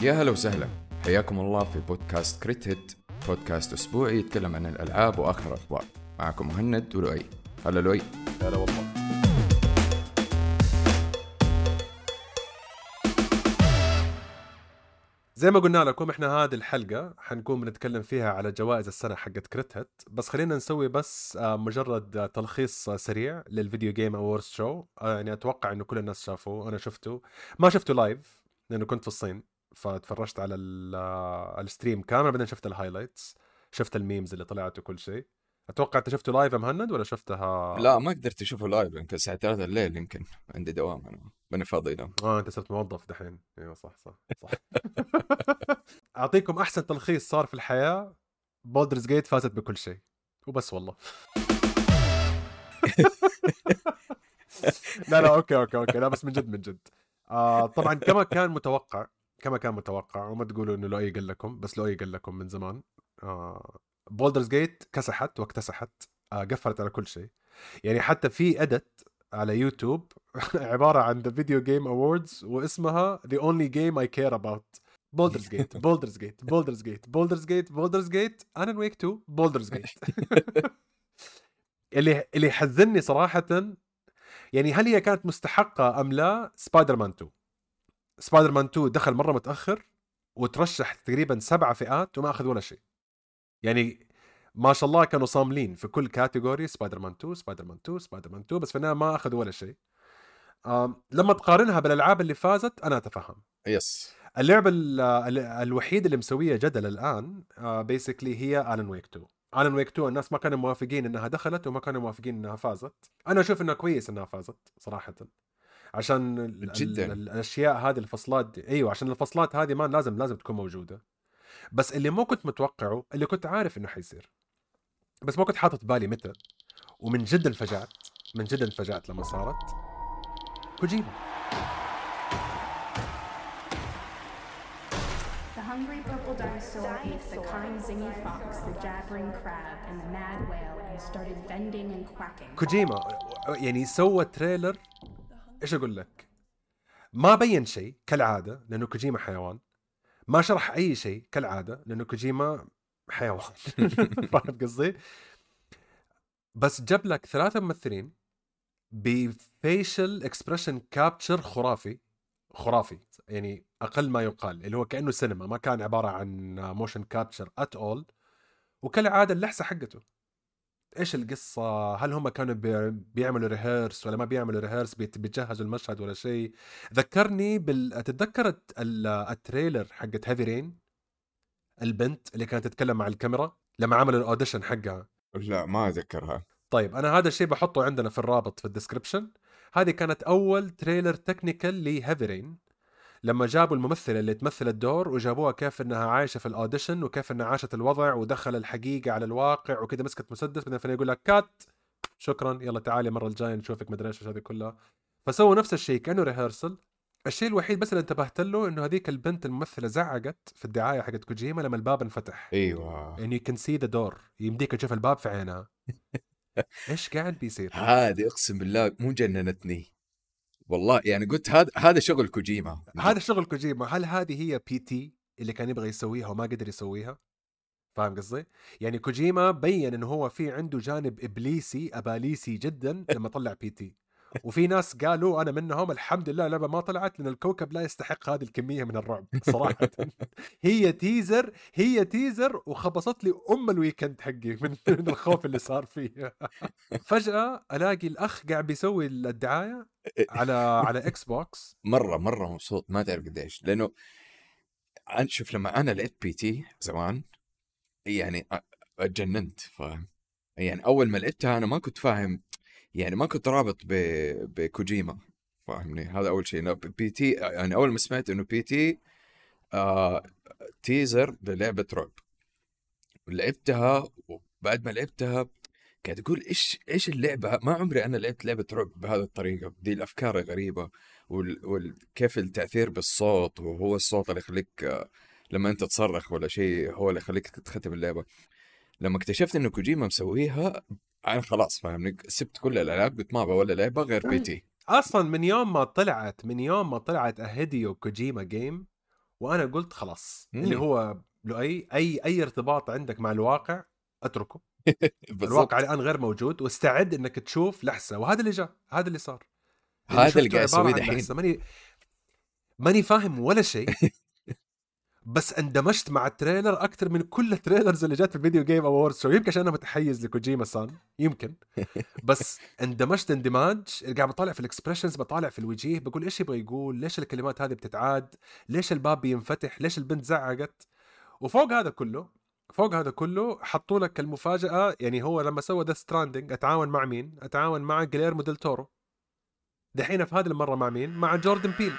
يا هلا وسهلا، حياكم الله في بودكاست كريت هيت، بودكاست أسبوعي يتكلم عن الألعاب وآخر الأخبار. معكم مهند ولؤي. هلا لؤي. هلا والله. زي ما قلنا لكم احنا هذه الحلقة حنكون بنتكلم فيها على جوائز السنة حقت كريت هيت، بس خلينا نسوي بس مجرد تلخيص سريع للفيديو جيم أوورز شو. يعني أتوقع إنه كل الناس شافوه، أنا شفته، ما شفته لايف لأنه كنت في الصين، فتفرجت على الستريم كامل، بعدين شفت الهايلايتس، شفت الميمز اللي طلعت وكل شيء. أتوقع أنت شفته لايف يا مهند ولا شفتها؟ لا، ما قدرت أشوفه لايف، يمكن الساعة 3 الليل، يمكن عندي دوام، أنا ماني فاضي له. أنت صرت موظف دحين. أيوة صح. أعطيكم أحسن تلخيص صار في الحياة. بولدرز جيت فازت بكل شيء وبس والله. لا اوكي لا بس من جد. طبعا كما كان متوقع وما تقولوا انه لؤي قال لكم، بس لؤي قال لكم من زمان. بولدرز جيت كسحت واكتسحت، قفلت على كل شيء. يعني حتى في ادت على يوتيوب عبارة عن The Video Game Awards واسمها The Only Game I Care About. بولدرز جيت Alan Wake 2 بولدرز جيت. اللي حزني صراحة، يعني هل هي كانت مستحقة أم لا؟ سبايدر مان 2 دخل مرة متأخر وترشح تقريبا 7 فئات وما أخذ ولا شيء. يعني ما شاء الله كانوا صاملين في كل كاتيجوري، سبايدر مان 2 بس في النهاية ما أخذ ولا شيء. لما تقارنها بالألعاب اللي فازت أنا أتفهم. يس. اللعبة الوحيدة اللي مسوية جدل الآن بيسكلي هي ألان ويك 2. ألان ويك 2 الناس ما كانوا موافقين إنها دخلت وما كانوا موافقين إنها فازت. أنا أشوف إنها كويس إنها فازت صراحة، عشان جدا. الأشياء هذه، الفصلات. أيوة، عشان الفصلات هذه ما لازم تكون موجودة. بس اللي مو كنت متوقعه، اللي كنت عارف إنه حيصير بس ما كنت حاطط بالي متى، ومن جد انفجعت لما صارت كوجيما. The hungry purple dinosaur ate the kind zingy fox, the jabbering crab, and the mad whale, and started bending and quacking. كوجيما يعني سوى تريلر، إيش أقول لك، ما بين شيء كالعادة لأنه كوجيما حيوان، ما شرح أي شيء كالعادة لأنه كوجيما حيوان. فاهم قصدي؟ بس جاب لك 3 ممثلين بفيشل اكسبريشن كابتشر خرافي، يعني أقل ما يقال، اللي هو كأنه سينما، ما كان عبارة عن موشن كابتشر at all. وكالعادة اللحسة حقته، إيش القصة؟ هل هم كانوا بيعملوا ريهيرس ولا ما بيعملوا ريهيرس، بيتجهزوا المشهد ولا شيء؟ ذكرني تتذكرت التريلر حقت هيفي رين، البنت اللي كانت تتكلم مع الكاميرا لما عملوا الأوديشن حقها؟ لا، ما أذكرها. طيب أنا هذا الشيء بحطه عندنا في الرابط في الديسكريبشن. هذه كانت أول تريلر تكنيكال لهيفي رين، لما جابوا الممثلة اللي تمثل الدور وجابوها كيف انها عايشة في الاوديشن وكيف انها عاشت الوضع ودخل الحقيقة على الواقع وكذا، مسكت مسدس بعدين يقول لك كات، شكرا يلا تعالي المرة الجاية نشوفك، مدري ايش هذه كلها. فسووا نفس الشيء كأنه ريهرسل. الشيء الوحيد بس اللي انتبهت له انه هذيك البنت الممثلة زعقت في الدعاية حقت كوجيما لما الباب انفتح. أيوة. يعني you can see the door، يمديك تشوف الباب في عينها. ايش قاعد بيصير؟ هذه أقسم بالله مو جننتني والله، يعني قلت هذا شغل كوجيما. هذا شغل كوجيما. هل هذه هي بي تي اللي كان يبغى يسويها وما قدر يسويها؟ فاهم قصدي؟ يعني كوجيما بين انه هو في عنده جانب ابليسي اباليسي جدا لما طلع بي تي، وفي ناس قالوا انا منهم الحمد لله اللعبه ما طلعت لان الكوكب لا يستحق هذه الكميه من الرعب صراحه. هي تيزر وخبصت لي الويكند حقي من الخوف اللي صار فيه. فجاه الاقي الاخ قاعد بيسوي الدعايه على اكس بوكس. مرة مبسوط، ما تعرف قديش، لأنه شوف لما أنا لقيت بي تي زمان يعني اتجننت، فاهم؟ يعني أول ما لقيتها أنا ما كنت فاهم، يعني ما كنت رابط بكوجيما، فاهمني؟ هذا أول شيء. بي تي يعني أول ما سمعت إنه بي تي تيزر للعبة رعب، ولعبتها، وبعد ما لعبتها قاعد أقول إيش اللعبة. ما عمري أنا لعبت لعبة رعب بهذه الطريقة، دي الأفكار الغريبة، وكيف التأثير بالصوت، وهو الصوت اللي يخليك لما أنت تصرخ ولا شيء هو اللي يخليك تختم اللعبة. لما اكتشفت إنه كوجيما مسويها أنا خلاص، فاهمني؟ سبت كل الألعاب، قلت ما أبغى ولا لعبة غير بي تي. اصلا من يوم ما طلعت هيديو كوجيما جيم وانا قلت خلاص اللي هو اي ارتباط عندك مع الواقع اتركه. الواقع الان غير موجود، واستعد انك تشوف لحسه. وهذا اللي جاء، هذا اللي صار. هذا اللي قاعد يسويه دحين. ماني فاهم ولا شيء بس اندمجت مع التريلر اكثر من كل التريلرز اللي جات في الفيديو جيم اووردز شو. يمكن عشان انا متحيز لكوجيما سان، يمكن بس اندمجت اندماج. قاعد بطالع في الاكسبريشنز، بطالع في الوجيه، بقول ايش يبغى يقول، ليش الكلمات هذه بتتعاد، ليش الباب بينفتح، ليش البنت زعقت. وفوق هذا كله حطوا لك المفاجأة. يعني هو لما سوى ذا ستراندنج اتعاون مع مين؟ اتعاون مع غيليرمو ديل تورو. دحين في هذه المرة مع مين؟ مع جوردن بيل.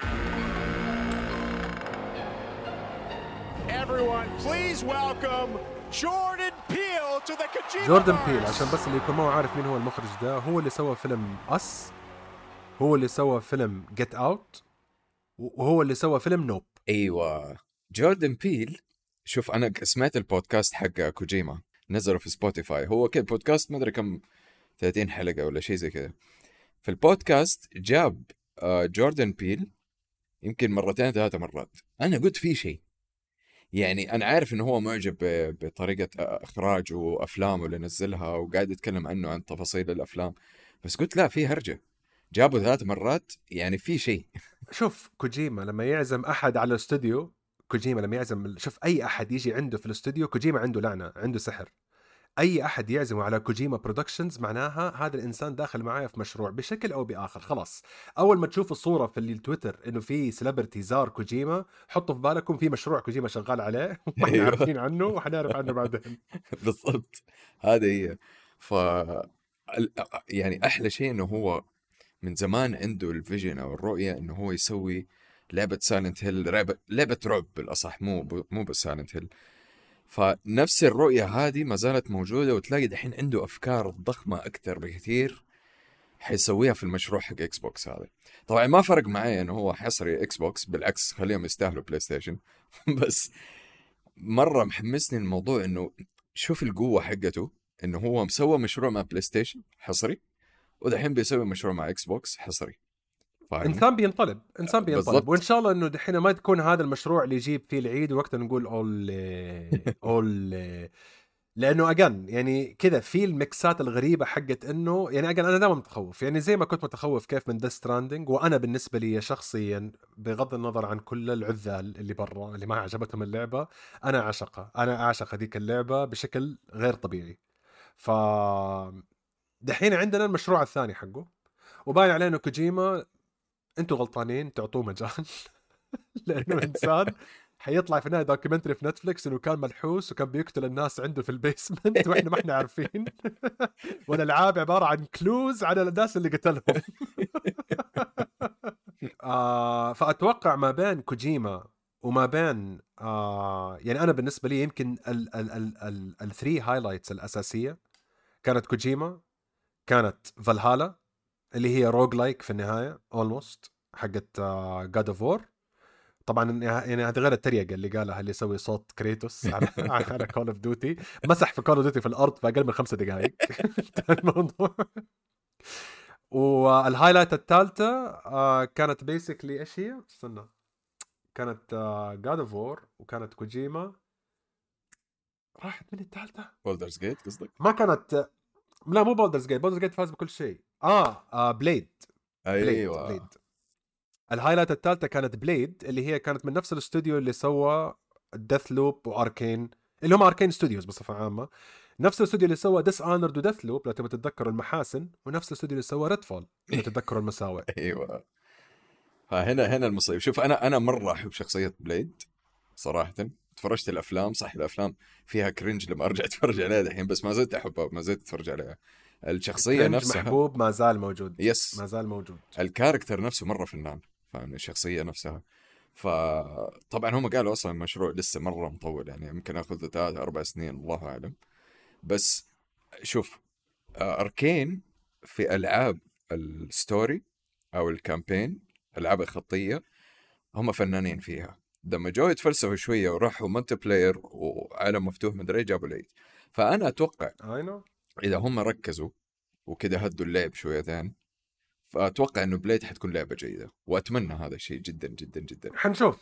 Everyone, please welcome Jordan Peele to the Kojima جوردن Verse. بيل، عشان بس اللي يكون ما عارف مين هو المخرج ده، هو اللي سوى فيلم أس، هو اللي سوى فيلم جيت أوت، وهو اللي سوى فيلم نوب. ايوه جوردن بيل. شوف انا سمعت البودكاست حق كوجيما نزله في سبوتيفاي، هو كده بودكاست ما ادري كم 30 حلقة ولا شيء زي كده. في البودكاست جاب جوردن بيل يمكن 2-3 مرات. انا قلت في شيء، يعني انا عارف انه هو معجب بطريقة اخراجه وافلامه اللي نزلها وقاعد يتكلم عنه عن تفاصيل الافلام، بس قلت لا في هرجة، جابه 3 مرات يعني في شيء. شوف كوجيما لما يعزم أحد على الاستوديو، كوجيما لما يعزم، شوف أي أحد يجي عنده في الاستوديو، كوجيما عنده لعنة، عنده سحر. أي أحد يعزمه على كوجيما برودكشنز معناها هذا الإنسان داخل معايا في مشروع بشكل أو بآخر. خلاص أول ما تشوف الصورة في التويتر إنه في سيلبرتي زار كوجيما، حطوا في بالكم في مشروع كوجيما شغال عليه وما احنا عارفين عنه وحنعرف عنه بعدين. بالضبط هذا هي. يعني أحلى شيء إنه هو من زمان عنده الفيجن أو الرؤية إنه هو يسوي لعبة سايلنت هيل، لعبة رعب بالأصح، مو بس سايلنت هيل. فنفس الرؤية هذه ما زالت موجودة، وتلاقي دحين عنده أفكار ضخمة أكثر بكثير حيسويها في المشروع حق إكس بوكس هذا. طبعا ما فرق معي إنه هو حصري إكس بوكس، بالعكس خليهم يستاهلوا بلاي ستيشن بس مرة محمسني الموضوع إنه شوف القوة حقته، إنه هو مسوى مشروع مع بلاي ستيشن حصري، ودحين بيسوي مشروع مع إكس بوكس حصري. إنسان بينطلب بالضبط. وإن شاء الله إنه دحين ما تكون هذا المشروع اللي يجيب فيه العيد ووقتها نقول أول لانه اجان يعني كذا في الميكسات الغريبه حقت انه يعني اجان انا دائما متخوف، يعني زي ما كنت متخوف كيف من ذا ستراندنج. وانا بالنسبه لي شخصيا بغض النظر عن كل العذال اللي برا اللي ما عجبتهم اللعبه، انا اعشق هذيك اللعبه بشكل غير طبيعي. ف دحين عندنا المشروع الثاني حقه، وباين عليه انه كوجيما انتوا غلطانين تعطوه مجال لانه انسان حيطلع في نهاية دوكيومنتري في نتفليكس انه كان ملحوس وكان بيقتل الناس عنده في البيسمنت واحنا ما احنا عارفين والالعاب عبارة عن كلوز على الناس اللي قتلهم. فاتوقع ما بين كوجيما وما بين يعني انا بالنسبة لي يمكن الثري هايلايتس الاساسية كانت كوجيما، كانت فالهالا اللي هي روج لايك في النهاية اولموست حقت جاد اوف وور. طبعا يعني هذه غير التريقة اللي قالها اللي يسوي صوت كريتوس على كول اوف ديوتي، مسح في كول اوف ديوتي في الارض في اقل من 5 دقائق. الموضوع. والهايلايت الثالثة كانت بيسكلي ايش هي؟ استنى، كانت جاد اوف وور وكانت كوجيما. راحت من الثالثة بولدرز جيت قصدك؟ ما كانت، لا مو بولدرز جيت فاز بكل شيء. بليد. ايوه بليد. الهايلايت الثالثة كانت بليد اللي هي كانت من نفس الاستوديو اللي سوى ديث لوب واركين، اللي هم اركين ستوديوز بصفة عامة. نفس الاستوديو اللي سوى ديس اونرد وديث لوب لو تبغى تتذكروا المحاسن، ونفس الاستوديو اللي سوى ريد فول لو تتذكروا المساوئ. ايوه. هنا المصيبة. شوف انا مرة احب شخصية بليد صراحة. تفرجت الافلام، صح الافلام فيها كرنج لما ارجع اتفرج عليها دحين، بس ما زلت احبها وما زلت اتفرج عليها. الشخصية نفسها محبوب، ما زال موجود. يس ما زال موجود. الكاركتر نفسه مرة فنان، فاهم الشخصية نفسها. فطبعا هم قالوا اصلا المشروع لسه مرة مطول، يعني يمكن اخذ 3-4 سنين الله اعلم. بس شوف اركين في العاب الستوري او الكامبين، العاب الخطية، هم فنانين فيها. لما جو يتفلسفوا شوية وراحوا مالتي بلاير وعالم مفتوح مدري جابوا العيد. فانا اتوقع اذا هم ركزوا وكده هدوا اللعب شويتين، فأتوقع إنه بليد حتكون لعبة جيدة، وأتمنى هذا الشيء جدا جدا جدا. حنشوف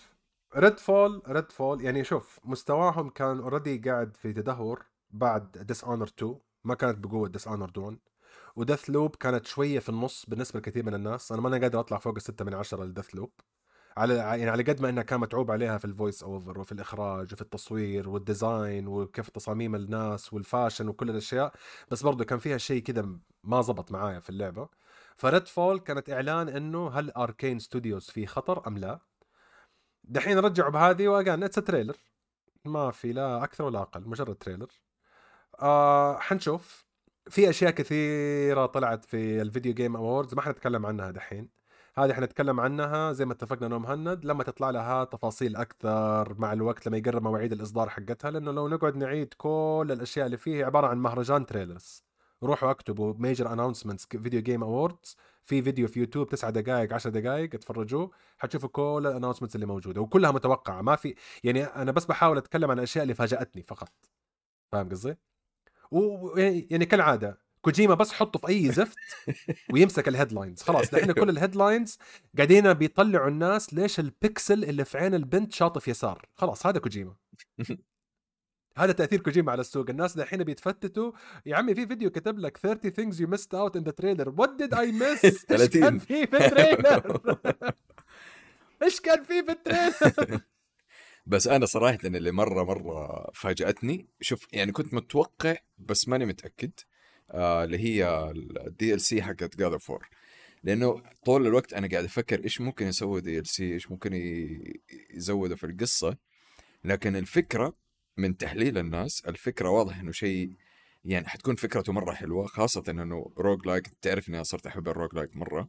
ريد فول يعني شوف مستواهم كان اوريدي قاعد في تدهور بعد ديس اونر 2، ما كانت بقوه ديس اونر 1. ودث لوب كانت شويه في النص بالنسبه لكثير من الناس. انا ما قادر اطلع فوق 6 من 10 لدث لوب، على يعني على قد ما انها كان متعوب عليها في الفويس اوفر وفي الاخراج وفي التصوير والديزاين وكيف تصاميم الناس والفاشن وكل الاشياء، بس برضه كان فيها شيء كذا ما زبط معايا في اللعبه. فريد فول كانت اعلان انه هل اركين ستوديوز في خطر ام لا. دحين رجعوا بهذه واجان اتس تريلر، ما في لا اكثر ولا اقل، مجرد تريلر. حنشوف. في اشياء كثيره طلعت في الفيديو جيم اووردز ما حنتكلم عنها دحين، هذه حنتكلم عنها زي ما اتفقنا انا ومهند لما تطلع لها تفاصيل اكثر مع الوقت، لما يقرب مواعيد الاصدار حقتها. لانه لو نقعد نعيد كل الاشياء اللي فيه عباره عن مهرجان تريلرز. روحوا اكتبوا ميجر اناونسمنتس فيديو جيم اووردز، في فيديو في يوتيوب 9 دقائق 10 دقائق اتفرجوه، حتشوفوا كل الاناونسمنتس اللي موجوده وكلها متوقعه. ما في يعني انا بس بحاول اتكلم عن الاشياء اللي فاجاتني فقط، فاهم قصدي؟ يعني كالعاده كوجيما بس حطه في اي زفت ويمسك الهيدلاينز. خلاص دحين كل الهيدلاينز قاعدين بيطلعوا الناس ليش البكسل اللي في عين البنت شاطف يسار. خلاص هذا كوجيما. هذا تأثير كوجيما على السوق. الناس دحين بيتفتتوا. يا عمي في فيديو كتب لك 30 things you missed out in the trailer. What did I miss؟ ايش كان في التريلر؟ ايش كان في التريلر؟ بس انا صراحه اللي مره فاجاتني، شوف يعني كنت متوقع بس ماني متاكد، اللي هي الدي ال سي حقت جاد اوف وور. لانه طول الوقت انا قاعد افكر ايش ممكن يسوي دي ال سي، ايش ممكن يزودوا في القصه. لكن الفكره من تحليل الناس، الفكره واضح انه شيء يعني حتكون فكرته مره حلوه، خاصه انه روج لايك. تعرف اني صرت احب الروج لايك مره.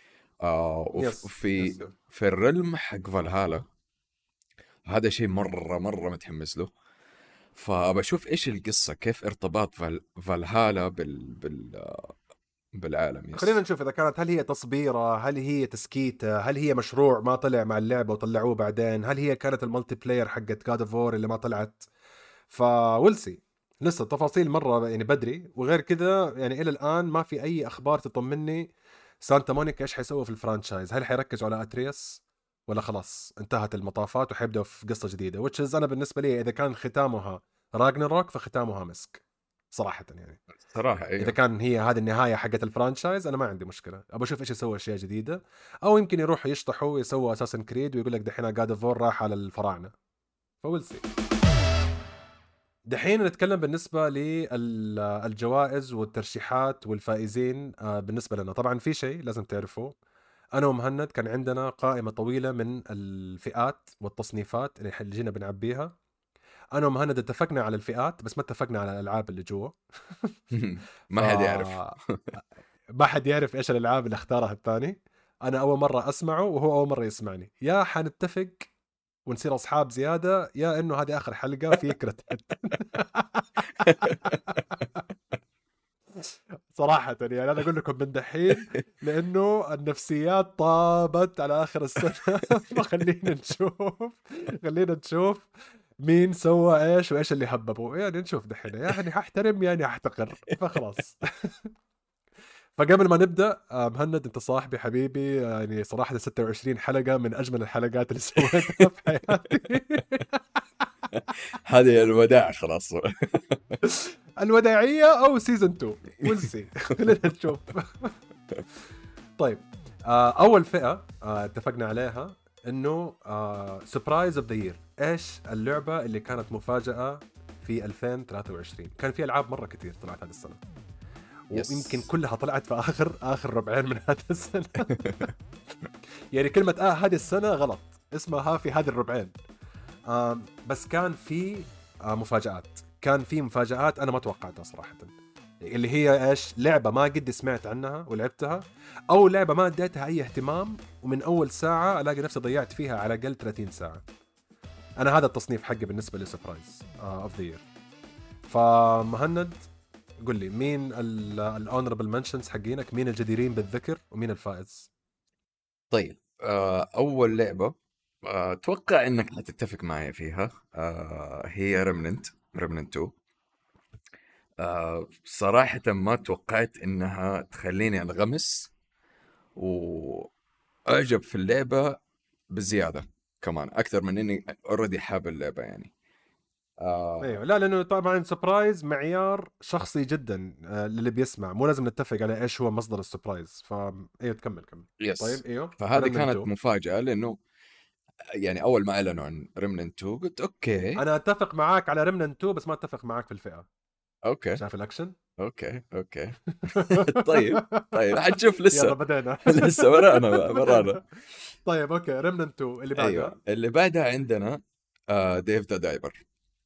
وفي في الرلم حق فالهالا، هذا شيء مرة متحمس له. فبشوف إيش القصة، كيف ارتباط فالهالا بالعالم. يس. خلينا نشوف إذا كانت هل هي تصبيرة، هل هي تسكيتة، هل هي مشروع ما طلع مع اللعبة وطلعوه بعدين، هل هي كانت المالتي بلاير حقت God of War اللي ما طلعت. فولسي لسه التفاصيل مرة يعني بدري. وغير كذا يعني إلى الآن ما في أي أخبار تطمني سانتا مونيكا إيش حيسووا في الفرانشايز. هل حيركزوا على أترياس ولا خلاص انتهت المطافات وحيبدأوا في قصة جديدة. which is أنا بالنسبة لي إذا كان ختامها راجنروك فختامها مسك صراحة. يعني صراحة أيوه. إذا كان هي هذه النهاية حقت الفرانشايز أنا ما عندي مشكلة، أبغى أشوف إيش يسوي أشياء جديدة. أو يمكن يروحوا يشطحوا يسووا أساسن كريد ويقول لك دحين God of War راح على الفراعنة. فولسي. دحين نتكلم بالنسبة للجوائز والترشيحات والفائزين. بالنسبة لنا طبعا في شيء لازم تعرفه، أنا ومهند كان عندنا قائمة طويلة من الفئات والتصنيفات اللي جينا بنعبيها. أنا ومهند اتفقنا على الفئات بس ما اتفقنا على الألعاب اللي جوا. ما حد يعرف. ما حد يعرف إيش الألعاب اللي اختارها الثاني. أنا أول مرة أسمعه وهو أول مرة يسمعني. يا حنتفق ونصير أصحاب زيادة، يا إنه هذه آخر حلقة في كرتات. صراحة يعني أنا أقول لكم من دحين لأنه النفسيات طابت على آخر السنة. فخلينا نشوف مين سوى إيش وإيش اللي هببوا. يعني نشوف دحين، يعني هحترم يعني هحتقر. فخلاص. فقبل ما نبدأ مهند أنت صاحبي حبيبي، يعني صراحة 26 حلقة من أجمل الحلقات اللي سويتها في حياتي. هذه الوداع خلاص. الوداعية أو سيزن 2 ولسي. خلينا نشوف. طيب أول فئة اتفقنا عليها إنه سبرايز أوف ذا يير. إيش اللعبة اللي كانت مفاجأة في 2023؟ كان في ألعاب مرة كتير طلعت هذه السنة، ويمكن كلها طلعت في آخر ربعين من هذه السنة. يعني كلمة هذه السنة غلط، اسمها في هذه الربعين. بس كان في مفاجآت. كان في مفاجآت أنا ما توقعتها صراحة، اللي هي إيش؟ لعبة ما قد سمعت عنها ولعبتها، أو لعبة ما اديتها أي اهتمام ومن أول ساعة ألاقي نفسي ضيعت فيها على الأقل 30 ساعة. أنا هذا التصنيف حقي بالنسبة لسبرايز أوف ذا يير. فمهند قل لي مين الأونربل منشنز حقينك، مين الجديرين بالذكر ومين الفائز؟ طيب أول لعبة أتوقع إنك هتتفق معي فيها، هي ريمننت 2. صراحة ما توقعت إنها تخليني أنغمس وأعجب في اللعبة بزيادة. كمان اكثر من اني اوريدي حاب اللعبه يعني. ايوه لا لانه طبعا سبرايز معيار شخصي جدا للي بيسمع، مو لازم نتفق على ايش هو مصدر السبرايز. ايوه تكمل. يس. طيب ايوه فهذه Remnant كانت 2. مفاجاه، لانه يعني اول ما اعلنوا عن ريمننت 2 قلت اوكي. انا اتفق معاك على Remnant 2 بس ما اتفق معاك في الفئه. اوكي شايف الاكشن؟ اوكي طيب حنشوف يلا لسه. بدينا. لسه ورانا. طيب اوكي Remnant 2 اللي بعدها. ايوه اللي بعدها عندنا ديف ذا دايفر.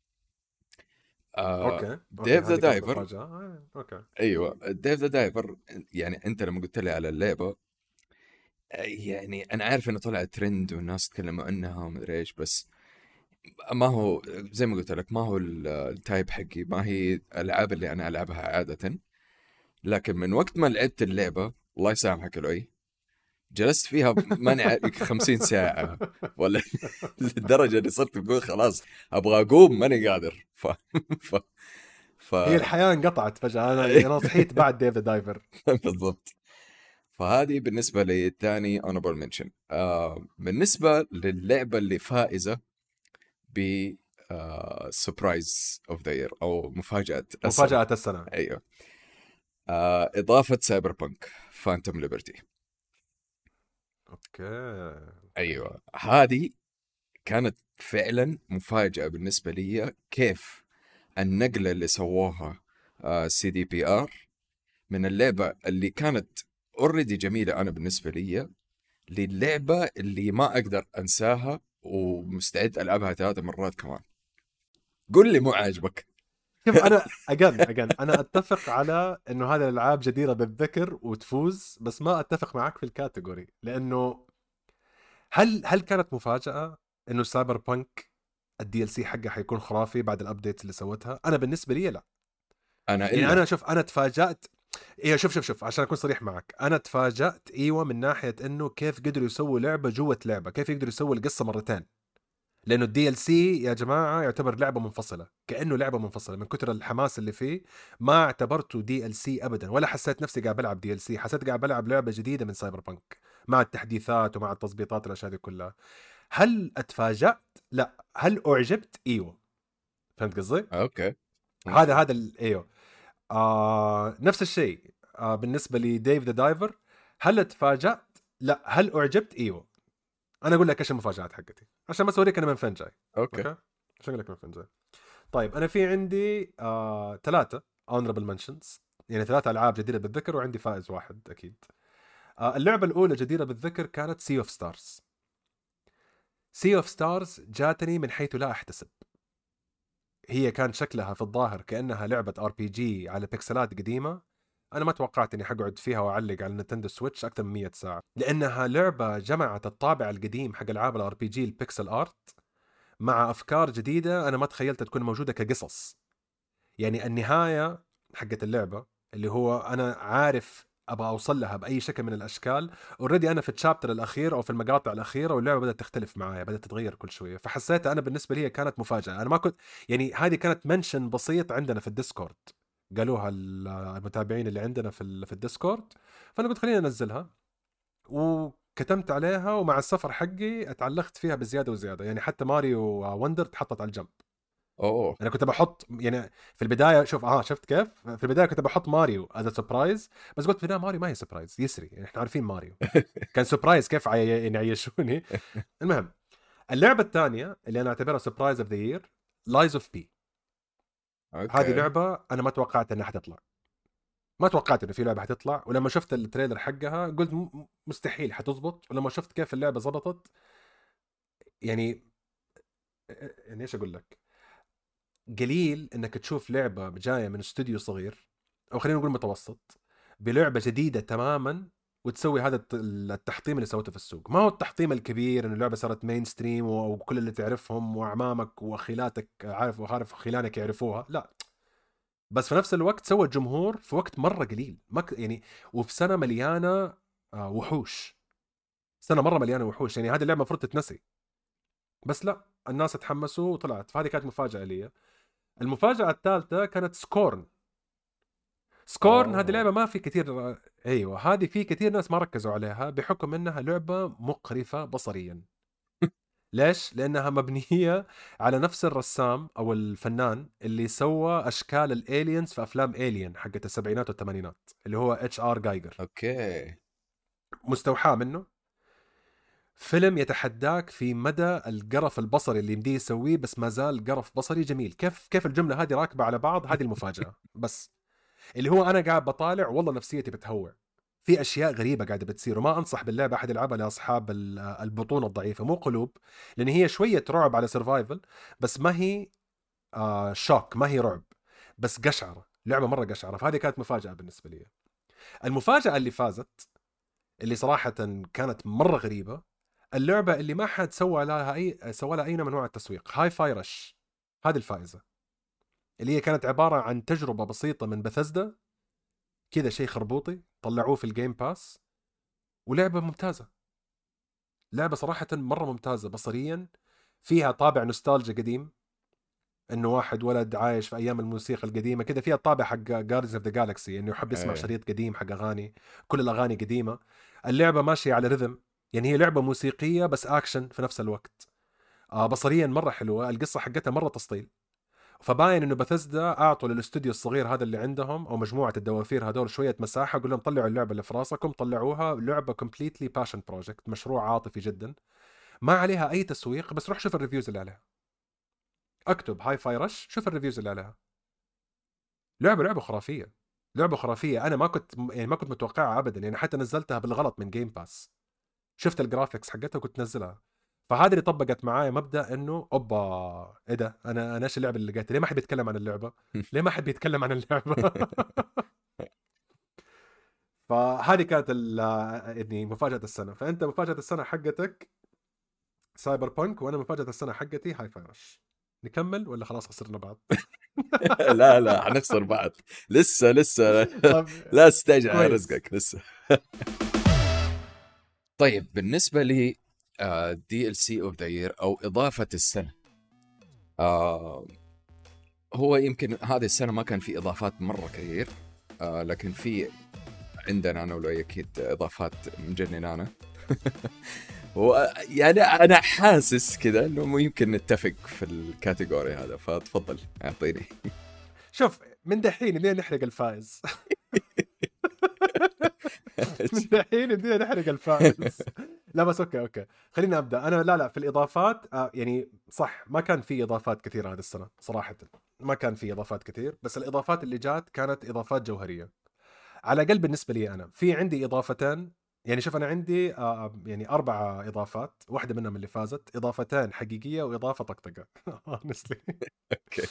اوكي ديف ذا هذه كانت دايفر. مفاجاه. اوكي ايوه ديف ذا دايفر. يعني انت لما قلت لي على اللعبه، يعني انا عارف انه طلع ترند والناس تكلموا عنها ومدري ايش، بس ما هو زي ما قلت لك ما هو التايب حقي، ما هي الالعاب اللي انا العبها عاده. لكن من وقت ما لعبت اللعبه الله يسامحك لؤي، جلست فيها ماني عارف 50 ساعه ولا للدرجه اللي صرت اقول خلاص ابغى اقوم ماني قادر. هي الحياه انقطعت فجاه. انا صحيت بعد ديف ذا دايفر. بالضبط. فهذه بالنسبه لي الثاني honorable mention. بالنسبه للعبه اللي فائزه ب سربرايز اوف ذا يير او مفاجاه السنه. ايوه. اضافه سايبر بانك فانتوم ليبرتي. اوكي ايوه هذه كانت فعلا مفاجاه بالنسبه لي. كيف النقله اللي سووها سي دي بي ار من اللعبه اللي كانت اوريدي جميله انا بالنسبه لي، للعبه اللي ما اقدر انساها ومستعد العبها 3 مرات كمان. قل لي مو عاجبك؟ شوف انا اجن انا اتفق على انه هذه الالعاب جديره بالذكر وتفوز، بس ما اتفق معك في الكاتيجوري. لانه هل كانت مفاجاه انه سايبر بانك الدي ال سي حقه حيكون خرافي بعد الابديت اللي سوتها؟ انا بالنسبه لي لا. يعني انا شوف انا تفاجات. ايوه شوف عشان اكون صريح معك، انا تفاجات ايوه من ناحيه انه كيف قدروا يسووا لعبه جوه لعبه، كيف يقدروا يسووا القصه مرتين. لانه الدي ال سي يا جماعه يعتبر لعبه منفصله، كانه لعبه منفصله من كتر الحماس اللي فيه. ما اعتبرته دي ال سي ابدا، ولا حسيت نفسي قاعد بلعب دي ال سي، حسيت قاعد بلعب لعبه جديده من سايبر بانك مع التحديثات ومع التظبيطات والاشياء دي كلها. هل اتفاجأت؟ لا. هل اعجبت؟ ايوه. فهمت قصدي؟ اوكي. هذا ايوه. نفس الشيء بالنسبه لي ديف ذا دايفر. هل اتفاجأت؟ لا. هل اعجبت؟ ايوه. انا اقول لك ايش المفاجآت حقتي عشان بس اوريك انا من فين جاي. اوكي عشان اقول لك من فين جاي. طيب انا في عندي 3 honorable mentions، يعني 3 العاب جديره بالذكر، وعندي فائز واحد اكيد. اللعبه الاولى جديره بالذكر كانت سي اوف ستارز. سي اوف ستارز جاتني من حيث لا احتسب. هي كان شكلها في الظاهر كانها لعبه ار بي جي على بيكسلات قديمه. انا ما توقعت اني حقعد فيها واعلق على النينتندو سويتش اكثر من 100 ساعه، لانها لعبه جمعت الطابع القديم حق العاب الار بي جي البيكسل ارت مع افكار جديده انا ما تخيلت تكون موجوده كقصص. يعني النهايه حقت اللعبه اللي هو انا عارف ابغى اوصل لها باي شكل من الاشكال. اوريدي انا في الشابتر الاخير او في المقاطع الاخيره واللعبه بدات تختلف معايا، بدات تتغير كل شويه. فحسيت انا بالنسبه لي كانت مفاجاه. انا ما كنت يعني هذه كانت منشن بسيط عندنا في الديسكورد، قالوها المتابعين اللي عندنا في الديسكورد. فانا قلت خليني انزلها وكتمت عليها، ومع السفر حقي اتعلقت فيها بزياده وزياده. يعني حتى ماريو وندر تحطت على الجنب. اوه انا كنت بحط يعني في البدايه شوف شفت كيف في البدايه كنت بحط ماريو از سربرايز، بس قلت في النهايه ماريو ما هي سربرايز يسري، يعني احنا عارفين ماريو كان سربرايز كيف يعيشوني. المهم اللعبه الثانيه اللي انا اعتبرها سربرايز اوف ذا يير لايز اوف بي. هذه لعبه انا ما توقعت انها حتطلع، ما توقعت انه في لعبه حتطلع، ولما شفت التريلر حقها قلت مستحيل حتزبط. ولما شفت كيف اللعبه زبطت يعني ايش اقول لك، قليل انك تشوف لعبه جايه من استوديو صغير او خلينا نقول متوسط بلعبه جديده تماما وتسوي هذا التحطيم اللي سوته في السوق. ما هو التحطيم الكبير ان اللعبه صارت مين ستريم وكل اللي تعرفهم واعمامك واخيلاتك عارف خلانك يعرفوها، لا. بس في نفس الوقت سوى جمهور في وقت مره قليل، يعني وفي سنه مليانه وحوش، سنه مره مليانه وحوش. يعني هذه اللعبه المفروض تتنسي، بس لا، الناس تحمسوا وطلعت. فهذه كانت مفاجاه لي. المفاجأة الثالثة كانت سكورن. هذه لعبة ما في كثير، ايوه هذه في كثير ناس ما ركزوا عليها بحكم انها لعبة مقرفة بصريا. ليش؟ لأنها مبنية على نفس الرسام أو الفنان اللي سوى أشكال الالينز في أفلام إيليان حقت السبعينات والثمانينات، اللي هو H.R. جايجر. اوكي. مستوحى منه. فيلم يتحداك في مدى القرف البصري اللي يمديه يسويه، بس ما زال قرف بصري جميل. كيف الجملة هذه راكبة على بعض، هذه المفاجأة. بس اللي هو أنا قاعد بطالع والله نفسيتي بتهوع، في أشياء غريبة قاعدة بتصير. وما أنصح باللعبة أحد يلعبها لأصحاب البطون الضعيفة، مو قلوب، لأن هي شوية رعب على سيرفايفل، بس ما هي شوك، ما هي رعب، بس قشعرة. لعبة مرة قشعرة. فهذه كانت مفاجأة بالنسبة لي. المفاجأة اللي فازت، اللي صراحة كانت مرة غريبة، اللعبة اللي ما حد سوى لها أي نوع من أنواع التسويق، هاي فاي رش. هذه الفائزة اللي هي كانت عبارة عن تجربة بسيطة من بثزدا كذا، شيء خربوطي طلعوه في الجيم باس، ولعبة ممتازة. لعبة صراحة مرة ممتازة بصريا، فيها طابع نوستالجيا قديم، انه واحد ولد عايش في ايام الموسيقى القديمه كذا. فيها الطابع حق جاردز اوف ذا جالكسي، انه يحب يسمع إيه. شريط قديم حق اغاني، كل الاغاني قديمه. اللعبه ماشيه على رذم، يعني هي لعبه موسيقيه بس اكشن في نفس الوقت. بصريا مره حلوه، القصه حقتها مره تسطيل. فباين انه بثزدا اعطوا للاستوديو الصغير هذا اللي عندهم، او مجموعه الدوافير هذول، شويه مساحه، قول لهم طلعوا اللعبه اللي في راسكم، طلعوها. لعبه كومبليتلي باشن بروجكت، مشروع عاطفي جدا، ما عليها اي تسويق. بس روح شوف الريفيوز اللي عليها، اكتب هاي فاي رش، شوف الريفيوز اللي عليها. لعبه خرافيه، لعبه خرافيه. انا ما كنت متوقعها ابدا، يعني حتى نزلتها بالغلط من جيم باس، شفت الجرافيكس حقتها وكنت نزلها. فهذا اللي طبقت معايا مبدا انه اوبا، ايه ده، انا ايش اللعبه اللي لقيتها؟ ليه ما حد يتكلم عن اللعبه؟ ليه ما حد يتكلم عن اللعبه؟ فهذه كانت يعني مفاجاه السنه. فانت مفاجاه السنه حقتك سايبر بانك، وانا مفاجاه السنه حقتي هاي فاي رش. نكمل ولا خلاص خسرنا بعض؟ لا حنخسر بعض. لسه طب لا تستعجل على كويس. رزقك لسه. طيب بالنسبة لي DLC of the year أو إضافة السنة، هو يمكن هذه السنة ما كان في إضافات مرة كثير، لكن في عندنا أنا ولؤي أكيد إضافات مجننانة. يعني أنا حاسس كذا إنه يمكن نتفق في الكاتيجوري هذا، فتفضل أعطيني. شوف، من دحين بدينا نحرق الفائز. من دحين بدينا نحرق الفائز. لا بس اوكي خلينا ابدا. انا لا في الاضافات يعني صح، ما كان في اضافات كثيره هذه السنه صراحه، ما كان في اضافات كثير، بس الاضافات اللي جات كانت اضافات جوهريه على الاقل بالنسبه لي. انا في عندي اضافتين، يعني شوف انا عندي يعني 4 اضافات، واحده منهم اللي فازت، اضافتين حقيقيه واضافه طقطقه. honestly. اوكي.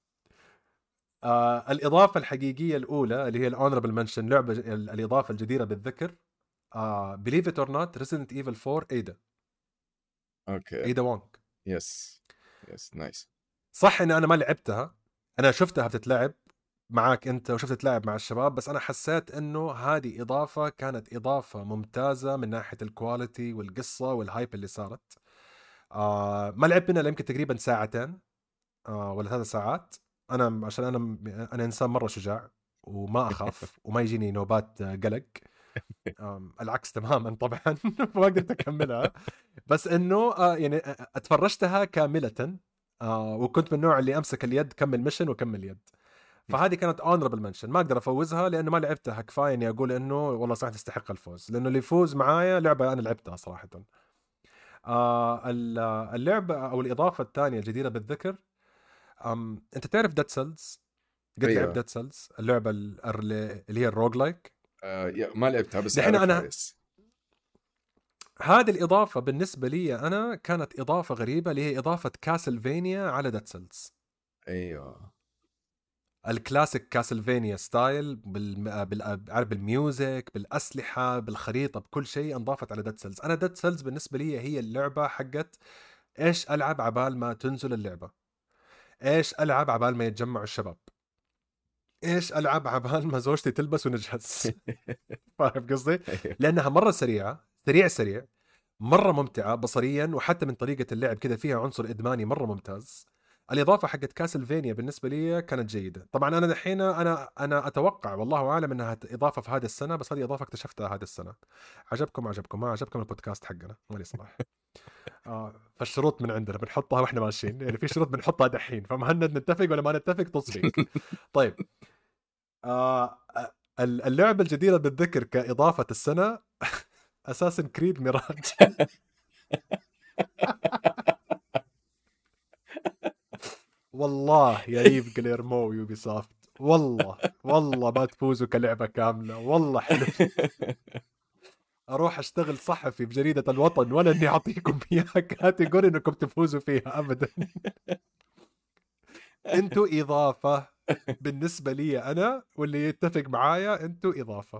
الإضافة الحقيقية الأولى اللي هي الأونربل منشن، لعبة الإضافة الجديرة بالذكر، Believe it or not Resident Evil 4 إيدا. اوكي. إيدا وونغ. يس نايس. صح إن أنا ما لعبتها، أنا شفتها بتتلعب معاك أنت وشفت تلعب مع الشباب، بس أنا حسيت إنه هذه إضافة كانت إضافة ممتازة من ناحية الكواليتي والقصة والهايب اللي صارت. ما لعبت منها يمكن تقريبا 2 ولا 3 ساعات. أنا عشان أنا إنسان مرة شجاع وما أخاف وما يجيني نوبات قلق. العكس تماما طبعا. ما قدرت اكملها، بس انه يعني اتفرجتها كامله. وكنت من النوع اللي امسك اليد كمل ميشن وكمل يد. فهذه كانت اونربل منشن، ما اقدر افوزها لانه ما لعبتها كفايه اني اقول انه والله صح تستحق الفوز، لانه اللي يفوز معايا لعبه انا لعبتها صراحه. اللعبه او الاضافه الثانيه الجديده بالذكر، انت تعرف ديد سيلز؟ قد لعبت ديد سيلز، اللعبه اللي هي الروج لايك؟ ما لعبتها بس دحين أعرفها. انا هذه الإضافة بالنسبة لي أنا كانت إضافة غريبة، اللي هي إضافة كاسلفينيا على ديد سيلز. أيوة. الكلاسيك كاسلفينيا ستايل بالميوزك، بالأسلحة، بالخريطة، بكل شيء انضافت على ديد سيلز. أنا ديد سيلز بالنسبة لي هي اللعبة حقت إيش ألعب عبال ما تنزل اللعبة، إيش ألعب عبال ما يتجمعوا الشباب، إيش ألعب عبال ما زوجتي تلبس ونجهز. فاهم قصدي؟ لأنها مرة سريعة، سريع، مرة ممتعة بصريا، وحتى من طريقة اللعب كذا فيها عنصر إدماني مرة ممتاز. الإضافة حقت كاسلفينيا بالنسبة لي كانت جيدة. طبعا أنا دحين أنا أتوقع والله أعلم أنها إضافة في هذه السنة، بس هذه إضافة اكتشفتها هذه السنة. عجبكم ما عجبكم البودكاست حقنا مالي صلاح. فالشروط من عندنا بنحطها واحنا ماشيين، يعني في شروط بنحطها دحين، فمهند نتفق ولا ما نتفق تصفيق. طيب اللعبة الجديدة بالذكر كإضافة السنة أساسن كريد ميراج. والله يا ييف جليرمو ويوبي سوفت، والله ما تفوزوا كلعبة كاملة، والله حلو. اروح اشتغل صحفي بجريدة الوطن ولا اني اعطيكم اياها كاتيجوري انكم تفوزوا فيها ابدا. انتوا اضافة بالنسبة لي انا، واللي يتفق معايا انتوا اضافة.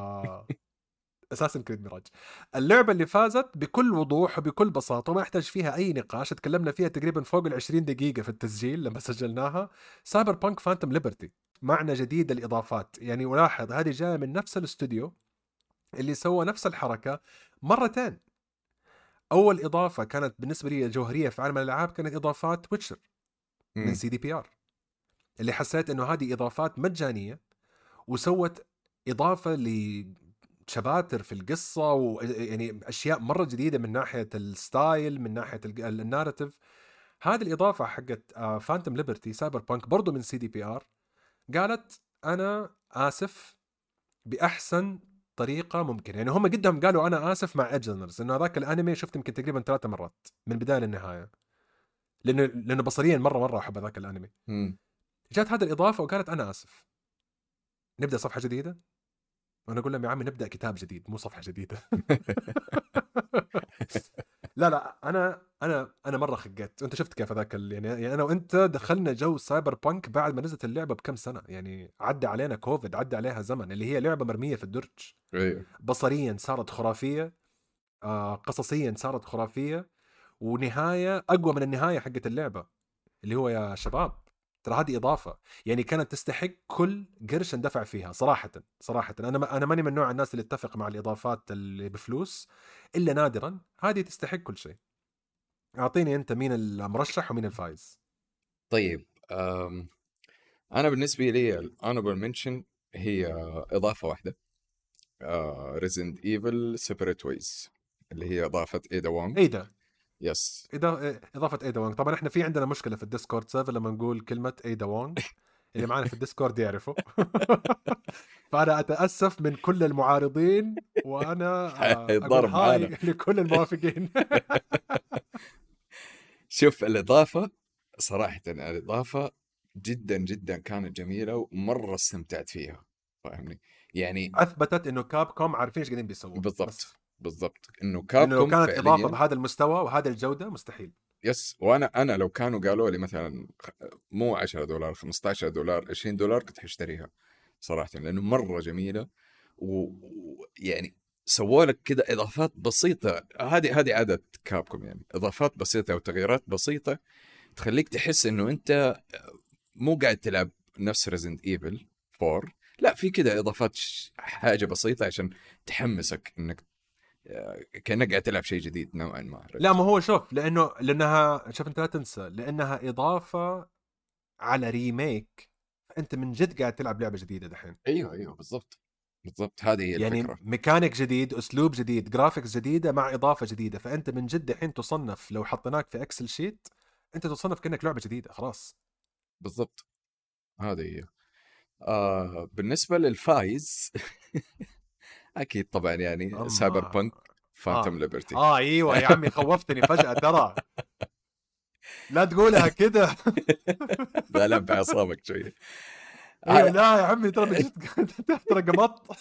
اساسن كريد ميراج اللعبة اللي فازت بكل وضوح وبكل بساطة وما يحتاج فيها اي نقاش، تكلمنا فيها تقريبا فوق 20 دقيقة في التسجيل لما سجلناها. سايبر بانك فانتوم ليبرتي، معنى جديد الاضافات. يعني ولاحظ هذه جاية من نفس الاستوديو اللي سوى نفس الحركة مرتين. أول إضافة كانت بالنسبة لي جوهرية في عالم الألعاب كانت إضافات ويتشر من CDPR، اللي حسيت إنه هذه إضافات مجانية وسوت إضافة لشباتر في القصة، ويعني أشياء مرة جديدة من ناحية الستايل، من ناحية الناراتيف. هذه الإضافة حقت فانتوم ليبرتي سايبر بانك برضو من CDPR قالت أنا آسف بأحسن طريقة ممكن. يعني هم قدهم قالوا أنا آسف مع إدجنرز، إنه هذاك الأنمي شفت يمكن تقريبا 3 مرات من البداية للنهاية، لأنه بصريا مرة أحب هذاك الأنمي. جات هذا الإضافة وقالت أنا آسف، نبدأ صفحة جديدة. وأنا أقول لهم يا عمي نبدأ كتاب جديد مو صفحة جديدة. لا أنا مرة خقت. أنت شفت كيف ذاك يعني أنا وأنت دخلنا جو سايبر بانك بعد ما نزلت اللعبة بكم سنة، يعني عدى علينا كوفيد، عدى عليها زمن، اللي هي لعبة مرمية في الدرج. بصريا صارت خرافية، قصصيا صارت خرافية، ونهاية أقوى من النهاية حقت اللعبة. اللي هو يا شباب ترى هذه إضافة يعني كانت تستحق كل قرش اندفع فيها. صراحة أنا ماني من نوع الناس اللي اتفق مع الإضافات اللي بفلوس إلا نادرا. هذه تستحق كل شيء. أعطيني أنت مين المرشح ومين الفائز. طيب أنا بالنسبة لي الأونبل منشن هي إضافة واحدة، Resident Evil Separate Ways، اللي هي إضافة إيدا وونغ. إيدا يس إضافة إيدا وونغ. طبعا إحنا في عندنا مشكلة في الديسكورد سيرفر لما نقول كلمة إيدا وونغ، اللي معنا في الديسكورد يعرفوا. فأنا أتأسف من كل المعارضين، وأنا أقول هاي لكل الموافقين. شوف الإضافة صراحة الإضافة جدا جدا كانت جميلة ومرة استمتعت فيها، فاهمني؟ يعني أثبتت إنه كاب كوم عارفين إيش قاعدين بيسووا. بالضبط إنه كاب كوم لو كانت إضافة بهذا المستوى وهذا الجودة مستحيل. يس. وأنا لو كانوا قالوا لي مثلا مو $10 $15 $20 كنت حشتريها صراحة، لأنه مرة جميلة. ويعني سووا لك كده إضافات بسيطة. هذه عادة كابكم، يعني إضافات بسيطة وتغييرات بسيطة تخليك تحس إنه أنت مو قاعد تلعب نفس Resident Evil 4، لا في كده إضافات حاجة بسيطة عشان تحمسك إنك كأنك قاعد تلعب شيء جديد نوعا ما. لا ما هو شوف، لأنها شوف أنت لا تنسى لأنها إضافة على ريميك، أنت من جد قاعد تلعب لعبة جديدة دحين. أيوه بالضبط هذه هي يعني الفكرة. ميكانيك جديد، أسلوب جديد، جرافيكس جديدة مع إضافة جديدة. فأنت من جد دحين تصنف، لو حطيناك في أكسل شيت أنت تصنف كأنك لعبة جديدة خلاص. بالضبط هذه هي. بالنسبة للفايز أكيد طبعا يعني سايبر بانك فانتوم ليبرتي. أيوة يا عمي خوفتني فجأة ترى. لا تقولها كده. لا لب أعصابك شوية. ايوه لا يا عمي ترى ترى قمط.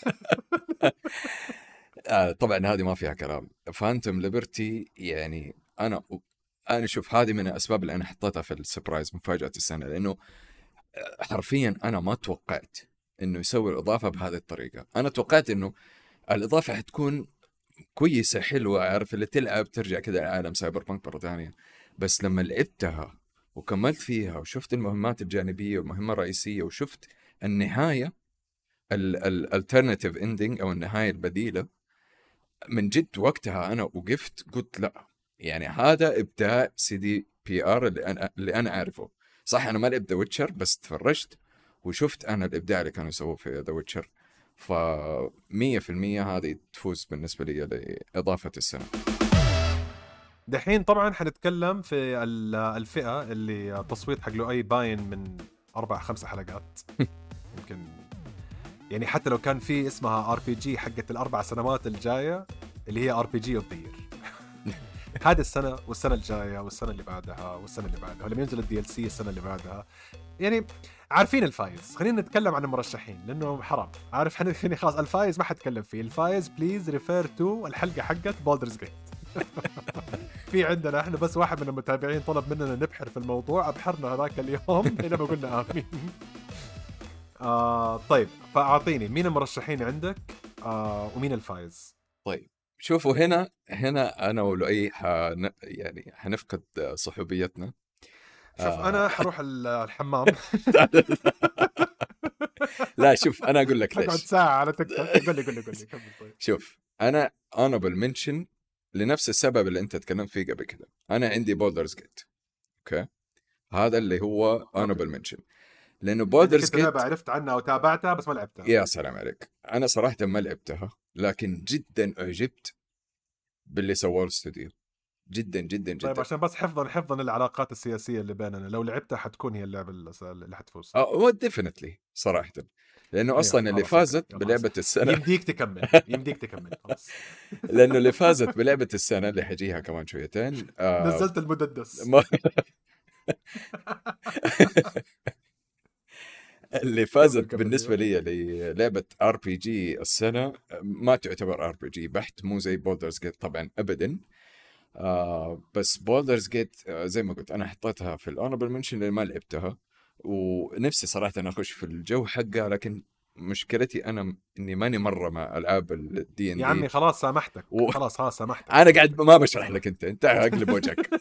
طبعا هذه ما فيها كلام. فانتوم ليبرتي يعني أنا شوف هذه من الأسباب اللي أنا حطيتها في السبرايز مفاجأة السنة، لأنه حرفيا أنا ما توقعت إنه يسوي الإضافة بهذه الطريقة. أنا توقعت إنه الإضافة حتكون كويسة حلوة، عارف اللي تلعب ترجع كده لعالم سايبر بانك مرة ثانية. بس لما لعبتها وكملت فيها وشفت المهمات الجانبية والمهمة الرئيسية وشفت النهاية الالترناتيف اندينج أو النهاية البديلة، من جد وقتها أنا وقفت قلت لا يعني هذا إبداع CDPR اللي أنا أعرفه. صح أنا ما لعبت ذا ويتشر بس تفرجت وشفت أنا الإبداع اللي كانوا يسووه في ذا ويتشر. 100% هذه تفوز بالنسبة لي لإضافة السنة. دحين طبعا حنتكلم في الفئة اللي تصويت حق لؤي باين من 4-5 حلقات يمكن، يعني حتى لو كان في اسمها RPG حقت ال4 سنوات الجاية اللي هي RPG of the Year هذه السنة والسنة الجاية والسنة اللي بعدها والسنة اللي بعدها، ولما ينزل DLC السنة اللي بعدها، يعني عارفين الفايز. خلينا نتكلم عن المرشحين لأنه حرام، عارف خليني خلاص الفايز ما حتكلم فيه. الفايز بليز ريفير تو الحلقة حقت بولدرز جيت في عندنا احنا بس واحد من المتابعين طلب مننا نبحر في الموضوع، ابحرنا هذاك اليوم إلى ما قلنا آمين. طيب فأعطيني مين المرشحين عندك ومين الفايز؟ طيب شوفوا هنا انا ولؤي يعني حنفقد صحوبيتنا. شوف أنا حروح الحمام لا شوف انا اقول لك حقعد ليش. ساعة على تيك توك. قول لي كمل. طيب شوف انا honorable mention لنفس السبب اللي انت تكلمت فيه قبل كده. انا عندي بولدرز جيت، اوكي، هذا اللي هو honorable mention، لانه بولدرز جيت عرفت عنها وتابعتها بس ما لعبتها. يا سلام عليك. انا صراحه ما لعبتها لكن جدا اعجبت باللي سواه الاستوديو، جدا جدا جدا. طيب عشان بس حفظا للعلاقات السياسية اللي بيننا، لو لعبتها حتكون هي اللعبة اللي حتفوز. هو ديفينتلي صراحه، لانه اصلا اللي فازت بلعبه السنه يمديك تكمل خلاص. لانه اللي فازت بلعبه السنه اللي حجيها كمان شويتين نزلت المددس اللي فازت بالنسبه لي للعبه RPG السنه ما تعتبر RPG بحت، مو زي بولدرز جيت طبعا ابدا. بس بولدرز جيت زي ما قلت انا حطيتها في الاونبل منشن اللي ما لعبتها، ونفسي صراحه انا اخش في الجو حقها، لكن مشكلتي انا اني ماني مره مع العاب الدي ان دي. يا عمي خلاص سامحتك خلاص سامحتك. انا قاعد ما بشرح لك، انت اقلب وجهك.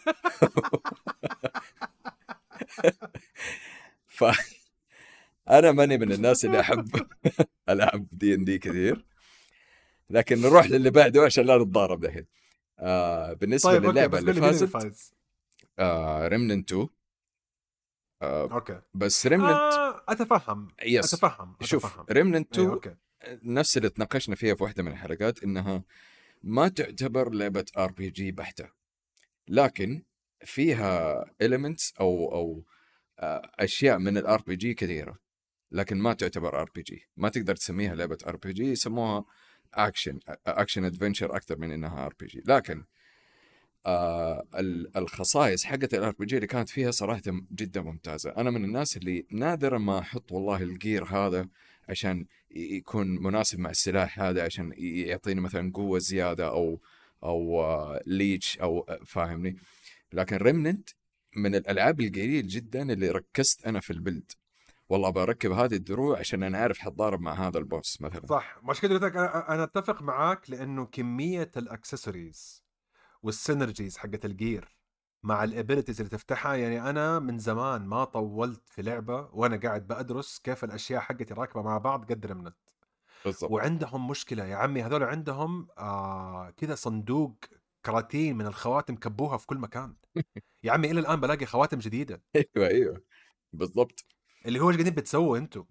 ف انا ماني من الناس اللي احب العاب دي ان دي كثير، لكن نروح للي بعده عشان لا نتضارب دحين. بالنسبه طيب للعبه اللي فازت ريمننت 2. اوكي بس ريمننت اتفهم. شوف ريمننت 2 أوكي. نفس اللي تناقشنا فيها في واحده من الحلقات، انها ما تعتبر لعبه RPG بحته، لكن فيها elements او اشياء من الار بي جي كثيره، لكن ما تعتبر RPG. ما تقدر تسميها لعبه RPG، يسموها اكشن ادفنتشر اكثر من انها RPG. لكن الخصائص حقت الار بي جي اللي كانت فيها صراحه جدا ممتازه. انا من الناس اللي نادرا ما احط والله الجير هذا عشان يكون مناسب مع السلاح هذا، عشان يعطيني مثلا قوه زياده او ليتش او فاهمني. لكن ريمننت من الالعاب القليل جدا اللي ركزت انا في البلد، والله بركب هذه الدروع عشان انا عارف حتضارب مع هذا البوس مثلا. صح، مش كده انا اتفق معاك، لانه كميه الاكسسوارز والسينرجيز حقت الجير مع الابيليتيز اللي تفتحها، يعني انا من زمان ما طولت في لعبه وانا قاعد بدرس كيف الاشياء حقتي راكبه مع بعض قد رمنت. بالضبط. وعندهم مشكله يا عمي، هذول عندهم كذا صندوق كراتين من الخواتم كبوها في كل مكان. يا عمي الى الان بلاقي خواتم جديده. ايوه بالضبط. اللي هو ايش قاعدين بتسووا انتوا؟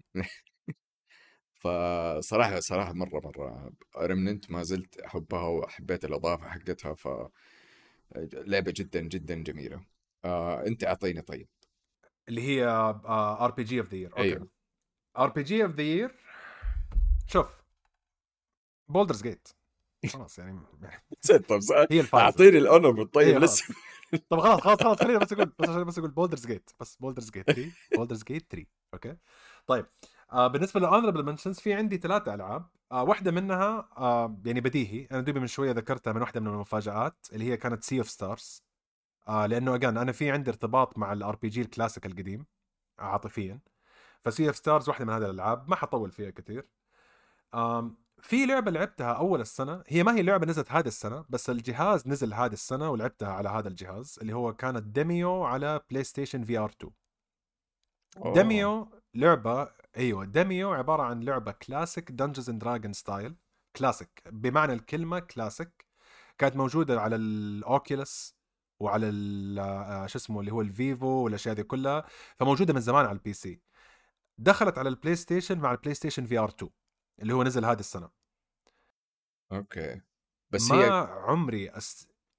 فصراحه مره ريمننت ما زلت احبها وحبيت الاضافه حقتها، ف لعبه جدا جدا جميله. انت اعطيني طيب. اللي هي ار بي جي اوف ذا يير. أيوه. ار بي جي اوف ذا يير. شوف بولدرز جيت خلاص يعني طب هي الفايزة. اعطيني الاونر طيب لسه. طب خلاص خلينا بس اقول بولدرز جيت 3. بولدرز جيت 3 اوكي. طيب بالنسبه للاونربل منشنز في عندي 3 العاب. واحده منها يعني بديهي، انا دوبي من شويه ذكرتها من واحده من المفاجآت اللي هي كانت سي اوف ستارز. لانه اجان انا في عندي ارتباط مع الار بي جي الكلاسيك القديم عاطفيا، فسي اوف ستارز واحده من هذه الالعاب ما حطول فيها كثير. في لعبة لعبتها أول السنة، هي ما هي لعبة نزلت هذه السنة بس الجهاز نزل هذه السنة ولعبتها على هذا الجهاز، اللي هو كانت ديميو على بلاي ستيشن في ار 2. ديميو لعبة، أيوة ديميو عبارة عن لعبة كلاسيك دنجنز اند دراجون ستايل، كلاسيك بمعنى الكلمة كلاسيك. كانت موجودة على الأوكيولس وعلى شو اسمه اللي هو الفيفو والأشياء دي كلها، فموجودة من زمان على البي سي. دخلت على البلاي ستيشن مع البلاي ستيشن في ار 2 اللي هو نزل هذه السنة. اوكي بس ما هي عمري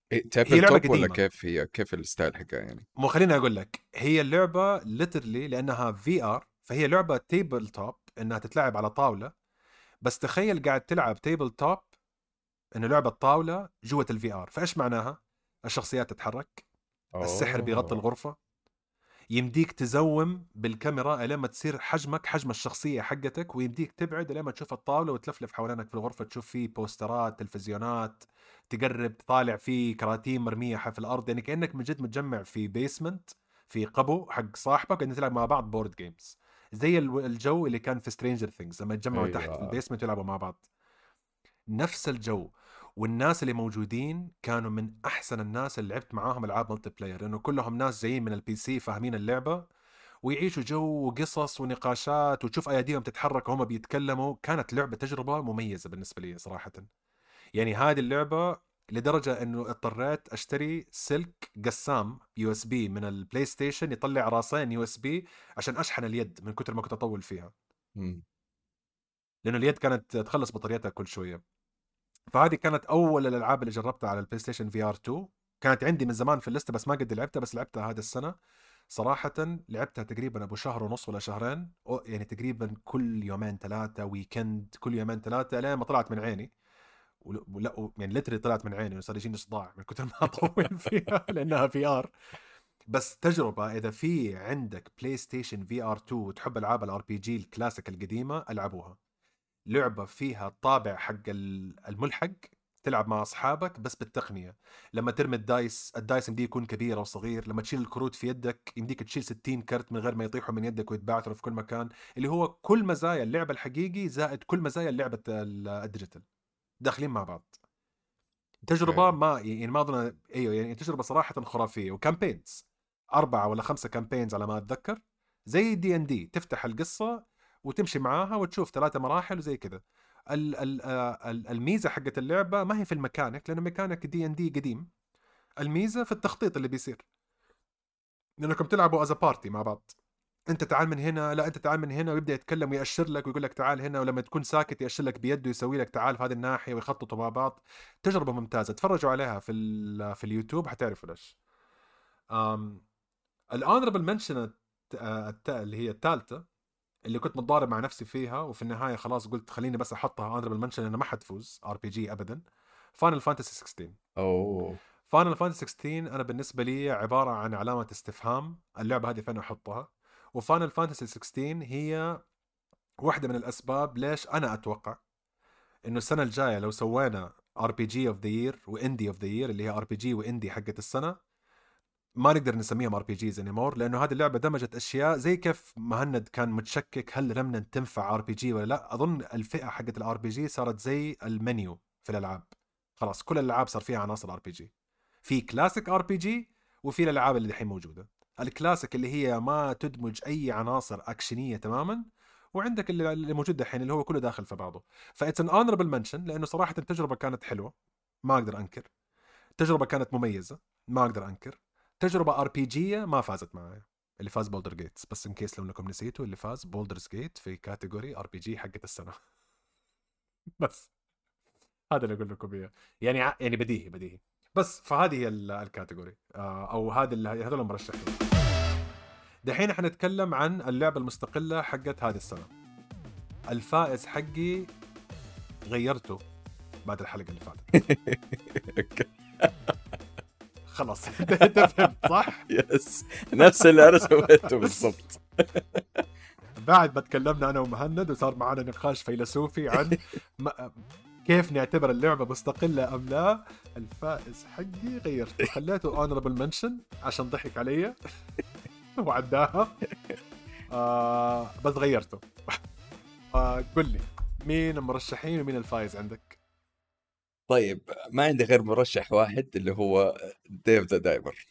تابل هي لعبة توب ولا قديمة. كيف الستايل حقها يعني؟ مو خليني اقول لك، هي اللعبه ليترلي لانها في ار، فهي لعبه تيبل توب انها تتلعب على طاوله. بس تخيل قاعد تلعب تيبل توب انه لعبه طاوله جوه الفي ار. فايش معناها؟ الشخصيات تتحرك، السحر بيغطي الغرفه، يمديك تزوم بالكاميرا لما تصير حجمك حجم الشخصيه حقتك، ويمديك تبعد لما تشوف الطاوله وتلفلف حوالينك في الغرفه، تشوف فيه بوسترات، تلفزيونات، تقرب تطالع فيه كراتين مرميه في الارض. يعني كانك من جد متجمع في بيسمنت، في قبو حق صاحبك، قاعدين تلعب مع بعض بورد جيمز، زي الجو اللي كان في سترينجر ثينجز لما يتجمعوا تحت في ايوه البيسمنت يلعبوا مع بعض. نفس الجو. والناس اللي موجودين كانوا من احسن الناس اللي لعبت معاهم العاب ملتي بلاير، لانه كلهم ناس جايين من البي سي فاهمين اللعبه، ويعيشوا جو وقصص ونقاشات، وتشوف اياديهم تتحرك وهم بيتكلموا. كانت لعبه تجربه مميزه بالنسبه لي صراحه. يعني هذه اللعبه لدرجه انه اضطريت اشتري سلك قسام يو اس بي من البلاي ستيشن يطلع راسين يو اس بي عشان اشحن اليد من كثر ما كنت اطول فيها، لانه اليد كانت تخلص بطاريتها كل شويه. فهذه كانت اول الالعاب اللي جربتها على البلاي ستيشن في ار 2. كانت عندي من زمان في الليسته بس ما قد لعبتها، بس لعبتها هذا السنه. صراحه لعبتها تقريبا ابو شهر ونص ولا شهرين، يعني تقريبا كل يومين ثلاثه ويكند، كل يومين ثلاثه لين ما طلعت من عيني. ولا يعني لتري طلعت من عيني وصار يجيني صداع من كثر ما اطول فيها لانها في ار. بس تجربه، اذا في عندك بلاي ستيشن في ار 2 وتحب العاب الار بي جي الكلاسيك القديمه العبوها. لعبة فيها الطابع حق الملحق، تلعب مع أصحابك بس بالتقنية. لما ترمي الدايس يمديه يكون كبير أو صغير. لما تشيل الكروت في يدك يمديك تشيل 60 كرت من غير ما يطيحوا من يدك ويتبعثروا في كل مكان. اللي هو كل مزايا اللعبة الحقيقي زائد كل مزايا اللعبة الديجيتال داخلين مع بعض. تجربة ما يعني ما أظن، أيوه يعني تجربة صراحة خرافية. وكامبينز 4 ولا 5 كامبينز على ما أتذكر، زي دي ان دي، تفتح القصة وتمشي معاها وتشوف 3 مراحل وزي كذا. الميزة حقت اللعبة ما هي في الميكانيك، لأنه ميكانيك دي ان دي قديم. الميزة في التخطيط اللي بيصير، لأنكم تلعبوا از بارتي مع بعض. انت تعال من هنا، لا انت تعال من هنا، ويبدا يتكلم ويأشر لك ويقول لك تعال هنا، ولما تكون ساكت يأشر لك بيده ويسوي لك تعال في هذه الناحيه، ويخططوا مع بعض. تجربه ممتازه، تفرجوا عليها في اليوتيوب حتعرفوا ليش. الانربل منشن اللي هي الثالثه، اللي كنت متضارب مع نفسي فيها وفي النهايه خلاص قلت خليني بس احطها انربل منشن لانه ما حتفوز ار بي جي ابدا. فاينل فانتسي 16. اوه فاينل فانتسي 16 انا بالنسبه لي عباره عن علامه استفهام، اللعبه هذه فين احطها. وفاينل فانتسي 16 هي واحده من الاسباب ليش انا اتوقع انه السنه الجايه لو سوينا ار بي جي اوف ذا يير واندي اوف ذا يير، اللي هي ار بي جي واندي حقت السنه، ما نقدر نسميهم ار بي جيز انيمور، لانه هذه اللعبه دمجت اشياء زي كيف مهند كان متشكك هل رمنن تنفع ار بي جي ولا لا. اظن الفئه حقت الار بي جي صارت زي المنيو في الالعاب، خلاص كل الالعاب صار فيها عناصر ار بي جي. في كلاسيك ار بي جي وفي الالعاب اللي الحين موجوده. الكلاسيك اللي هي ما تدمج اي عناصر اكشنيه تماما، وعندك اللي موجود الحين اللي هو كله داخل في بعضه. فايتس ان اونربل منشن، لانه صراحه التجربه كانت حلوه ما اقدر انكر، التجربه كانت مميزه ما اقدر انكر. تجربه ار بي جيه ما فازت معايا، اللي فاز بولدر جيتس. بس ان كيس لو انكم نسيتوا، اللي فاز بولدرز جيت في كاتيجوري ار بي جي حقت السنه. بس هذا اللي اقول لكم اياه. يعني بديهي. بس فهذه هي الكاتيجوري، او هذول المرشحين. دحين حنتكلم عن اللعبه المستقله حقت هذه السنه. الفائز حقي غيرته بعد الحلقه اللي فاتت. خلاص انت فهمت صح؟ يس نفس اللي انا سويته بالضبط. بعد ما تكلمنا انا ومهند وصار معنا نقاش فيلسوفي عن كيف نعتبر اللعبه مستقله ام لا، الفائز حقي غيرته، خليته honorable mention عشان ضحك علي وعداها. بس غيرته. قل لي مين المرشحين ومين الفائز عندك؟ طيب ما عندي غير مرشح واحد اللي هو ديف ذا دايفر.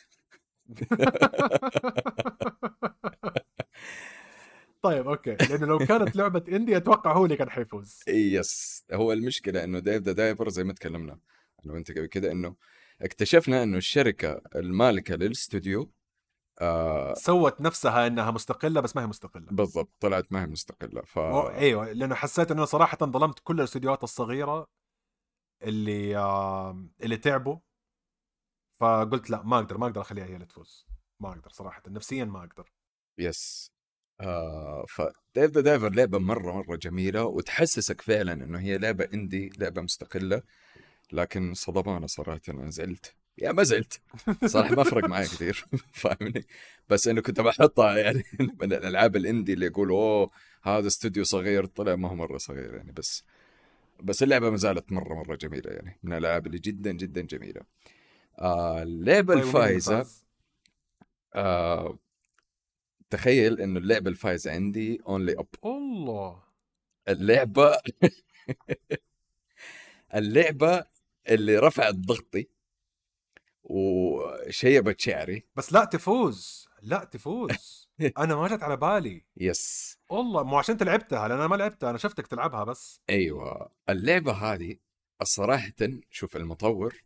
طيب اوكي، لانه لو كانت لعبه اندي اتوقع هو اللي كان حيفوز. يس هو المشكله انه ديف ذا دايفر زي ما تكلمنا انا وانت قبل كده، انه اكتشفنا انه الشركه المالكه للاستوديو سوت نفسها انها مستقله بس ما هي مستقله. بالضبط، طلعت ما هي مستقله. ايوه، لانه حسيت انه صراحه ظلمت كل الاستديوهات الصغيره اللي تعبوا فقلت لا، ما اقدر اخليها هي اللي تفوز، ما اقدر صراحه نفسيا ما اقدر. يس. فديف ذا دايفر لعبة مرة جميلة، وتحسسك فعلا انه هي لعبة اندي، لعبة مستقلة. لكن صدمانة صراحة، انا زعلت، يا ما زعلت صراحة، ما فرق معي كثير فاهمني. بس انه كنت بحطها يعني من الالعاب الاندي اللي يقولوا اوه هذا استوديو صغير، طلع ما هو مرة صغير يعني. بس اللعبة ما زالت مرة جميلة يعني، من الالعاب اللي جدا جميلة. اللعبة طيب ومين اللي الفائزة، فاز؟ تخيل انه اللعبة الفائزة عندي اونلي اب. الله. اللعبة اللعبة اللي رفعت ضغطي وشيبت شعري. بس لا تفوز، لا تفوز. انا ما جت على بالي. يس. والله مو عشان انت لعبتها، لان انا ما لعبتها، انا شفتك تلعبها بس. ايوه، اللعبة هذه الصراحة، شوف المطور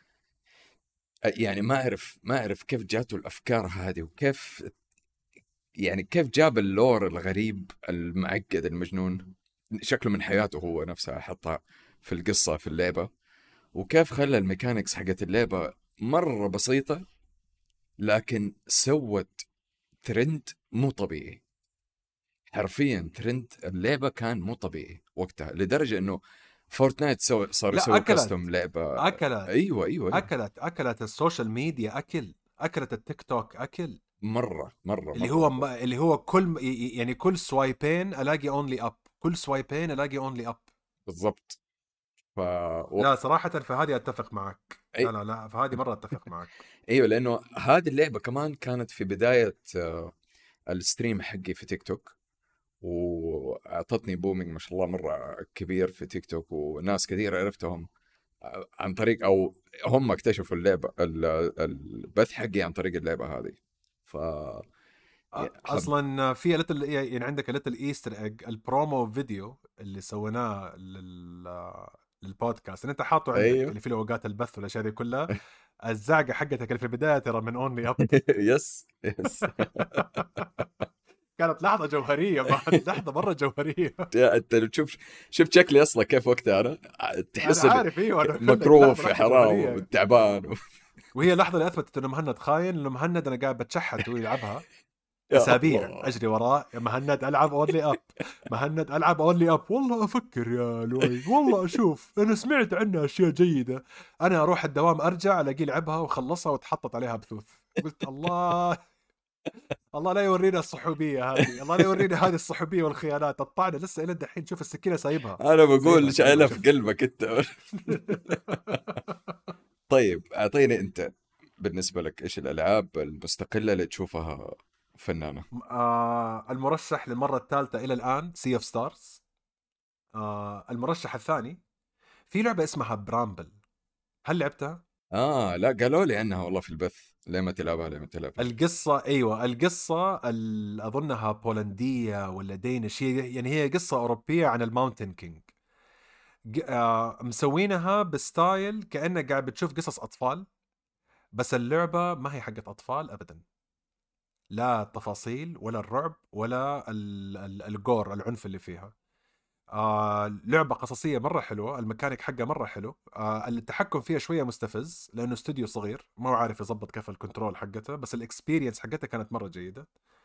يعني ما اعرف كيف جاته الافكار هذه، وكيف يعني كيف جاب اللور الغريب المعقد المجنون، شكله من حياته هو نفسها، حطها في القصة في اللعبة. وكيف خلى الميكانيكس حقت اللعبة مرة بسيطة، لكن سوت ترند مو طبيعي. حرفيا ترند اللعبة كان مو طبيعي وقتها، لدرجة انه فورتنايت صار لا يسوي اكلت، كاستم لعبة. اكلت ايوه اكلت السوشيال ميديا، اكلت التيك توك اكل. مرة. اللي هو يعني كل سوايبين الاقي اونلي اب، كل سوايبين الاقي اونلي اب. بالضبط. ف لا صراحة فهذه اتفق معك، أي... لا فهذه مرة اتفق معك. ايوه، لانه هذه اللعبة كمان كانت في بداية الستريم حقي في تيك توك، واعطتني بومينج ما شاء الله مرة كبير في تيك توك، وناس كثير عرفتهم عن طريق، او هم اكتشفوا اللعبة البث حقي عن طريق اللعبة هذه. ف حب اصلا في ليتل، يعني عندك ليتل ايستر ايج، البرومو فيديو اللي سويناه للبودكاست اللي انت حاطه عندك، ايوه اللي فيه اوقات البث والاشياء دي كلها، الزعقه حقتك اللي في البدايه ترى من اونلي اب. يس. كانت لحظه جوهريه بعد، لحظه مره جوهريه. انت لو شفت شكلي اصلا كيف وقتها، انا انا تحس عارف، ايوه انا اقول لك مكروف لحظه في حرام جوهريه. وتعبان وهي اللحظه اللي اثبتت انه مهند خاين، لانه مهند انا قاعد بتشحت ويلعبها يا اسابيع الله. اجري وراه، يا مهند العب اونلي اب، مهند العب اونلي اب. والله افكر يا لؤي، والله اشوف انا سمعت عنها اشياء جيده، انا اروح الدوام ارجع الاقي لعبها وخلصها وتحطت عليها بثوث. قلت الله، الله لا يورينا الصحوبيه هذه، الله لا يورينا هذه الصحوبيه والخيانات. الطعنه لسه الى الدحين، شوف السكينه سايبها، انا بقول سايبها شايلها في شوف. قلبك انت. طيب اعطيني انت، بالنسبه لك ايش الالعاب المستقله اللي تشوفها فنانه؟ المرشح للمره الثالثه الى الان سي اوف ستارز. المرشح الثاني في لعبه اسمها برامبل، هل لعبتها؟ لا قالوا لي عنها والله في البث، ليه ما تلعبها. القصة أيوة، القصة أظنها بولندية ولا دينش، يعني هي قصة أوروبية عن الماونتن كينج. مسوينها بستايل كأنك قاعد بتشوف قصص أطفال، بس اللعبة ما هي حقت أطفال أبدا، لا التفاصيل ولا الرعب ولا الجور، العنف اللي فيها. لعبة قصصية مرة حلوة، الميكانيك حقها مرة حلو. التحكم فيها شوية مستفز لأنه استوديو صغير ما هو عارف يضبط كيف الكنترول حقتها، بس الاكسبيرينس حقتها كانت مرة جيدة.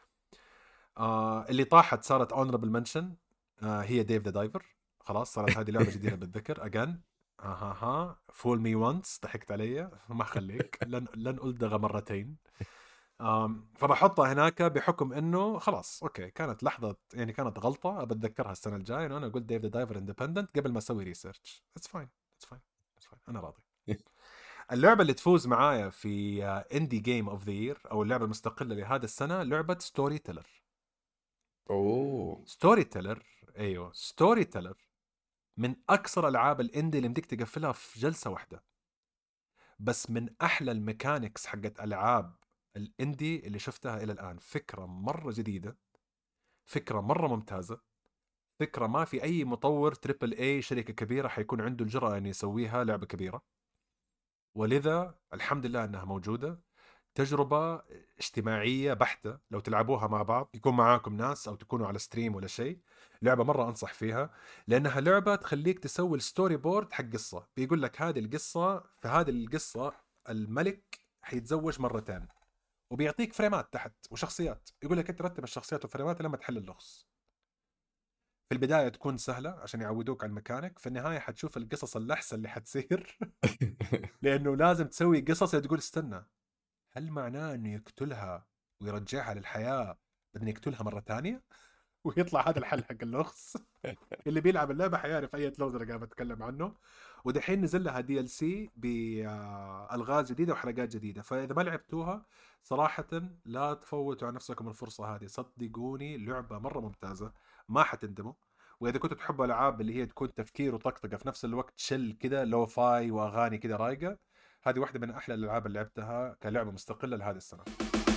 اللي طاحت صارت اونربل منشن، هي ديف ذا دايفر. خلاص صارت هذه لعبة جديدة بالذكر اجان. ها فول مي وانس، ضحكت علي ما خليك، لن ألدغ مرتين. فبحطها هناك بحكم انه خلاص اوكي، كانت لحظه يعني كانت غلطه بتذكرها السنه الجايه، انه انا قلت ديف ذا دايفر اندبندنت قبل ما اسوي ريسيرش. اتس فاين انا راضي. اللعبه اللي تفوز معايا في اندي جيم اوف ذا يير او اللعبه المستقله لهذا السنه لعبه ستوري تيلر. اوه ستوري تيلر، ايوه ستوري تيلر من اكثر العاب الاندي اللي بدك تقفلها في جلسه واحده، بس من احلى الميكانيكس حقت العاب الاندي اللي شفتها الى الان. فكره مره جديده، فكره مره ممتازه، فكره ما في اي مطور تريبل اي شركه كبيره حيكون عنده الجرأه ان يسويها لعبه كبيره، ولذا الحمد لله انها موجوده. تجربه اجتماعيه بحته، لو تلعبوها مع بعض يكون معاكم ناس او تكونوا على ستريم ولا شيء، لعبه مره انصح فيها، لانها لعبه تخليك تسوي الستوري بورد حق قصه. بيقول لك هذه القصه، في هذه القصه الملك حيتزوج مرتين، وبيعطيك فريمات تحت وشخصيات، يقول لك انت رتب الشخصيات والفريمات لما تحل اللغز. في البداية تكون سهلة عشان يعودوك على الميكانيك، في النهاية حتشوف القصص اللحسة اللي حتصير لأنه لازم تسوي قصص تقول استنى، هل معناه أنه يقتلها ويرجعها للحياة بدنا يقتلها مرة تانية؟ ويطلع هذا الحل حق اللغز. اللي بيلعب اللعبة حيعرف أي لغز أنا قاعد بتكلم عنه. ودحين نزل لها DLC بألغاز جديدة وحلقات جديدة، فإذا ما لعبتوها صراحة لا تفوتوا على نفسكم الفرصة هذه، صدقوني لعبة مرة ممتازة ما حتندموا. وإذا كنتوا تحبوا ألعاب اللي هي تكون تفكير وطقطقة في نفس الوقت، شل كده لو فاي وأغاني كده رايقة، هذه واحدة من أحلى الألعاب اللي لعبتها كلعبة مستقلة لهذه السنة.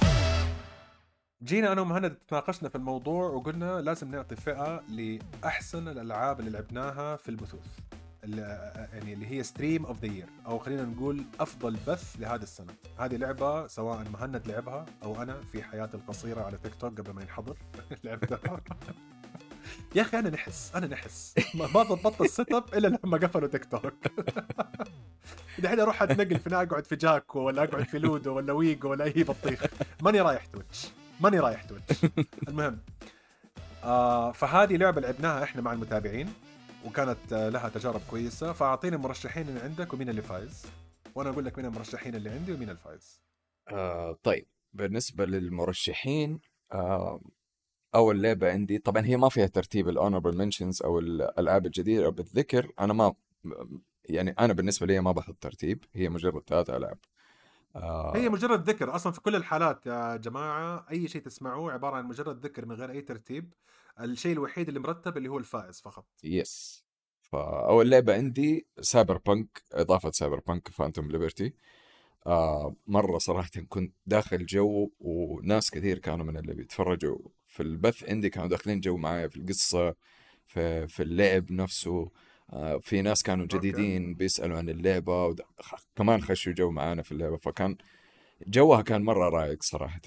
جينا أنا ومهند تناقشنا في الموضوع وقلنا لازم نعطي فئة لأحسن الألعاب اللي لعبناها في البثوث، يعني اللي هي ستريم اوف ذا يير، او خلينا نقول افضل بث لهذه السنه. هذه لعبه سواء مهند لعبها او انا في حياتي القصيره على تيك توك قبل ما ينحضر لعبتها. يا اخي انا نحس ما ضبطت السيت اب الا لما قفلوا تيك توك. دحين اروح اتنقل في اقعد في جاكو ولا اقعد في لودو ولا ويجو ولا اي بطيخ، ماني رايح تويتش. المهم فهذه لعبه لعبناها احنا مع المتابعين وكانت لها تجارب كويسة. فأعطيني المرشحين اللي عندك ومين اللي فايز، وأنا أقول لك مين المرشحين اللي عندي ومين الفايز. طيب بالنسبة للمرشحين، أول لعبة عندي طبعا هي ما فيها ترتيب الhonorable mentions أو الألعاب الجديدة بالذكر. أنا ما يعني أنا بالنسبة لي ما بحط ترتيب، هي مجرد 3 ألعاب. هي مجرد ذكر أصلا في كل الحالات يا جماعة، أي شيء تسمعوه عبارة عن مجرد ذكر من غير أي ترتيب. الشيء الوحيد اللي مرتب اللي هو الفائز فقط. يس. فأول لعبة عندي سايبر بانك، إضافة سايبر بانك فانتوم ليبرتي. مرة صراحة كنت داخل جو، وناس كثير كانوا من اللي بيتفرجوا في البث عندي كانوا داخلين جو معايا في القصة، في اللعب نفسه. في ناس كانوا جديدين بيسألوا عن اللعبة كمان خشوا جو معانا في اللعبة، فكان جوها كان مرة رايق صراحة.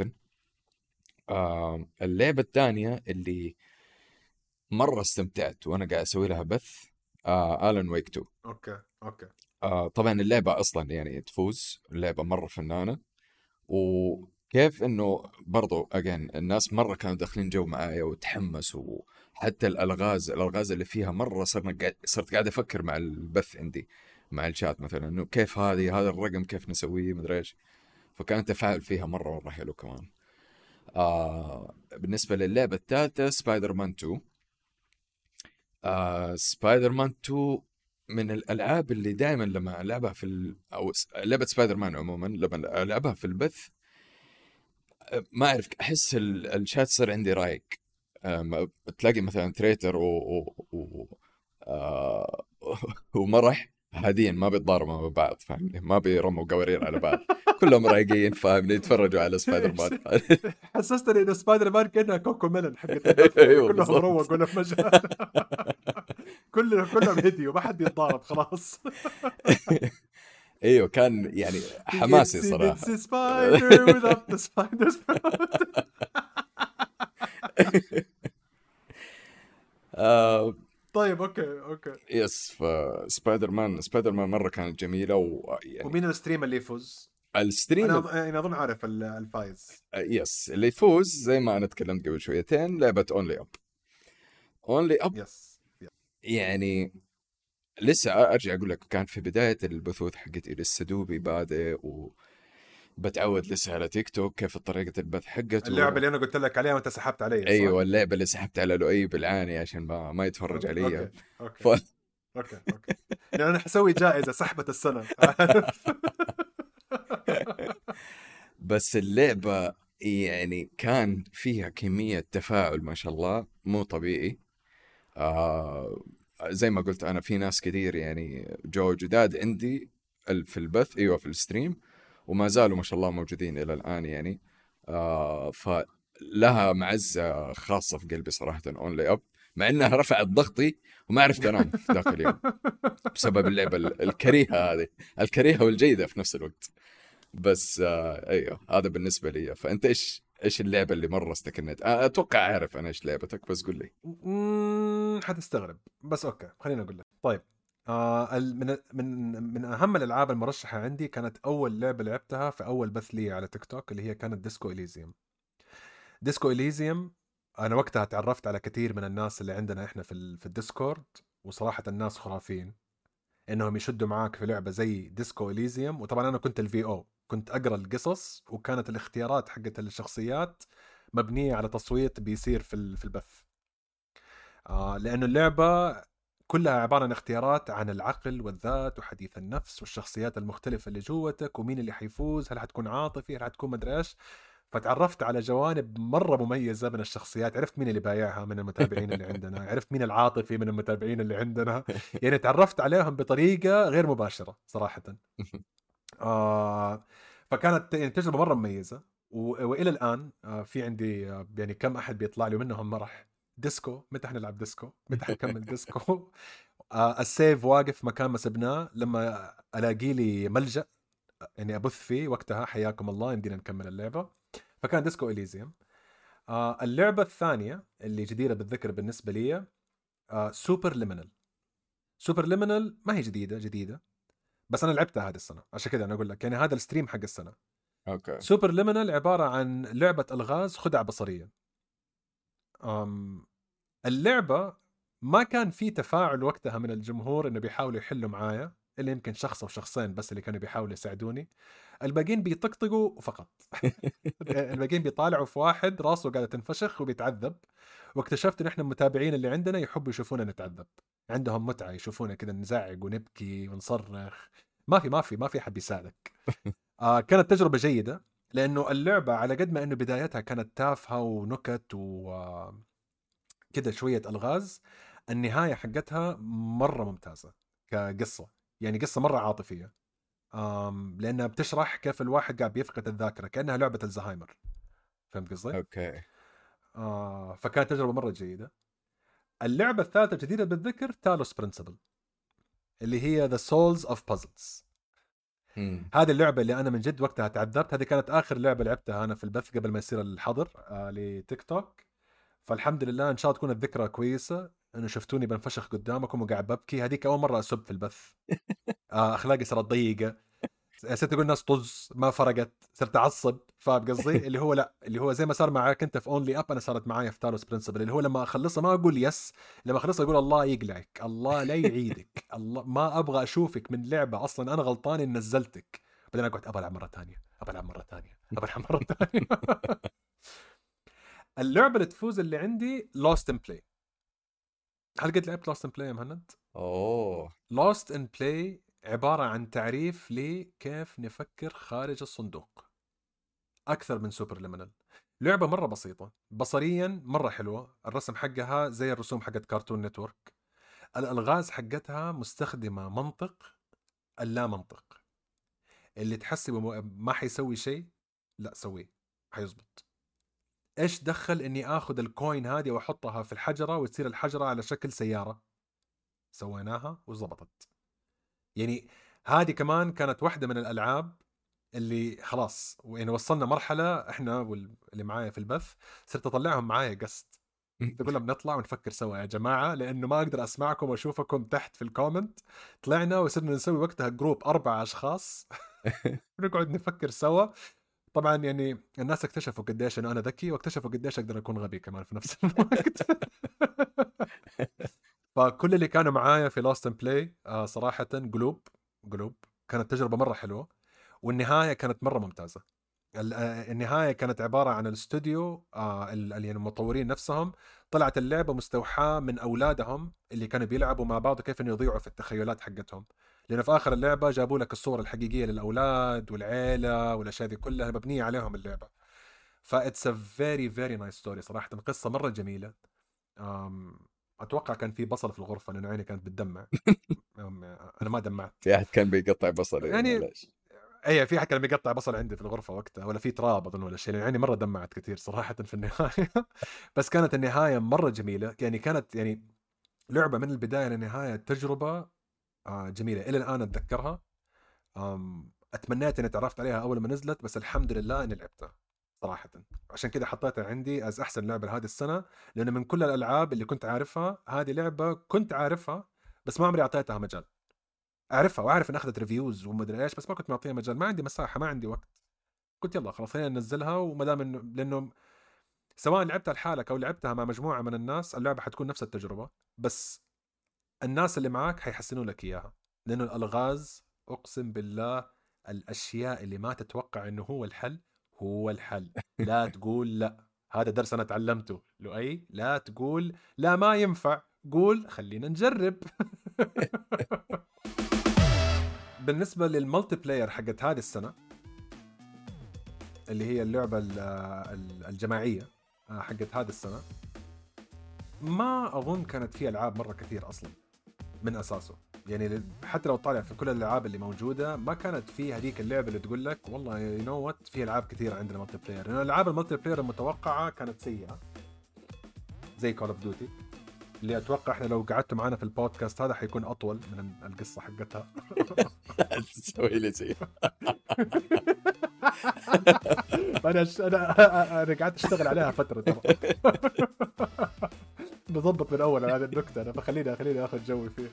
اللعبة الثانية اللي مرة استمتعت وأنا قاعد أسوي لها بث، آلان ويك 2. أوكي. طبعا اللعبة أصلا يعني تفوز، اللعبة مرة فنانة. وكيف إنه برضو أجين الناس مرة كانوا داخلين جو معايا وتحمسوا، حتى الألغاز اللي فيها مرة صرت قاعد أفكر مع البث عندي مع الشات مثلا إنه كيف هذا الرقم كيف نسويه مدري إيش. فكان تفاعل فيها مرة حلو كمان. بالنسبة للعبة الثالثة سبايدر مان 2. سبايدر مان 2 من الألعاب اللي دائما لما ألعبها أو لعبة سبايدر مان عموما لما ألعبها في البث ما أعرف أحس الشات صار عندي رايق. تلاقي مثلا تريتر ومرح هادين ما بيتضاربوا مع بعض، فاهمني؟ ما بيرموا قوارير على بعض، كلهم رايقين فاهمني، يتفرجوا على سبايدر مان. حسستني إن سبايدر مان كأنها كوكو ميلن حقت كلهم روق ولا في مجال. كلهم هديوا ما حد يتضارب خلاص. ايوه كان يعني حماسي صراحه. طيب اوكي يس. فسبايدر مان مره كانت جميله. ويعني ومين الستريم اللي يفوز؟ الستريم انا اظن عارف الفايز. يس اللي يفوز زي ما انا تكلمت قبل شويتين، لعبه اونلي اب. يس يعني لسه ارجع اقول لك كان في بدايه البثوث حقتي، لسه دوبي بادئ وبتعود لسه على تيك توك كيف طريقه البث حقته. اللعبه اللي انا قلت لك عليها وانت سحبت علي. ايوه اللعبه اللي سحبت على لؤي بالعاني عشان ما يتفرج عليها. اوكي لأن انا حسوي جائزه سحبه السنه. بس اللعبه يعني كان فيها كميه تفاعل ما شاء الله مو طبيعي. زي ما قلت أنا في ناس كثير يعني جو جداد عندي في البث، أيوة في الستريم، وما زالوا ما شاء الله موجودين إلى الآن يعني. فلها معزة خاصة في قلبي صراحة أونلي أب، مع أنها رفعت ضغطي وما عرفت أنام في ذاك اليوم بسبب اللعبة الكريهة هذه، الكريهة والجيدة في نفس الوقت. بس أيوة هذا بالنسبة لي. فأنت إيش اللعبة اللي مرة استكنت؟ أتوقع عارف أنا إيش لعبتك، بس قل لي. حتستغرب بس اوكي خلينا اقول لك. طيب من اهم الالعاب المرشحه عندي كانت اول لعبه لعبتها في اول بث لي على تيك توك، اللي هي كانت ديسكو إليزيوم. ديسكو إليزيوم انا وقتها تعرفت على كثير من الناس اللي عندنا احنا في الديسكورد، وصراحه الناس خرافيين انهم يشدوا معاك في لعبه زي ديسكو إليزيوم. وطبعا انا كنت الفي او، كنت اقرا القصص، وكانت الاختيارات حقت الشخصيات مبنيه على تصويت بيصير في البث. لانه اللعبه كلها عباره عن اختيارات عن العقل والذات وحديث النفس والشخصيات المختلفه اللي جوتك، ومين اللي حيفوز، هل حتكون عاطفي، هل حتكون مدري ايش. فتعرفت على جوانب مرة مميزة من الشخصيات، عرفت مين اللي بايعها من المتابعين اللي عندنا، عرفت مين العاطفي من المتابعين اللي عندنا. يعني تعرفت عليهم بطريقة غير مباشرة صراحة. فكانت يعني تجربة مرة مميزة. وإلى الآن في عندي يعني كم أحد بيطلع لي منهم مرح ديسكو، متى حنلعب ديسكو، متى حنكمل ديسكو. السيف واقف مكان ما سبناه، لما ألاقي لي ملجأ يعني أبث فيه وقتها حياكم الله يمدينا نكمل اللعبة. فكان ديسكو إليزيوم. اللعبة الثانية اللي جديرة بالذكر بالنسبة لي سوبر ليمينال. سوبر ليمينال ما هي جديدة بس أنا لعبتها هذه السنة، عشان كذا أنا أقول لك يعني هذا الستريم حق السنة. اوكي. سوبر ليمينال عبارة عن لعبة ألغاز خدع بصرية. اللعبة ما كان في تفاعل وقتها من الجمهور إنه بيحاولوا يحلوا معايا، اللي يمكن شخص أو شخصين بس اللي كانوا بيحاولوا يساعدوني. الباقيين بيطقطقوا فقط. الباقيين بيطالعوا في واحد راسه قاعدة تنفشخ وبيتعذب، واكتشفت إن إحنا المتابعين اللي عندنا يحبوا يشوفونا نتعذب، عندهم متعة يشوفونا كذا نزعق ونبكي ونصرخ. ما في حد يساعدك. كانت تجربة جيدة، لأنه اللعبة على قد ما إنه بدايتها كانت تافهة ونكت كده شوية ألغاز، النهاية حقتها مرة ممتازة كقصة. يعني قصة مرة عاطفية، لأنها بتشرح كيف الواحد قاعد بيفقد الذاكرة، كأنها لعبة الزهايمر. فهمت قصدي؟ اوكي. فكانت تجربة مرة جيدة. اللعبة الثالثة جديدة بالذكر تالوس برنسبل، اللي هي The Souls of Puzzles. هذه اللعبة اللي أنا من جد وقتها تعذبت. هذه كانت آخر لعبة لعبتها أنا في البث قبل ما يصير الحظر لتيك توك. فالحمد لله إن شاء الله تكون الذكرى كويسة، إنه شفتوني بنفشخ قدامكم وقاعد ببكي. هذيك أول مرة أسب في البث. أخلاقي صارت ضيقة، صرت اقول ناس طز ما فرقت، صرت اعصب. فاهم قصدي؟ اللي هو لا، اللي هو زي ما صار معك انت في اونلي اب، انا صارت معايا في تالوس برنسبل. اللي هو لما اخلصها ما اقول يس، لما اخلصها اقول الله يقلعك، الله لا يعيدك، الله ما ابغى اشوفك من لعبه اصلا انا غلطان ان نزلتك. بعدين اقعد ابى العب مره ثانيه، ابى العب مره ثانيه، ابى العب مره ثانيه. اللعبه اللي تفوز اللي عندي لوست ان بلاي. هل قد لعبت لوست ان بلاي يا مهند؟ اوه. لوست ان بلاي عبارة عن تعريف لكيف نفكر خارج الصندوق أكثر من سوبر ليمينال. لعبة مرة بسيطة، بصريا مرة حلوة، الرسم حقها زي الرسوم حقت كارتون نتورك. الألغاز حقتها مستخدمة منطق اللا منطق، اللي تحسبه ما حيسوي شيء لا سويه حيزبط. إيش دخل إني آخذ الكوين هذه وأحطها في الحجرة وتصير الحجرة على شكل سيارة؟ سويناها وزبطت. يعني هذه كمان كانت واحدة من الألعاب اللي خلاص يعني وصلنا مرحلة احنا واللي معايا في البث صرت اطلعهم معايا قست، تقول لهم نطلع ونفكر سوا يا جماعة، لانه ما اقدر اسمعكم واشوفكم تحت في الكومنت. طلعنا وصرنا نسوي وقتها جروب 4 اشخاص نقعد نفكر سوا. طبعا يعني الناس اكتشفوا قديش انه انا ذكي، واكتشفوا قديش اقدر اكون غبي كمان في نفس الوقت. فكل اللي كانوا معايا في لوست ان بلاي صراحة قلوب كانت تجربة مرة حلوة، والنهاية كانت مرة ممتازة. النهاية كانت عبارة عن الاستوديو يعني المطورين نفسهم طلعت اللعبة مستوحاة من أولادهم اللي كانوا بيلعبوا مع بعض، وكيف إنه يضيعوا في التخيلات حقتهم. لأنه في آخر اللعبة جابوا لك الصور الحقيقية للأولاد والعيلة والأشياء دي كلها مبنية عليهم اللعبة. فإتس a very very nice story صراحة، قصة مرة جميلة. أتوقع كان في بصل في الغرفة لأن عيني كانت بتدمع. أنا ما دمعت، في احد كان بيقطع بصري يعني معلش. اي في حد كان بيقطع بصل عندي في الغرفه وقتها، ولا في تراب اظن ولا شيء، يعني مره دمعت كثير صراحه في النهايه. بس كانت النهايه مره جميله، يعني كانت يعني لعبه من البدايه للنهايه تجربه جميله الى الان اتذكرها. اتمنيت اني تعرفت عليها اول ما نزلت، بس الحمد لله اني لعبتها صراحه. عشان كذا حطيتها عندي از احسن لعبه هذه السنه، لانه من كل الالعاب اللي كنت عارفها هذه لعبه كنت عارفها بس ما عمري اعطيتها مجال. اعرفها واعرف ان اخذت ريفيوز ومدري ايش، بس ما كنت معطيها مجال، ما عندي مساحه، ما عندي وقت. قلت يلا خلاص خلينا ننزلها، وما دام انه لانه سواء لعبتها لحالك او لعبتها مع مجموعه من الناس اللعبه حتكون نفس التجربه، بس الناس اللي معاك حيحسنوا لك اياها. لانه الالغاز اقسم بالله الاشياء اللي ما تتوقع انه هو الحل هو الحل. لا تقول لا، هذا درس انا تعلمته لؤي، لا تقول لا ما ينفع، قول خلينا نجرب. بالنسبه للمالتي بلاير حقت هذه السنه اللي هي اللعبه الجماعيه حقت هذه السنه، ما اظن كانت فيها العاب مره كثير اصلا من اساسه. يعني حتى لو طالع في كل الالعاب اللي موجوده ما كانت في هذيك اللعبه اللي تقول لك والله يو نو وات في العاب كثير عندنا مالتي بلاير. لان الالعاب المالتي بلاير المتوقعه كانت سيئه زي كول اوف ديوتي، اللي اتوقع احنا لو قعدتوا معنا في البودكاست هذا حيكون اطول من القصه حقتها. تسوي لي زي انا قعدت اشتغل عليها فتره ترى. بضبط من اول هذه النكته، انا خليني اخذ جوي فيه.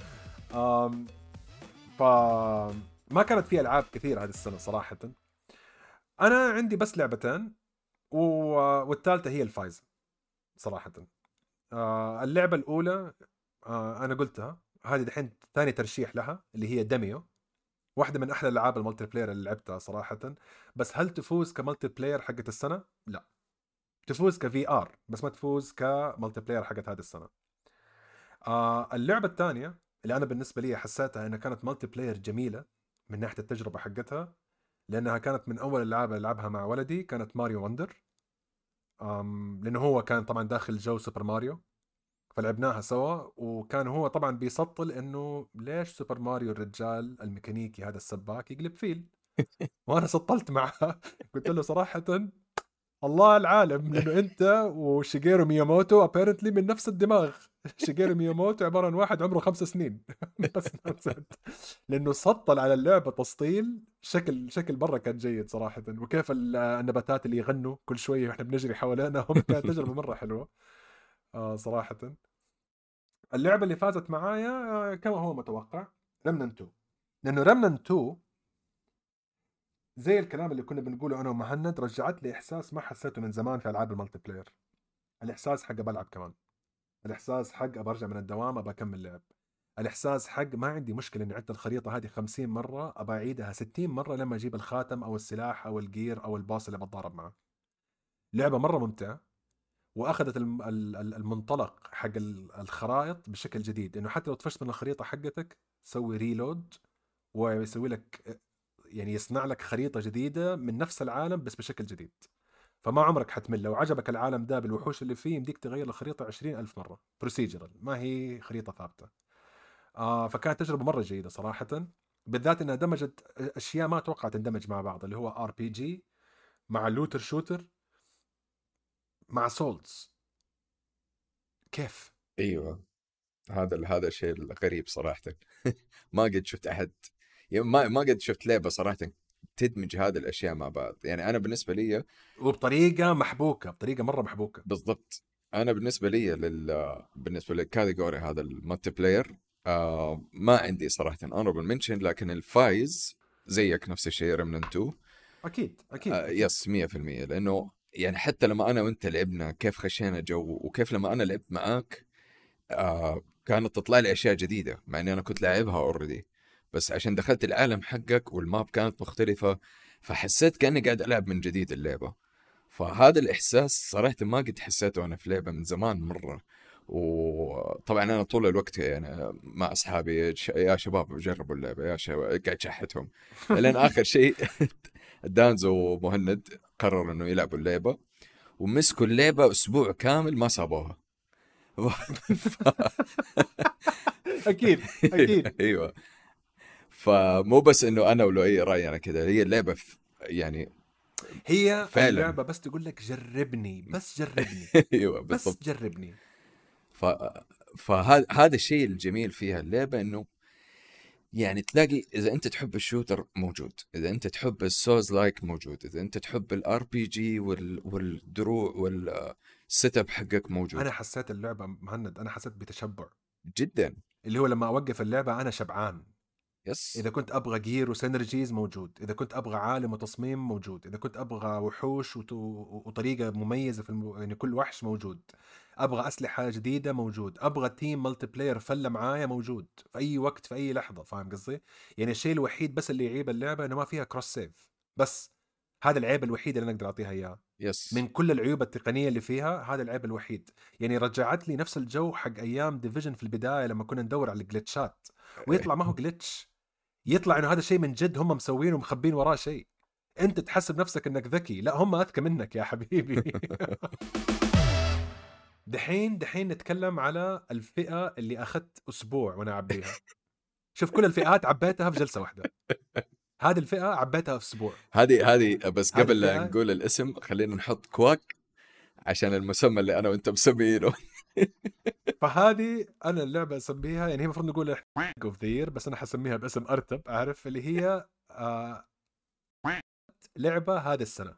ما كانت فيها العاب كثير هذه السنه صراحه. انا عندي بس لعبتين والثالثه هي الفايز صراحه. اللعبه الاولى انا قلتها، هذه دحين ثاني ترشيح لها، اللي هي ديميو، واحده من احلى الالعاب المالتي بلاير اللي لعبتها صراحه. بس هل تفوز كمالتي بلاير حقت السنه؟ لا، تفوز كفي ار بس ما تفوز كمالتي بلاير حقت هذه السنه. اللعبه الثانيه اللي انا بالنسبه لي حسيتها انها كانت مالتي بلاير جميله من ناحيه التجربه حقتها، لانها كانت من اول الالعاب اللي العبها مع ولدي، كانت ماريو وندر. لانه هو كان طبعا داخل جو سوبر ماريو، فلعبناها سوا، وكان هو طبعا بيسطل انه ليش سوبر ماريو الرجال الميكانيكي هذا السباك يقلب فيل. وانا سطلت معها قلت له صراحه الله العالم، لانه انت وشيجيرو مياموتو ابيرنتلي من نفس الدماغ. شيجيرو مياموتو عباره عن واحد عمره 5 سنين بس نسيت. لانه سطل على اللعبه تسطيل شكل برا كان جيد صراحه. وكيف النباتات اللي يغنوا كل شويه واحنا بنجري حوالينهم، كانت تجربه مره حلوه صراحه. اللعبه اللي فازت معايا كما هو متوقع ريمننت 2، لانه ريمننت 2 زي الكلام اللي كنا بنقوله انا ومهند، رجعت لي احساس ما حسيته من زمان في العاب المالتي بلاير. الاحساس حق بلعب كمان، الاحساس حق برجع من الدوام ابى اكمل لعب، الاحساس حق ما عندي مشكله اني عدت الخريطه هذه 50 مره ابى اعيدها 60 مره لما اجيب الخاتم او السلاح او الجير او الباص اللي بتضارب معه. لعبه مره ممتعه، واخذت المنطلق حق الخرائط بشكل جديد، انه حتى لو طفشت من الخريطه حقتك سوي ريلود ويسوي لك، يعني يصنع لك خريطة جديدة من نفس العالم بس بشكل جديد. فما عمرك حتمل. لو عجبك العالم ده بالوحوش اللي فيه يمديك تغير الخريطة 20,000 مرة بروسيجرال، ما هي خريطة ثابتة. فكانت تجربة مرة جيدة صراحة، بالذات انها دمجت اشياء ما توقعت تندمج مع بعض، اللي هو RPG مع لوتر شوتر مع سولز. كيف؟ ايوه، هذا الشيء الغريب صراحه. ما قد شفت احد، يعني ما قد شفت لعبه صراحه تدمج هذه الاشياء مع بعض. يعني انا بالنسبه لي وبطريقة محبوكة، بطريقة مرة محبوكة بالضبط. انا بالنسبه لي بالنسبه للكاتيجوري هذا المالتي بلاير ما عندي صراحه honorable منشن، لكن الفايز زيك نفس الشيء ريمننت 2 اكيد يس 100%. لانه يعني حتى لما انا وانت لعبنا كيف خشينا جو، وكيف لما انا لعبت معاك كانت تطلع لي اشياء جديده مع اني انا كنت لاعبها اوريدي، بس عشان دخلت العالم حقك والماب كانت مختلفه فحسيت كاني قاعد العب من جديد اللعبه. فهذا الاحساس صراحه ما قد حسيته انا في لعبه من زمان مره. وطبعا انا طول الوقت يعني مع اصحابي يا شباب جربوا اللعبه، يا شباب قاعد شحتهم لين اخر شيء دانز ومهند قرروا انه يلعبوا اللعبه، ومسكوا اللعبه اسبوع كامل ما سابوها. اكيد ايوه. فمو بس انه انا ولؤي راينا كذا، هي اللعبه يعني هي فعلا. اللعبة بس تقول لك جربني، بس جربني. ايوه بس بالضبط. جربني. فهذا الشيء الجميل فيها اللعبه، انه يعني تلاقي اذا انت تحب الشوتر موجود، اذا انت تحب السوز لايك موجود، اذا انت تحب الار بي جي والدروع والسيت اب حقك موجود. انا حسيت اللعبة مهند، انا حسيت بتشبع جدا اللي هو لما اوقف اللعبه انا شبعان. يس اذا كنت ابغى جير وسينرجيز موجود، اذا كنت ابغى عالم وتصميم موجود، اذا كنت ابغى وحوش وطريقه مميزه في يعني كل وحش موجود، ابغى اسلحه جديده موجود، ابغى تيم ملتي بلاير فله معايا موجود في اي وقت في اي لحظه. فاهم قصدي؟ يعني الشيء الوحيد بس اللي يعيب اللعبه انه ما فيها كروس سيف بس. هذا العيب الوحيد اللي نقدر اعطيها اياه يس من كل العيوب التقنيه اللي فيها. هذا العيب الوحيد. يعني رجعت لي نفس الجو حق ايام ديفيجن في البدايه لما كنا ندور على الجلitchات ويطلع ما هو جلitch، يطلع انه هذا الشيء من جد هم مسوينه ومخبين وراه شيء. انت تحسب نفسك انك ذكي، لا هم اذكى منك يا حبيبي. دحين نتكلم على الفئه اللي اخذت اسبوع وانا اعبيها. شوف كل الفئات عبيتها في جلسه واحده، هذه الفئه عبيتها في اسبوع. هذه بس هذه قبل لا الفئة نقول الاسم خلينا نحط كواك عشان المسمى اللي انا وانت مسمينه. فهذه انا اللعبه اسميها، يعني هي المفروض نقول اوف ذا يير بس انا حسميها باسم ارتب، عارف اللي هي لعبه هذه السنه.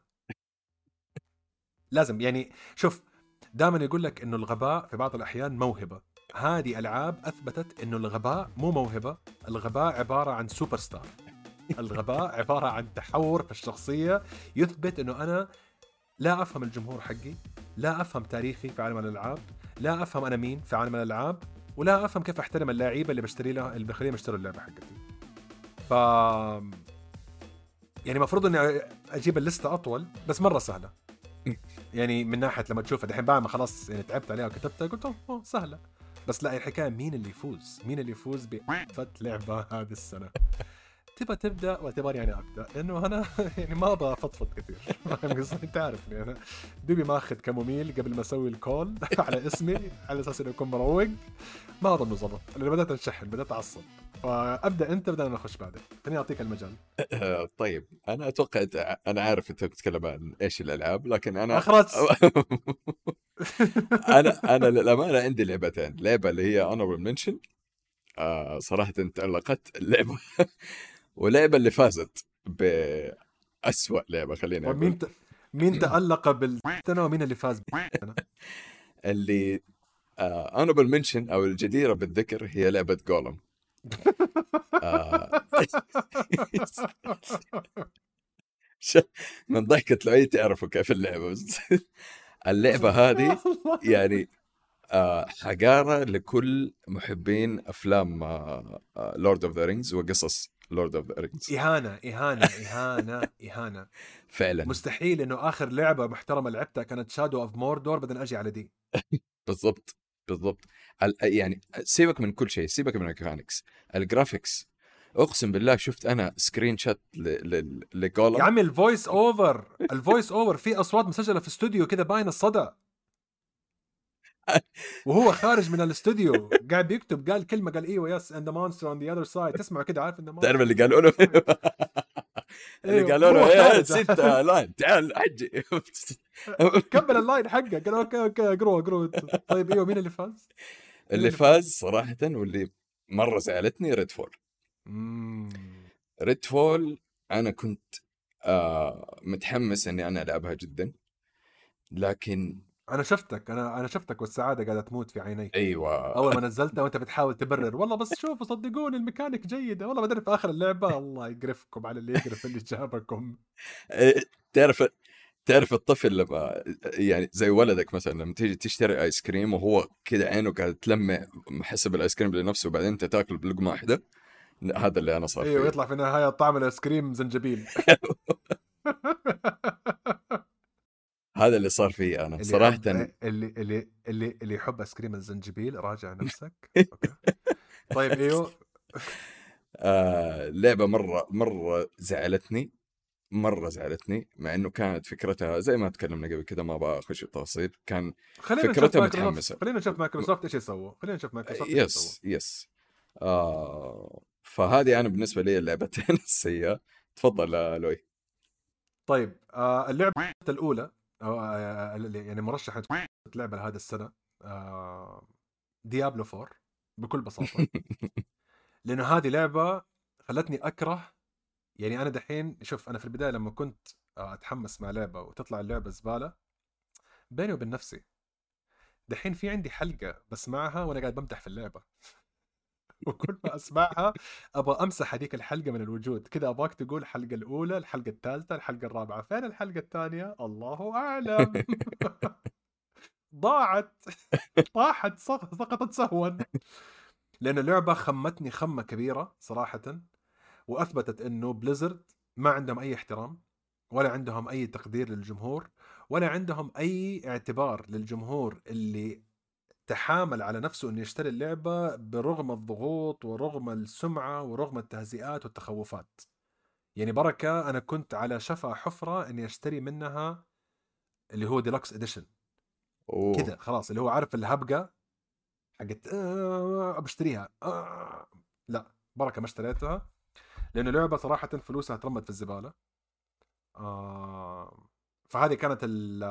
لازم يعني شوف دائما يقول لك انه الغباء في بعض الاحيان موهبه. هذه العاب اثبتت انه الغباء مو موهبه، الغباء عباره عن سوبر ستار. الغباء عباره عن تحور في الشخصيه يثبت انه انا لا افهم الجمهور حقي، لا افهم تاريخي في عالم الالعاب، لا افهم انا مين في عالم الالعاب، ولا افهم كيف احترم اللعيبه اللي بشتري لها اللي بخليهم يشتروا اللعبه حقتي. ف يعني المفروض اني اجيب الليسته اطول بس مره سهله. يعني من ناحيه لما تشوفها دحين بعد ما خلاص يعني تعبت عليها وكتبتها قلت اوه سهله، بس لا الحكايه مين اللي يفوز بفت لعبه هذه السنه. تبى تبدا ولا يعني ابدا؟ لانه انا يعني ما ابغى افضفض كثير. فاهم قصدي؟ انت عارفني انا دوبي ماخذ كموميل قبل ما اسوي الكول على اسمي على اساس انه اكون مروق. ما اظن زبط لانه بدات انشحن بدات اعصب. فابدا انت بدنا نخش بعدين، خليني اعطيك المجال. طيب انا اتوقع انا عارف انت بتتكلم عن ايش الالعاب، لكن انا اخرس. انا للامانه عندي لعبتين. لعبه اللي هي honorable mention صراحه تعلقت اللعبه ولعبه اللي فازت بأسوأ لعبه. خلينا ومين مين تألق بالسنه ومين اللي فاز بالسنه؟ اللي honorable mention او الجديره بالذكر هي لعبه جولم. من ضحكة لعي تعرفوا كيف اللعبة. بس اللعبة هذه يعني حقارة لكل محبين أفلام لورد أوف ذا رينجز وقصص لورد أوف ذا رينجز. إهانة فعلا مستحيل إنه آخر لعبة محترمة لعبتها كانت شادو أوف موردور بدنا أجي على دي. بالضبط يعني سيبك من كل شيء، سيبك من الميكانيكس، الجرافيكس اقسم بالله شفت انا سكرين شوت لجولم يا عمي. الفويس اوفر في اصوات مسجله في استوديو كذا باين الصدى وهو خارج من الاستوديو قاعد بيكتب قال كلمه قال ايوه يس اند ذا مونستر اون ذا اذر سايد. تسمعوا كذا عارف ان تعرف اللي قالوا له اللي قالوا له يا ست لاين تعال حجي كمل اللاين حقه قال اوكي اقروا. طيب ايوه مين اللي فاز؟ اللي فاز صراحه واللي مره زعلتني ريد فول. انا كنت متحمس اني انا العبها جدا، لكن انا شفتك والسعاده قاعده تموت في عينيك. ايوه اول ما نزلتها وانت بتحاول تبرر والله بس شوفوا صدقوني الميكانيك جيده، والله بعدين في اخر اللعبه الله يقرفكم على اللي يقرف اللي جابكم. تعرف الطفل لما يعني زي ولدك مثلا لما تيجي تشتري ايس كريم وهو كده عينه قاعد تلمع حسب الايس كريم لنفسه وبعدين انت تاكل بلقمه واحده. هذا اللي انا صار فيه. ايوه يطلع في النهايه طعم الايس كريم زنجبيل. هذا اللي صار فيه انا صراحه. اللي يحب ايس كريم الزنجبيل راجع نفسك. اوكي طيب ايوه. لعبه مره زعلتني مع انه كانت فكرتها زي ما تكلمنا قبل كده، ما بخش التفاصيل. كان فكرتها متحمسه. خلينا نشوف مايكروسوفت ايش يسووا. يس فهذه انا بالنسبه لي اللعبتين السيئه. تفضل لوي. طيب اللعبه الاولى يعني مرشحه لعبه لهذه السنه ديابلو 4 بكل بساطه. لانه هذه لعبه خلتني اكره. يعني انا دحين شوف انا في البدايه لما كنت اتحمس مع لعبه وتطلع اللعبه زباله بيني وبين نفسي، دحين في عندي حلقه بسمعها وانا قاعد بمدح في اللعبه. وكل ما اسمعها ابغى امسح هذيك الحلقه من الوجود كذا. ابغاك تقول الحلقه الاولى، الحلقه الثالثه، الحلقه الرابعه، فين الحلقه الثانيه؟ الله اعلم. ضاعت، طاحت، سقطت سهوا. لأن اللعبة خمتني خمة كبيرة صراحة، وأثبتت أنه بليزرد ما عندهم أي احترام، ولا عندهم أي تقدير للجمهور، ولا عندهم أي اعتبار للجمهور اللي تحامل على نفسه أنه يشتري اللعبة برغم الضغوط ورغم السمعة ورغم التهزئات والتخوفات. يعني بركة أنا كنت على شفا حفرة أني أشتري منها اللي هو ديلوكس إديشن كذا، خلاص اللي هو عارف الهبقة حقت بشتريها. لا بركة ما اشتريتها، لأنه لعبة صراحة فلوسها ترمت في الزبالة. فهذه كانت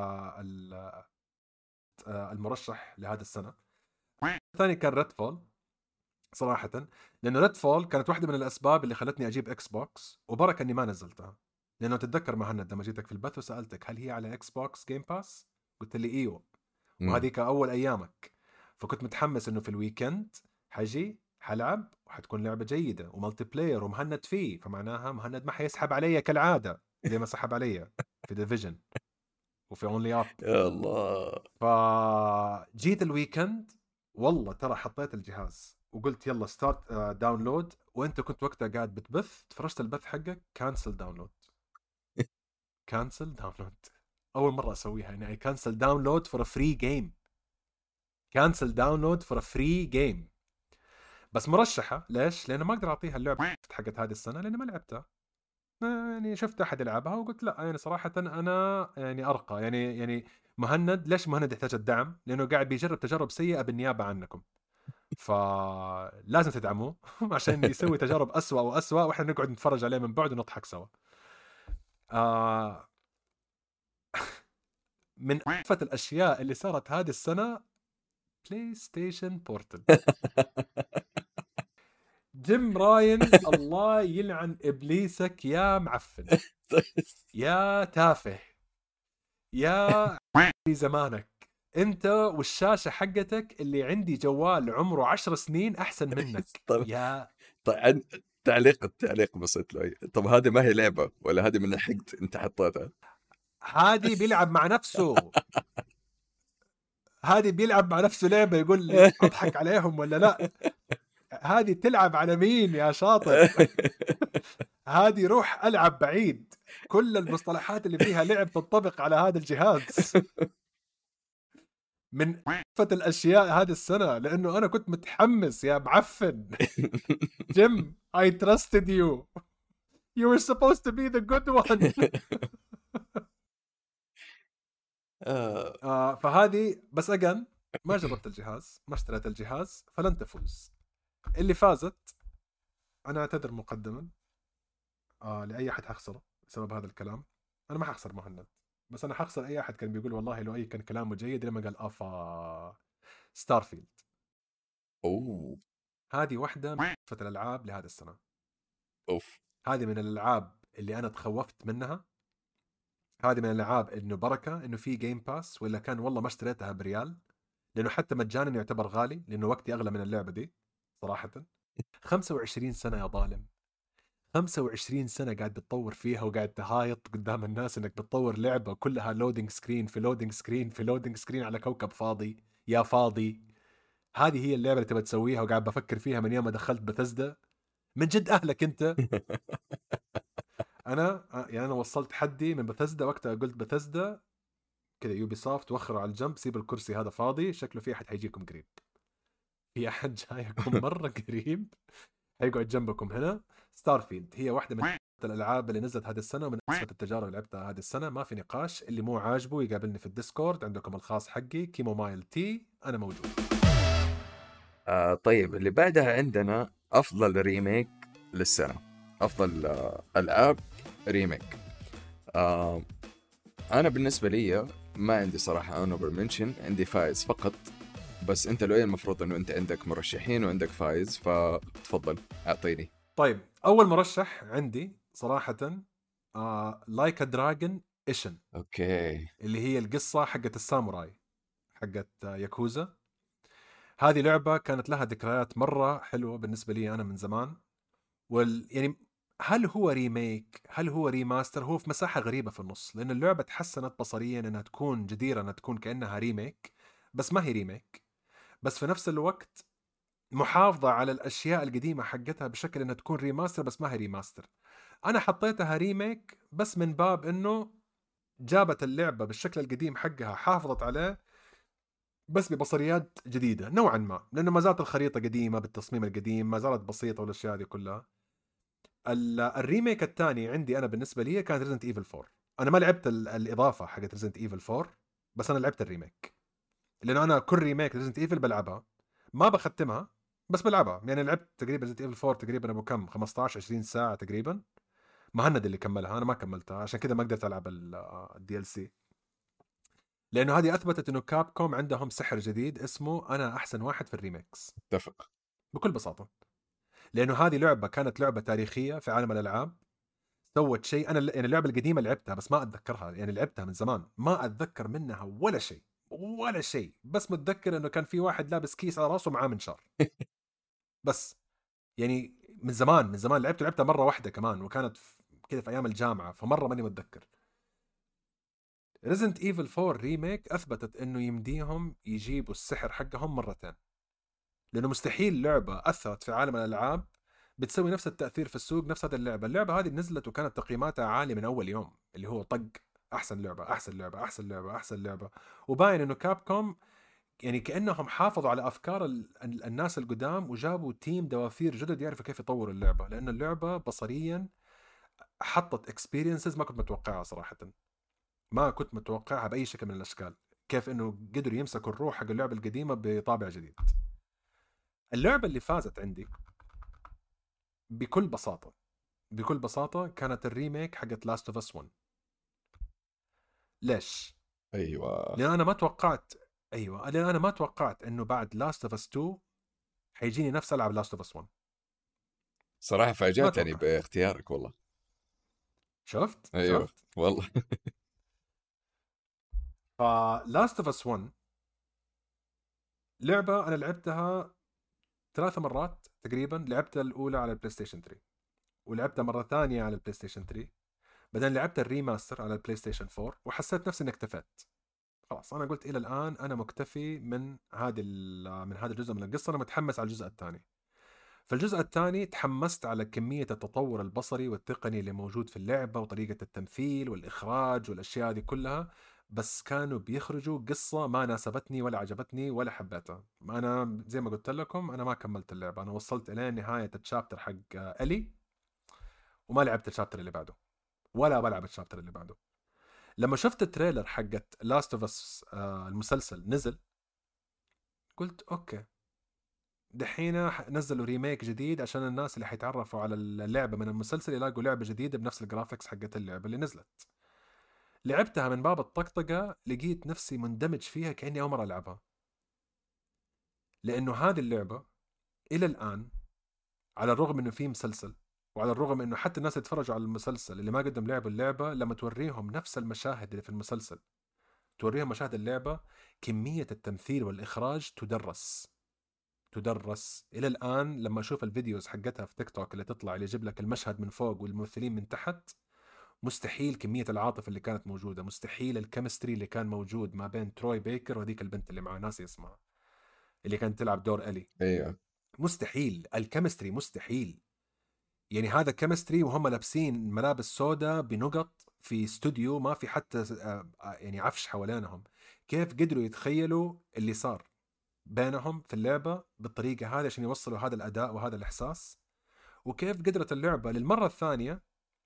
المرشح لهذا السنة. الثاني كان ريدفول صراحة، لأنه ريدفول كانت واحدة من الأسباب اللي خلتني أجيب إكس بوكس، وبركة أني ما نزلتها. لأنه تتذكر مهند لما جيتك في البث وسألتك هل هي على إكس بوكس جيم باس، قلت لي إيوه، وهذه كأول أيامك، فكنت متحمس إنه في الويكند حجي حلعب وحتكون لعبة جيدة ومالتي بلاير ومهند فيه، فمعناها مهند ما حيسحب علي كالعادة زي ما سحب علي في ديفيجن وفي اونلي اب. يا الله. فجيت الويكند والله ترى حطيت الجهاز وقلت يلا ستارت داونلود، وانت كنت وقتها قاعد بتبث، تفرجت البث حقك كانسل داونلود. كانسل داونلود اول مره اسويها، يعني اي كانسل داونلود فور ا فري جيم. كانسل داونلود فور ا فري جيم. بس مرشحه ليش؟ لانه ما اقدر اعطيها اللعبه حقت هذه السنه لاني ما لعبتها. يعني شفت احد يلعبها وقلت لا، يعني صراحه انا يعني ارقى، يعني مهند، ليش مهند يحتاج الدعم؟ لانه قاعد بيجرب تجارب سيئه بالنيابه عنكم، فلازم تدعموه عشان يسوي تجارب أسوأ وأسوأ، واحنا نقعد نتفرج عليه من بعد ونضحك سوا. من أحفة الأشياء اللي صارت هذه السنة بلاي ستيشن بورتل. جيم راين الله يلعن إبليسك يا معفن، يا تافه، يا في زمانك انت والشاشة حقتك اللي عندي جوال عمره 10 سنين احسن منك. يا طيب التعليق بسيط له. طب هذه ما هي لعبة ولا هذه من الحقد انت حطيتها؟ هذه بيلعب مع نفسه، هذه بيلعب مع نفسه لعبة يقول لي اضحك عليهم ولا لا؟ هذه تلعب على مين يا شاطر؟ هذه روح العب بعيد. كل المصطلحات اللي فيها لعب تنطبق على هذا الجهاز. من أحفة الأشياء هذه السنة، لأنه أنا كنت متحمس يا معفن. جيم I trusted you. You were supposed to be the good one. فهذه بس أجن ما جربت الجهاز، ما اشتريت الجهاز، فلن تفوز. اللي فازت أنا أعتذر مقدما لأي أحد حخسره بسبب هذا الكلام. أنا ما حخسر مهند، بس أنا حخسر أي أحد كان بيقول والله لو أي كان كلامه جيد لما قال ستارفيلد. أوه. هذه واحدة من أحفة الألعاب لهذا السنة. أوف. هذه من الألعاب اللي أنا تخوفت منها. هذه من الألعاب إنه بركة إنه في جيم باس، ولا كان والله ما اشتريتها بريال، لأنه حتى مجانا يعتبر غالي لأنه وقتي أغلى من اللعبة دي صراحة. 25 سنة يا ظالم، 25 سنة قاعد بتطور فيها وقاعد تهايط قدام الناس إنك بتطور لعبة كلها لودينج سكرين في لودينج سكرين في لودينج سكرين على كوكب فاضي. يا فاضي، هذه هي اللعبة اللي تبى تسويها وقاعد بفكر فيها من يوم ما دخلت بثزدا. من جد أهلك أنت. أنا وصلت حدي من بثزدا، وقتها قلت بثزدا كذا يوبي سوفت وخروا على الجنب، سيب الكرسي هذا فاضي، شكله في أحد حيجيكم قريب، في أحد جايكم مرة قريب حيقعد جنبكم هنا. ستارفيلد هي واحدة من الألعاب اللي نزلت هذه السنة ومن أسفة التجارب اللي لعبتها هذه السنة، ما في نقاش. اللي مو عاجبه يقابلني في الديسكورد، عندكم الخاص حقي كيمو مايل تي، أنا موجود. طيب اللي بعدها عندنا أفضل ريميك للسنة، أفضل ألعاب ريميك. أنا بالنسبة لي ما عندي صراحة honorable mention، عندي فايز فقط. بس أنت لو المفروض أنه أنت عندك مرشحين وعندك فايز، فتفضل أعطيني. طيب أول مرشح عندي صراحة لايك دراجون إيشن. أوكي. اللي هي القصة حقت الساموراي حقت ياكوزا. هذه لعبة كانت لها ذكريات مرة حلوة بالنسبة لي أنا من زمان. يعني هل هو ريميك هل هو ريماستر؟ هو في مساحة غريبة في النص، لأن اللعبة تحسنت بصريا أنها تكون جديرة أنها تكون كأنها ريميك، بس ما هي ريميك. بس في نفس الوقت محافظة على الأشياء القديمة حقتها بشكل أنها تكون ريماستر، بس ما هي ريماستر. أنا حطيتها ريميك بس من باب أنه جابت اللعبة بالشكل القديم حقها، حافظت عليه بس ببصريات جديدة نوعا ما، لأنه ما زالت الخريطة قديمة بالتصميم القديم، ما زالت بسيطة والأشياء هذه كلها. الريميك الثاني عندي أنا بالنسبة لي كان Resident Evil 4. أنا ما لعبت الإضافة حقت Resident Evil 4، بس أنا لعبت الريميك، لأنه أنا كل ريميك Resident Evil بلعبها، ما بختمها بس بلعبها. يعني لعبت تقريبا Resident Evil 4 تقريبا أبو كم 15-20 ساعة تقريبا. مهند اللي كملها، أنا ما كملتها، عشان كذا ما قدرت ألعب DLC، لأنه هذه أثبتت إنه كاب كوم عندهم سحر جديد اسمه أنا أحسن واحد في الريميكس. اتفق بكل بساطة، لأنه هذه لعبة كانت لعبة تاريخية في عالم الألعاب، سوت شيء. أنا يعني اللعبة القديمة لعبتها بس ما أتذكرها، يعني لعبتها من زمان ما أتذكر منها ولا شيء ولا شيء، بس متذكر إنه كان في واحد لابس كيس على راسه معاه منشار بس. يعني من زمان من زمان لعبتها مرة واحدة كمان، وكانت كذا في أيام الجامعة، فمرة ماني متذكر. Resident Evil 4 ريميك أثبتت إنه يمديهم يجيبوا السحر حقهم مرتين، لأنه مستحيل لعبة أثرت في عالم الألعاب بتسوي نفس التأثير في السوق نفس هذه اللعبة. اللعبة هذه نزلت وكانت تقييماتها عالية من أول يوم، اللي هو طق أحسن لعبة أحسن لعبة أحسن لعبة أحسن لعبة. وباين إنه كاب كوم يعني كأنهم حافظوا على أفكار الناس القدام، وجابوا تيم دوافير جدد يعرفوا كيف يطوروا اللعبة، لأن اللعبة بصريا حطت experiences ما كنت متوقعها صراحة، ما كنت متوقعها بأي شكل من الأشكال. كيف إنه قدروا يمسكوا الروح حق اللعبة القديمة بطابع جديد. اللعبة اللي فازت عندي بكل بساطة كانت الريميك حقت لاست اوف اس 1. ليش؟ ايوه لأن أنا ما توقعت إنه بعد لاست اوف اس 2 حيجيني نفس ألعب لاست اوف اس 1. صراحه ما فاجأتني توقعت. باختيارك والله. شفت ايوه والله. فلاست اوف اس 1 لعبة أنا لعبتها 3 مرات تقريبا. لعبتها الأولى على البلاي ستيشن 3، ولعبتها مرة ثانية على البلاي ستيشن 3، بعدين لعبت الريماستر على البلاي ستيشن 4، وحسيت نفسي اني اكتفيت. خلاص انا قلت الى الان انا مكتفي من هذا الجزء من القصه، انا متحمس على الجزء الثاني. فالجزء الثاني تحمست على كميه التطور البصري والتقني اللي موجود في اللعبه، وطريقه التمثيل والاخراج والاشياء هذه كلها، بس كانوا بيخرجوا قصه ما ناسبتني ولا عجبتني ولا حبيتها. انا زي ما قلت لكم انا ما كملت اللعبه، انا وصلت الى نهايه الشابتر حق الي، وما لعبت الشابتر اللي بعده ولا بلعب الشابتر اللي بعده. لما شفت التريلر حقت لاست اوف اس المسلسل نزل، قلت اوكي دحين نزلوا ريميك جديد عشان الناس اللي حيتعرفوا على اللعبة من المسلسل يلاقوا لعبة جديدة بنفس الجرافيكس حقت اللعبة اللي نزلت. لعبتها من باب الطقطقة، لقيت نفسي مندمج فيها كأني أول مرة ألعبها، لأنه هذه اللعبة إلى الآن على الرغم إنه في مسلسل، وعلى الرغم إنه حتى الناس اللي اتفرجوا على المسلسل اللي ما قدم لعبوا اللعبة، لما توريهم نفس المشاهد اللي في المسلسل توريهم مشاهد اللعبة، كمية التمثيل والإخراج تدرس إلى الآن. لما أشوف الفيديوز حقتها في تيك توك اللي تطلع اللي يجيب لك المشهد من فوق والممثلين من تحت، مستحيل كمية العاطفة اللي كانت موجودة، مستحيل الكيمستري اللي كان موجود ما بين تروي بيكر وهذيك البنت اللي معاه ناسي اسمها اللي كانت تلعب دور إلي. ايوه مستحيل الكيمستري، مستحيل. يعني هذا كيمستري وهم لابسين ملابس سوداء بنقط في استوديو ما في حتى يعني عفش حوالينهم. كيف قدروا يتخيلوا اللي صار بينهم في اللعبة بالطريقة هذه عشان يوصلوا هذا الأداء وهذا الإحساس؟ وكيف قدرت اللعبة للمرة الثانية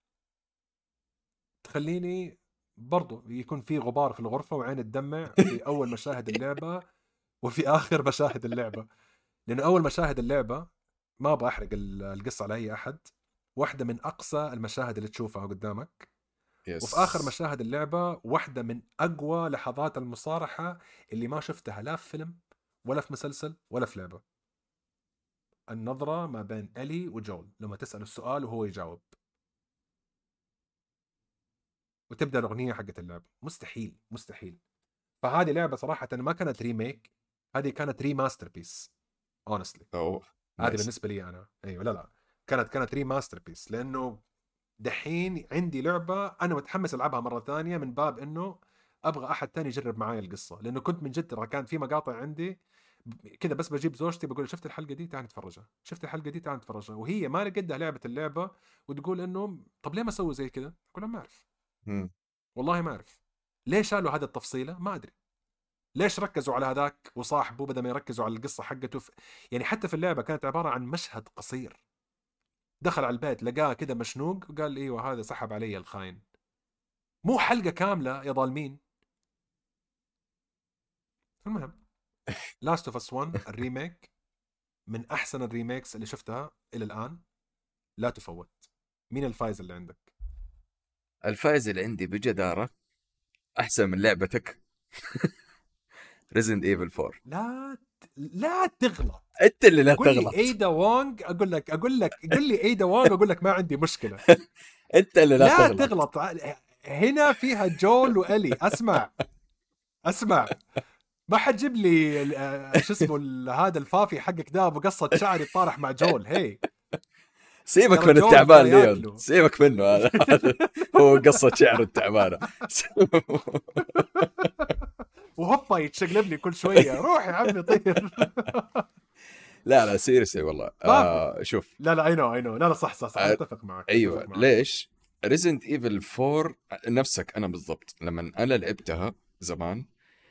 تخليني برضو يكون في غبار في الغرفة وعين تدمع في أول مشاهد اللعبة وفي آخر مشاهد اللعبة. لأن أول مشاهد اللعبة، ما أبغى أحرق القصة على أي أحد، واحدة من أقصى المشاهد اللي تشوفها قدامك. يس. وفي آخر مشاهد اللعبة واحدة من أقوى لحظات المصارحة اللي ما شفتها لا في فيلم ولا في مسلسل ولا في لعبة. النظرة ما بين إلي وجول لما تسأل السؤال وهو يجاوب، وتبدأ الأغنية حقت اللعبة. مستحيل. فهذه لعبة صراحة ما كانت ريميك، هذه كانت ريماستر بيس honestly. أوه. هذه nice. بالنسبه لي انا ايوه لا كانت ريماستر بيس، لانه دحين عندي لعبه انا متحمس العبها مره ثانيه من باب انه ابغى احد تاني يجرب معايا القصه، لانه كنت من جد ترى كان في مقاطع عندي كذا بس بجيب زوجتي بقول شفت الحلقه دي تعال نتفرجها، شفت الحلقه دي تعال نتفرجها، وهي ما قدها لعبه اللعبه وتقول انه طب ليه ما سووا زي كذا؟ اقول ما اعرف والله ما اعرف ليش شالوا هذا التفصيله، ما ادري ليش ركزوا على هذاك وصاحبه بدل ما يركزوا على القصه حقته يعني حتى في اللعبه كانت عباره عن مشهد قصير، دخل على البيت لقاه كده مشنوق وقال ايوه هذا سحب علي الخاين، مو حلقه كامله يا ظالمين. المهم لاست اوف اس 1 الريميك من احسن الريميكس اللي شفتها الى الان، لا تفوت. مين الفايز اللي عندك؟ الفائز اللي عندي بجدارة أحسن من لعبتك Resident Evil 4. لا تغلط. أنت اللي لا قول لي تغلط. ايدا وونغ اقول لك قول لي ايدا وونغ اقول لك ما عندي مشكله. أنت اللي لا تغلط. هنا فيها جول وإلي. اسمع ما حتجيب لي شو اسمه هذا الفافي حقك ده بقصة شعري طارح مع جول. هي سيبك من التعبان ليون، سيبك منه هذا هو قصة شعر التعبانة وهوبا يتشقلب لي كل شوية. روح يا عمي طير. لا سيريسي والله. شوف لا اي نو لا صح اتفق معك. ايوه ليش Resident Evil 4 نفسك انا بالضبط لما انا لعبتها زمان،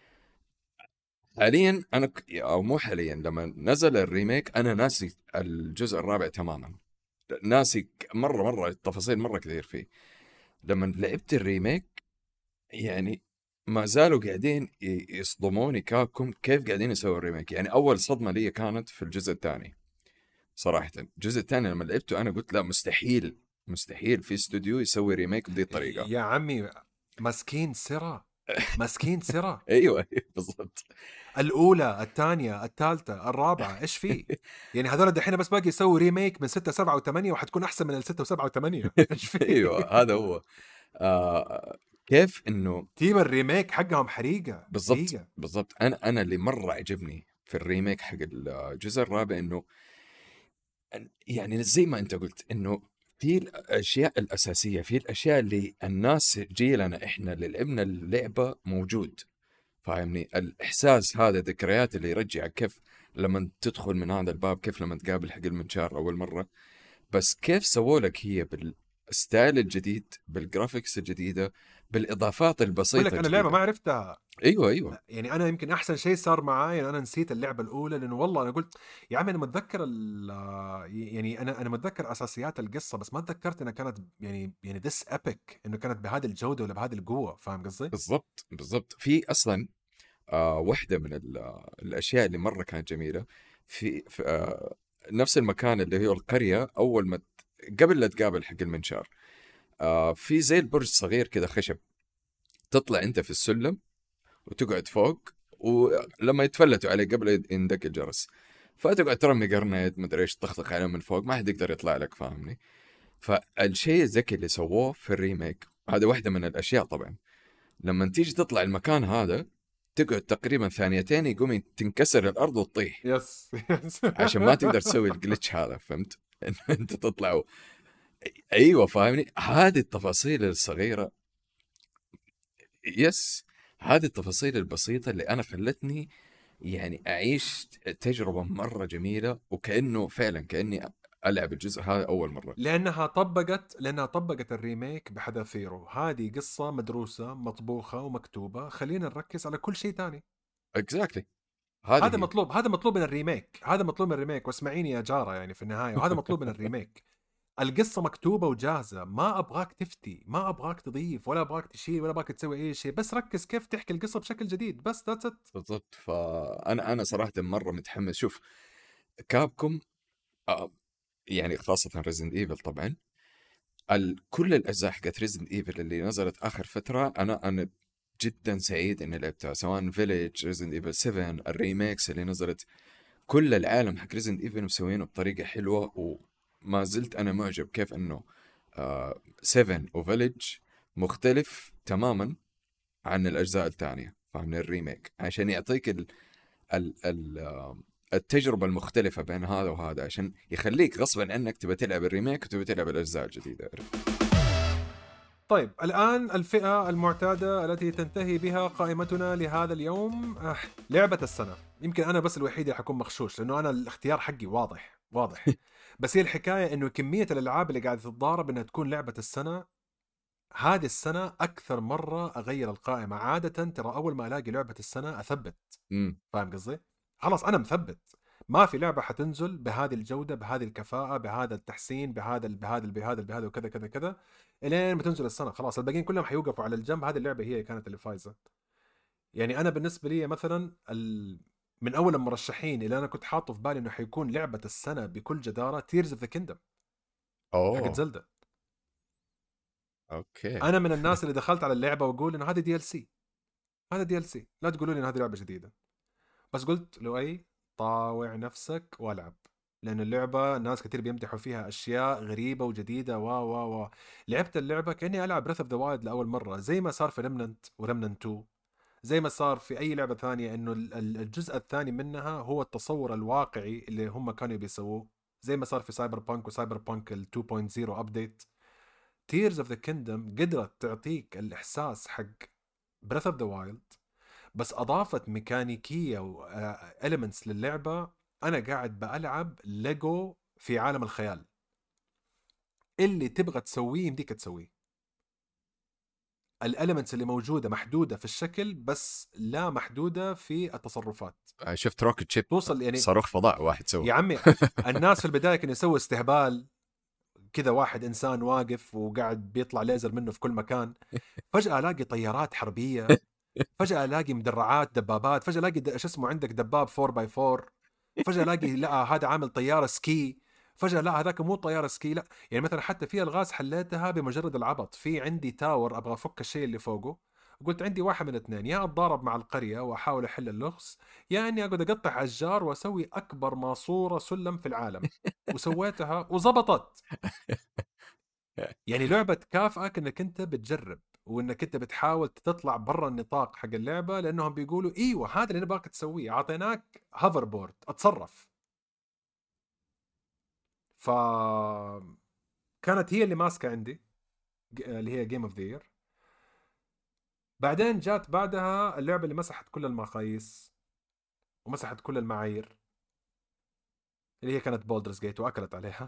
حاليا انا او مو حاليا لما نزل الريميك انا ناسي الجزء الرابع تماما، ناسي مرة التفاصيل مرة كثير فيه. لما لعبت الريميك يعني ما زالوا قاعدين يصدموني كابكم كيف قاعدين يسووا الريميك. يعني أول صدمة لي كانت في الجزء الثاني صراحة. الجزء الثاني لما لعبته أنا قلت لا مستحيل في استوديو يسوي ريميك بهذه الطريقة. يا عمي مسكين سرى أيوة بالضبط. الأولى الثانية الثالثة الرابعة إيش فيه؟ يعني هذول دحين بس باقي يسوي ريميك من 6 7 و8 وحتكون أحسن من 6 و7 و8. إيش فيه؟ أيوة هذا هو. كيف إنه تيم الريميك حقهم حريقة. بالضبط. أنا اللي مرة عجبني في الريميك حق الجزء الرابع إنه يعني زي ما أنت قلت إنه في الأشياء الأساسية، في الأشياء اللي الناس جيلنا إحنا اللي لعبنا اللعبة موجود، فاهمني؟ الإحساس هذا، ذكريات اللي يرجعك كيف لما تدخل من هذا الباب، كيف لما تقابل حق المنشار أول مرة، بس كيف سووا لك هي بالستايل الجديد، بالجرافيكس الجديدة، بالإضافات البسيطة. لك أنا اللعبة ما عرفتها. أيوة يعني أنا يمكن أحسن شيء صار معاي أنا نسيت اللعبة الأولى، لأنه والله أنا قلت يا عمي أنا متذكر يعني أنا متذكر أساسيات القصة، بس ما تذكرت أنها كانت يعني this epic إنه كانت بهذه الجودة ولا بهذه القوة. فاهم قصدي؟ بالضبط. في أصلا واحدة من الأشياء اللي مرة كانت جميلة في نفس المكان اللي هو القرية، أول ما قبل لا تقابل حق المنشار في زي البرج صغير كده خشب، تطلع أنت في السلم وتقعد فوق، ولما يتفلتوا عليه قبل يندق الجرس فتقعد ترمي قرنيت مدري ايش تطخطخ عليه من فوق، ما حد يقدر يطلع لك، فاهمني؟ فالشيء الذكي اللي سووه في الريميك هذا واحدة من الأشياء. طبعا لما تيجي تطلع المكان هذا تقعد تقريبا ثانيتين يقوم تنكسر الأرض وتطيح. يس عشان ما تقدر تسوي الجلتش هذا، فهمت؟ انت تطلع ايوه فاهمني. هذه التفاصيل الصغيرة، يس هذه التفاصيل البسيطة اللي أنا خلتني يعني أعيش تجربة مرة جميلة، وكأنه فعلا كأني ألعب الجزء هذا أول مرة، لأنها طبقت الريميك بحذافيره. هذه قصة مدروسة مطبوخة ومكتوبة، خلينا نركز على كل شيء تاني. exactly. هذا مطلوب من الريميك. واسمعيني يا جارة يعني في النهاية، وهذا مطلوب من الريميك. القصة مكتوبة وجاهزة، ما أبغاك تفتي، ما أبغاك تضيف، ولا أبغاك تشيل، ولا أبغاك تسوي أي شيء، بس ركز كيف تحكي القصة بشكل جديد بس. بالضبط. فأنا صراحة مرة متحمس. شوف كابكم يعني خاصة Resident Evil طبعا، كل الأجزاء حقت Resident Evil اللي نزلت آخر فترة أنا جدا سعيد إني لعبتها، سواء Village، Resident Evil 7، الريميكس اللي نزلت. كل العالم حق Resident Evil مسوينه بطريقة حلوة، وما زلت أنا معجب كيف إنه 7 وفيليج مختلف تماما عن الأجزاء الثانية، فاهمني؟ الريميك عشان يعطيك التجربة المختلفة بين هذا وهذا، عشان يخليك غصبا عنك تبى تلعب الريميك وتبى تلعب الأجزاء الجديدة. طيب الآن الفئة المعتادة التي تنتهي بها قائمتنا لهذا اليوم، لعبة السنة. يمكن أنا بس الوحيد اللي حكون مخشوش لأنه أنا الاختيار حقي واضح بس هي الحكاية إنه كمية الألعاب اللي قاعدة تتضارب إنها تكون لعبة السنة هذه السنة أكثر مرة أغير القائمة. عادة ترى أول ما ألاقي لعبة السنة أثبت. فاهم قصدي؟ خلاص أنا مثبت، ما في لعبة حتنزل بهذه الجودة بهذه الكفاءة بهذا التحسين بهذا وكذا كذا كذا الين ما تنزل السنة. خلاص الباقيين كلهم حيوقفوا على الجنب. هذه اللعبة هي كانت اللي فايزة. يعني أنا بالنسبة لي مثلا من أول المرشحين اللي أنا كنت حاطه في بالي إنه حيكون لعبة السنة بكل جدارة Tears of the Kingdom حقت زلدة. اوكي. أنا من الناس اللي دخلت على اللعبة وأقول إنه هذا DLC، هذا DLC، لا تقولوا لي إن هذه لعبة جديدة. بس قلت لؤي طاوع نفسك والعب، لأن اللعبة ناس كتير بيمدحوا فيها أشياء غريبة وجديدة لعبت اللعبة كأني ألعب Breath of the Wild لأول مرة، زي ما صار في Remnant و Remnant 2، زي ما صار في أي لعبة ثانية إنه الجزء الثاني منها هو التصور الواقعي اللي هم كانوا بيسووه، زي ما صار في سايبر بانك وسايبر بانك 2.0 أبديت. Tears of the Kingdom قدرت تعطيك الإحساس حق Breath of the Wild، بس أضافت ميكانيكية وإليمنتس للعبة. أنا قاعد بألعب ليجو في عالم الخيال، اللي تبغى تسويه يمديك تسويه. الإليمنتس اللي موجودة محدودة في الشكل بس لا محدودة في التصرفات. شفت روكت شيب توصل يعني صاروخ فضاء واحد سوى يا عمي الناس في البداية كانوا يسوي استهبال كذا، واحد إنسان واقف وقاعد بيطلع ليزر منه في كل مكان، فجأة ألاقي طيارات حربية، فجأة ألاقي مدرعات دبابات، فجأة ألاقي شو اسمه عندك دباب 4x4، فجأة ألاقي لا هذا عامل طيارة سكي، فجأة لا هذاك مو طيارة سكي. لا يعني مثلا حتى في الغاز حليتها بمجرد العبط. في عندي تاور أبغى أفك الشيء اللي فوقه، قلت عندي واحد من اثنين، يا أتضارب مع القرية وأحاول أحل اللغز، يا أني أقعد أقطع أشجار وأسوي أكبر ماسورة سلم في العالم. وسويتها وزبطت. يعني لعبة تكافئك انك انت بتجرب وانك انت بتحاول تطلع برا النطاق حق اللعبة، لانهم بيقولوا ايوه هذا اللي نبغاك تسويه، اعطيناك هافر بورد اتصرف. ف كانت هي اللي ماسكة عندي اللي هي جيم اوف ذا يير. بعدين جات بعدها اللعبة اللي مسحت كل المقاييس ومسحت كل المعايير، اللي هي كانت بولدرز جيت، واكلت عليها.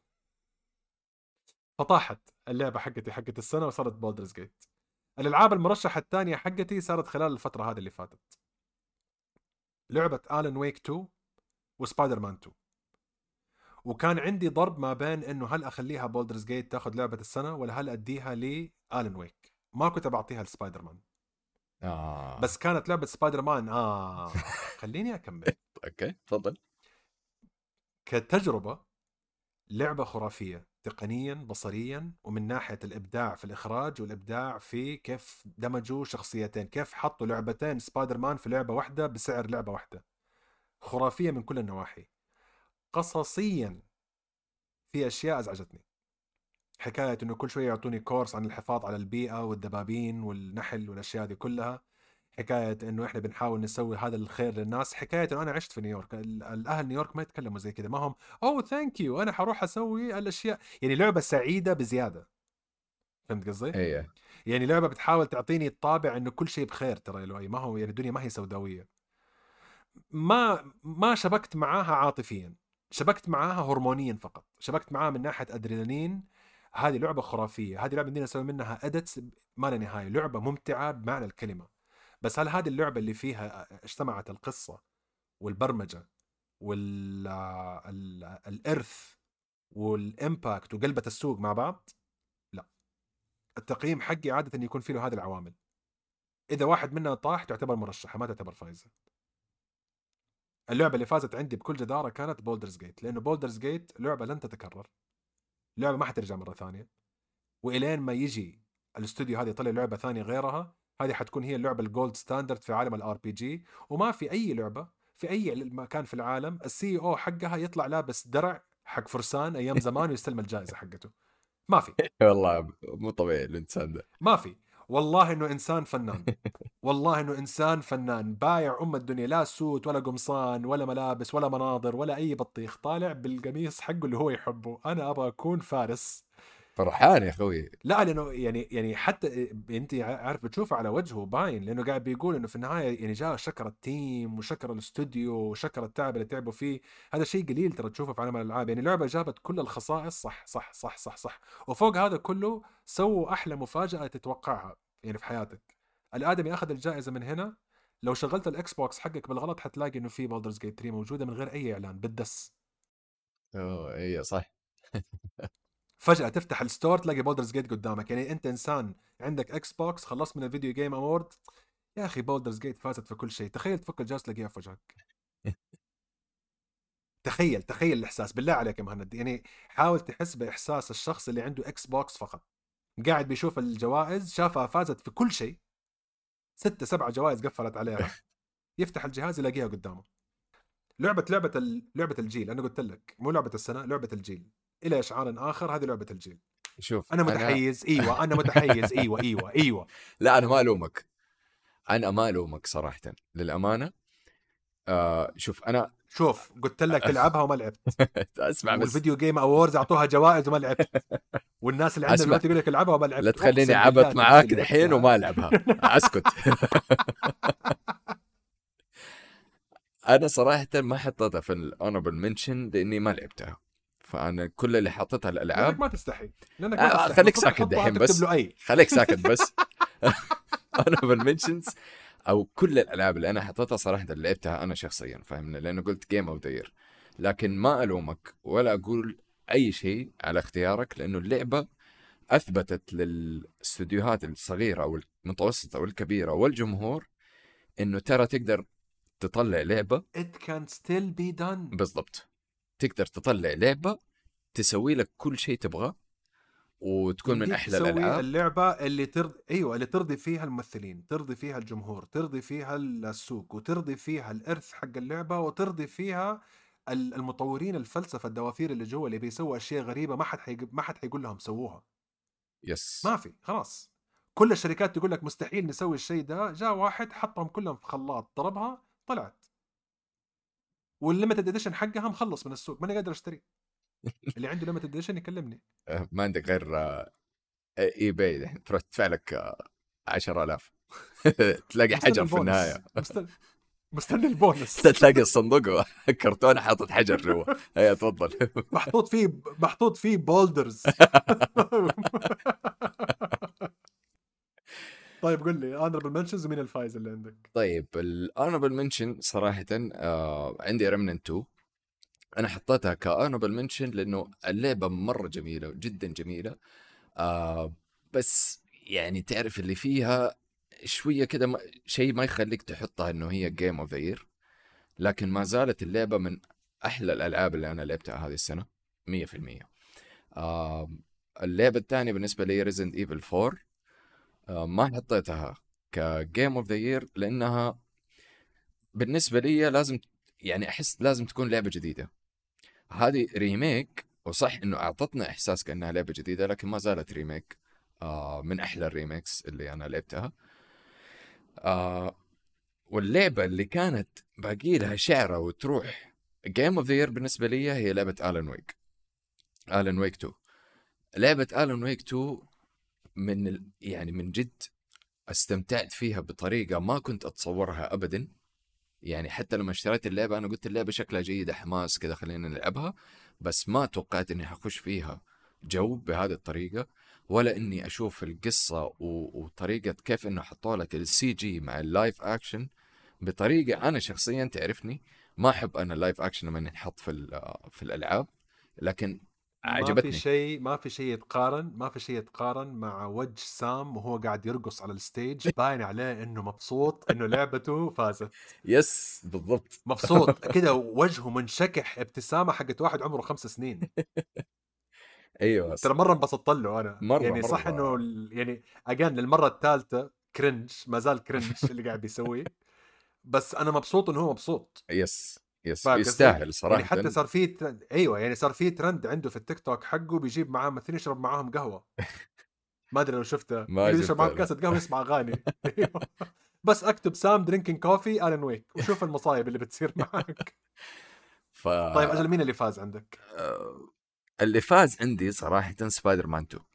فطاحت اللعبة حقت السنة وصارت بولدرز جيت. الألعاب المرشحة الثانية حقتي صارت خلال الفترة هذه اللي فاتت، لعبة آلن ويك 2 وسبايدر مان 2. وكان عندي ضرب ما بين إنه هل أخليها بولدرز جيت تأخذ لعبة السنة ولا هل أديها لآلن ويك. ما كنت بعطيها لسبايدر مان. بس كانت لعبة سبايدر مان خليني أكمل. أوكي تفضل. كتجربة لعبة خرافية تقنيا بصريا، ومن ناحية الإبداع في الإخراج والإبداع في كيف دمجوا شخصيتين، كيف حطوا لعبتين سبايدر مان في لعبة واحدة بسعر لعبة واحدة. خرافية من كل النواحي. قصصيا في أشياء أزعجتني، حكاية إنه كل شوية يعطوني كورس عن الحفاظ على البيئة والدبابين والنحل والأشياء دي كلها، حكاية إنه إحنا بنحاول نسوي هذا الخير للناس، حكاية إنه أنا عشت في نيويورك، الأهل نيويورك ما يتكلموا زي كده، ما هم أوه ثانك يو أنا حروح أسوي الأشياء. يعني لعبة سعيدة بزيادة، فهمت قصدي؟ ايه يعني لعبة بتحاول تعطيني الطابع إنه كل شيء بخير ترى يا لؤي، ما هو يعني الدنيا ما هي سوداوية. ما شبكت معاها عاطفيا، شبكت معاها هرمونيا فقط، شبكت معاها من ناحية أدرينالين. هذه لعبة خرافية، هذه لعبة بدنا نسوي منها أدتس ما لا نهاية، لعبة ممتعة بمعنى الكلمة. بس هل هذه اللعبة اللي فيها اجتمعت القصة والبرمجة والإرث والإمباكت وقلبة السوق مع بعض؟ لا. التقييم حقي عادة يكون فيه له هذه العوامل، إذا واحد منها طاح تعتبر مرشحة ما تعتبر فايزة. اللعبة اللي فازت عندي بكل جدارة كانت بولدرز جيت، لأنه بولدرز جيت لعبة لن تتكرر، لعبة ما حترجع مرة ثانية، وإلين ما يجي الاستوديو هذا يطلع لعبة ثانية غيرها، هذه حتكون هي اللعبة الجولد ستاندرد في عالم الار بي جي. وما في أي لعبة في أي مكان في العالم السي او حقها يطلع لابس درع حق فرسان أيام زمان ويستلم الجائزة حقته. ما في والله مو طبيعي الإنسان ده. ما في. والله انه انسان فنان، والله انه انسان فنان، بايع الدنيا، لا سوت ولا قمصان ولا ملابس ولا مناظر ولا اي بطيخ، طالع بالقميص حقه اللي هو يحبه. انا ابغى اكون فارس. فرحان يا اخوي. لا لانه يعني حتى انت عارف بتشوفه على وجهه باين، لانه قاعد بيقول انه في النهايه يعني جاء شكر التيم وشكر الاستوديو وشكر التعب اللي تعبوا فيه. هذا شيء قليل ترى تشوفه في عالم الالعاب. يعني لعبه جابت كل الخصائص صح صح صح صح صح، وفوق هذا كله سووا احلى مفاجاه تتوقعها يعني في حياتك. الادمي اخذ الجائزه من هنا. لو شغلت الاكس بوكس حقك بالغلط حتلاقي انه في بولدرز جيت 3 موجوده من غير اي اعلان بالدس. ايه صح. فجأة تفتح الستور تلاقي بولدرز جيت قدامك. يعني انت انسان عندك اكس بوكس، خلصت من الفيديو جيم اوورد، يا اخي بولدرز جيت فازت في كل شيء. تخيل تفك الجهاز تلاقيها في وجهك. تخيل الاحساس بالله عليك يا مهند. يعني حاول تحس باحساس الشخص اللي عنده اكس بوكس فقط، قاعد بيشوف الجوائز، شافها فازت في كل شيء، 6-7 جوائز قفلت عليها، يفتح الجهاز يلاقيها قدامه. لعبة الجيل. انا قلت لك مو لعبة السنة، لعبة الجيل الى اشعار اخر. هذه لعبة الجيل. شوف انا متحيز. ايوه انا متحيز. ايوه لا انا ما الومك، انا ما الومك صراحه للامانه. شوف انا شوف قلت لك تلعبها وما لعبت، اسمع بس، والفيديو جيم اورز اعطوها جوائز وما لعبت، والناس اللي عندنا اسمع، دلوقتي يقول لك العبها وما لعبت. لا تخليني أقسم بالله عبط إنك معاك اللي دحين لعبتها. وما العبها. اسكت. انا صراحه ما حطيتها في الاونربل منشن لاني ما لعبتها. فانا كل اللي حاططها الالعاب. لانك ما تستحي، لانك ما تستحي. خليك المفروض ساكت تحطها دحين تكتب بس، له اي. خليك ساكت بس. honorable mentions او كل الالعاب اللي انا حطيتها صراحه اللي لعبتها انا شخصيا، فاهمني، لانه قلت جيم اوف ذا يير. لكن ما الومك ولا اقول اي شيء على اختيارك، لانه اللعبه اثبتت للاستديوهات الصغيره او المتوسطه والكبيره والجمهور انه ترى تقدر تطلع لعبه. It can still be done. بالضبط، تقدر تطلع لعبه تسوي لك كل شيء تبغاه وتكون من يمديك احلى تسوي الالعاب. اللعبة اللي اللي ترضي فيها الممثلين، ترضي فيها الجمهور، ترضي فيها السوق، وترضي فيها الارث حق اللعبة، وترضي فيها المطورين الفلسفة الدوافير اللي جوا اللي بيسووا اشياء غريبة ما حد حيقول لهم سووها. يس. ما في، خلاص. كل الشركات تقول لك مستحيل نسوي الشيء ده، جاء واحد حطهم كلهم في خلاط ضربها طلعت، والليمتد اديشن حقها مخلص من السوق، ماني قادر اشتري. اللي عنده ليمتد اديشن يكلمني. ما عندك غير اي باي تروح تدفع لك 10,000 تلاقي حجر في النهايه. مستني البونس. تلاقي الصندوق كرتون حاطط حجر جوا. هيا تفضل. محطوط فيه بولدرز. طيب قل لي honorable mentions ومين الفايز اللي عندك؟ طيب الhonorable mention صراحة عندي Remnant 2. أنا حطيتها كhonorable mention لأنه اللعبة مرة جميلة جدا جميلة. بس يعني تعرف اللي فيها شوية كده شيء ما يخليك تحطها إنه هي Game of the Year، لكن ما زالت اللعبة من أحلى الألعاب اللي أنا لعبتها هذه السنة 100%. اللعبة الثانية بالنسبة لي Resident Evil 4. ما حطيتها كجيم اوف ذا يير لانها بالنسبه لي لازم، يعني احس لازم تكون لعبه جديده. هذه ريميك، وصح انه اعطتنا احساس كانها لعبه جديده، لكن ما زالت ريميك من احلى الريميكس اللي انا لعبتها. واللعبه اللي كانت باقي لها شعره وتروح جيم اوف ذا يير بالنسبه لي هي لعبه آلان ويك 2. لعبه آلان ويك 2 يعني من جد استمتعت فيها بطريقة ما كنت أتصورها أبدا. يعني حتى لما اشتريت اللعبة أنا قلت اللعبة شكلها جيدة، حماس كده خلينا نلعبها، بس ما توقعت إني حخش فيها جو بهذه الطريقة، ولا إني أشوف القصة وطريقة كيف إنه حطوا لك السي جي مع اللايف أكشن بطريقة. أنا شخصيا تعرفني ما أحب أنا اللايف أكشن لما نحط في الألعاب، لكن عجبتني. ما في شيء يتقارن مع وجه سام وهو قاعد يرقص على الستيج. باين عليه انه مبسوط انه لعبته فازت. يس بالضبط. مبسوط كده، وجهه منشكح ابتسامة حقت واحد عمره 5 سنين. ايوه ترى مرة انبسطت له انا. يعني مرة. صح انه يعني اجان للمرة الثالثة كرنج، ما زال كرنج اللي قاعد بيسويه، بس انا مبسوط انه هو مبسوط. يس فاهم يستاهل قصدي؟ صراحة. يعني حتى صار في ايوه، يعني صار في ترند عنده في التيك توك حقه، بيجيب معاه مثلين يشرب معاهم قهوة. ما ادري لو شفته ما يشرب شفته، معه لا. كاسه قهوه يسمع اغاني. بس اكتب سام درينكينج كوفي الان ويك وشوف المصايب اللي بتصير معك. طيب اجل مين اللي فاز عندك؟ اللي فاز عندي صراحة سبايدر مان 2.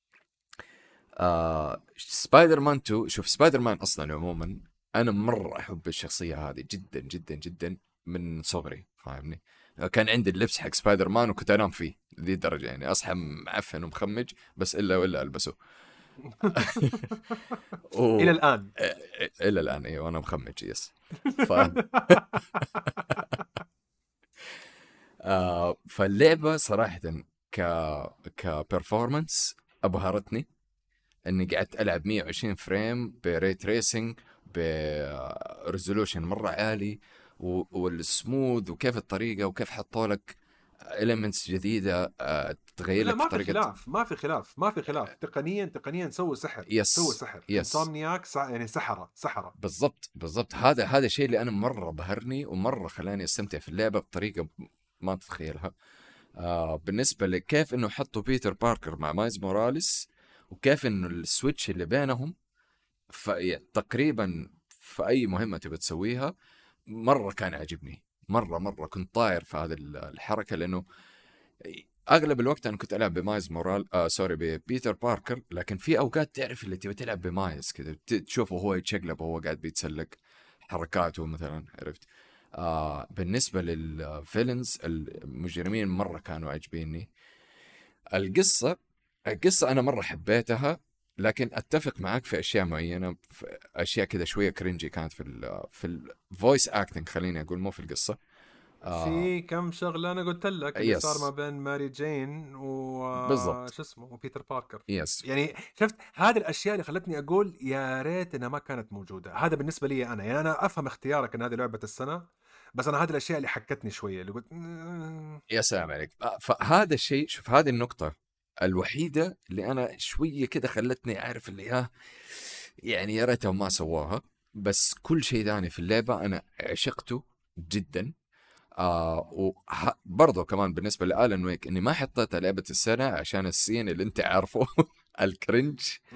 سبايدر مان 2، شوف سبايدر مان أصلا عموما أنا مرة أحب الشخصية هذه جدا جدا جدا من صغري، فاهمني؟ كان عندي اللبس حق سبايدر مان وكنت أنام فيه ذي الدرجة، يعني أصحى معفن ومخمج بس إلا ألبسه. الى الان إلى الآن أيوة أنا مخمج يس. ف... فاللعبة صراحة كبرفورمانس أبهرتني، اني قعدت العب 120 فريم بري تريسنج بريزولوشن مره عالي والسموث، وكيف الطريقه وكيف حطوا لك elements جديده تغير لا لك ما في في طريقه. خلاف ما في خلاف تقنيا سووا سحر. سووا سحر. انسومنياك يعني سحرة بالضبط هذا الشيء اللي انا مره بهرني ومره خلاني استمتع في اللعبه بطريقه ما تتخيلها. بالنسبه لكيف انه حطوا بيتر باركر مع مايز موراليس، وكيف انه السويتش اللي بينهم تقريبا في اي مهمه تبي تسويها مره كان عاجبني. مره كنت طاير في هذه الحركه، لانه اغلب الوقت انا كنت العب بمايز ببيتر باركر، لكن في اوقات تعرف اللي تبي تلعب بمايز كذا تشوفه هو يتشقلب وهو قاعد بيتسلق حركاته مثلا، عرفت؟ بالنسبه للفيلنز المجرمين مره كانوا عاجبيني. القصه انا مره حبيتها، لكن اتفق معك في اشياء معينه، في اشياء كذا شويه كرنجي كانت في الفويس اكتنج، خليني اقول مو في القصه. في كم شغله انا قلت لك اللي صار ما يس بين ماري جين بالضبط شو اسمه وبيتر باركر. يس يعني شفت هذه الاشياء اللي خلتني اقول يا ريت انها ما كانت موجوده. هذا بالنسبه لي انا، يعني انا افهم اختيارك ان هذه لعبه السنه، بس انا هذه الاشياء اللي حكتني شويه اللي قلت يا سلام عليك. فهذا الشيء، شوف هذه النقطه الوحيده اللي انا شويه كذا خلتني اعرف اللي يعني يا ريتهم ما سواها. بس كل شيء ثاني في اللعبه انا عشقته جدا. وبرضه كمان بالنسبة لآلان ويك إني ما حطيتها لعبة السنة عشان السين اللي أنت عارفه الكرنج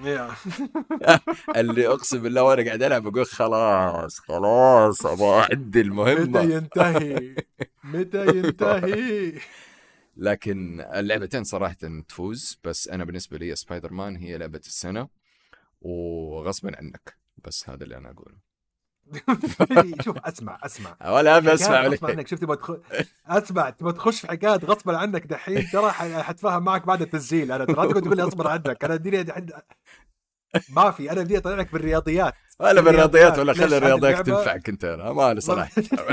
اللي أقسم بالله وأنا قاعد ألعب أقول خلاص أبغى أعدي المهمة متى ينتهي. لكن اللعبتين صراحة تفوز، بس أنا بالنسبة لي سبايدر مان هي لعبة السنة وغصبا عنك، بس هذا اللي أنا أقوله. شوف اسمع ولا أبي أسمع غصبا عنك. شفت تبغى تخش في حكايات غصبا عنك دحين، ترى حتفاهم معك بعد التسجيل. انا ترى تقول لي اصبر عنك، انا دي ما في، انا بدي اطلع لك بالرياضيات ولا بالرياضيات ولا خلي الرياضيات تنفعك انت، انا ما لي صلاح.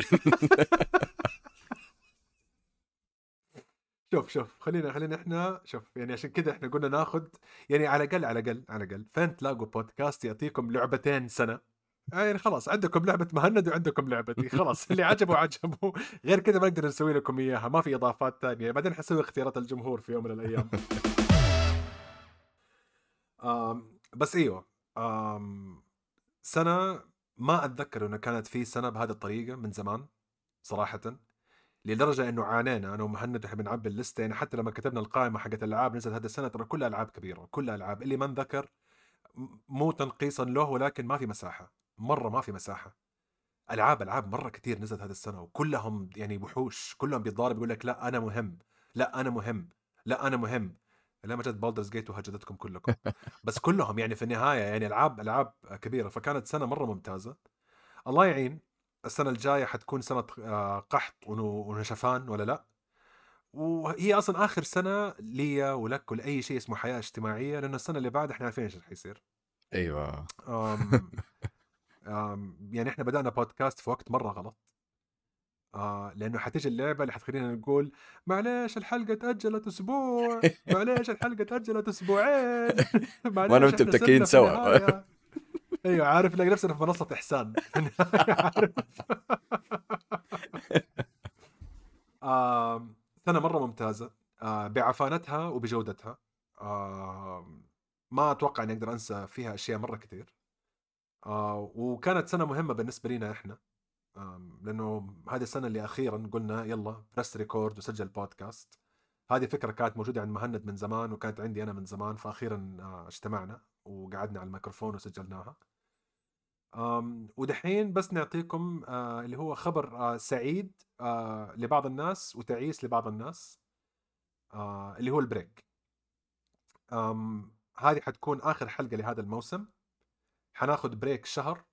شوف خلينا احنا شوف، يعني عشان كذا احنا قلنا ناخذ يعني على الاقل فين تلاقوا بودكاست يعطيكم لعبتين سنه. يعني خلاص عندكم لعبة مهند وعندكم لعبتي، خلاص اللي عجبه غير كذا ما نقدر نسوي لكم إياها، ما في إضافات تانية. بعدين حسوي اختيارات الجمهور في يوم من الأيام. بس ايوه سنة ما أتذكر أنه كانت في سنة بهذه الطريقة من زمان صراحة، لدرجة أنه عانينا أنا ومهند إحنا بنعبي الليستة. يعني حتى لما كتبنا القائمة حقت الألعاب نزلت هذه السنة، ترى كلها ألعاب كبيرة، كلها ألعاب اللي ما نذكر مو تنقيصا له، ولكن ما في مساحة، مرة ما في مساحة. ألعاب مرة كتير نزلت هذه السنة، وكلهم يعني وحوش، كلهم بيتضارب يقول لك لا أنا مهم، لا أنا مهم، لا أنا مهم. لما جت بالدرز جيت وهجدتكم كلكم. بس كلهم يعني في النهاية يعني ألعاب كبيرة، فكانت سنة مرة ممتازة. الله يعين السنة الجاية حتكون سنة قحط ونشفان ولا لا. وهي أصلا آخر سنة لي ولك ولأي شيء اسمه حياة اجتماعية، لأنه السنة اللي بعد إحنا عارفين إيش حيصير. ايوه يعني إحنا بدأنا بودكاست في وقت مرة غلط. لأنه حتيجي اللعبة اللي حتخلينا نقول معليش الحلقة تأجلت أسبوع، معليش الحلقة تأجلت أسبوعين، وانا وانت متكين سوا. ايوه عارف، لقى نفسنا في منصة إحسان. عارف. سنة مرة ممتازة بعفانتها وبجودتها. ما أتوقع أني أقدر أنسى فيها أشياء مرة كتير. وكانت سنة مهمة بالنسبة لنا إحنا، لأنه هذه السنة اللي أخيرا قلنا يلا بريس ريكورد وسجل بودكاست. هذه فكرة كانت موجودة عند مهند من زمان وكانت عندي أنا من زمان، فأخيرا اجتمعنا وقعدنا على الميكروفون وسجلناها. ودحين بس نعطيكم اللي هو خبر سعيد لبعض الناس وتعيس لبعض الناس، اللي هو البريك. هذه حتكون آخر حلقة لهذا الموسم، حناخد بريك شهر،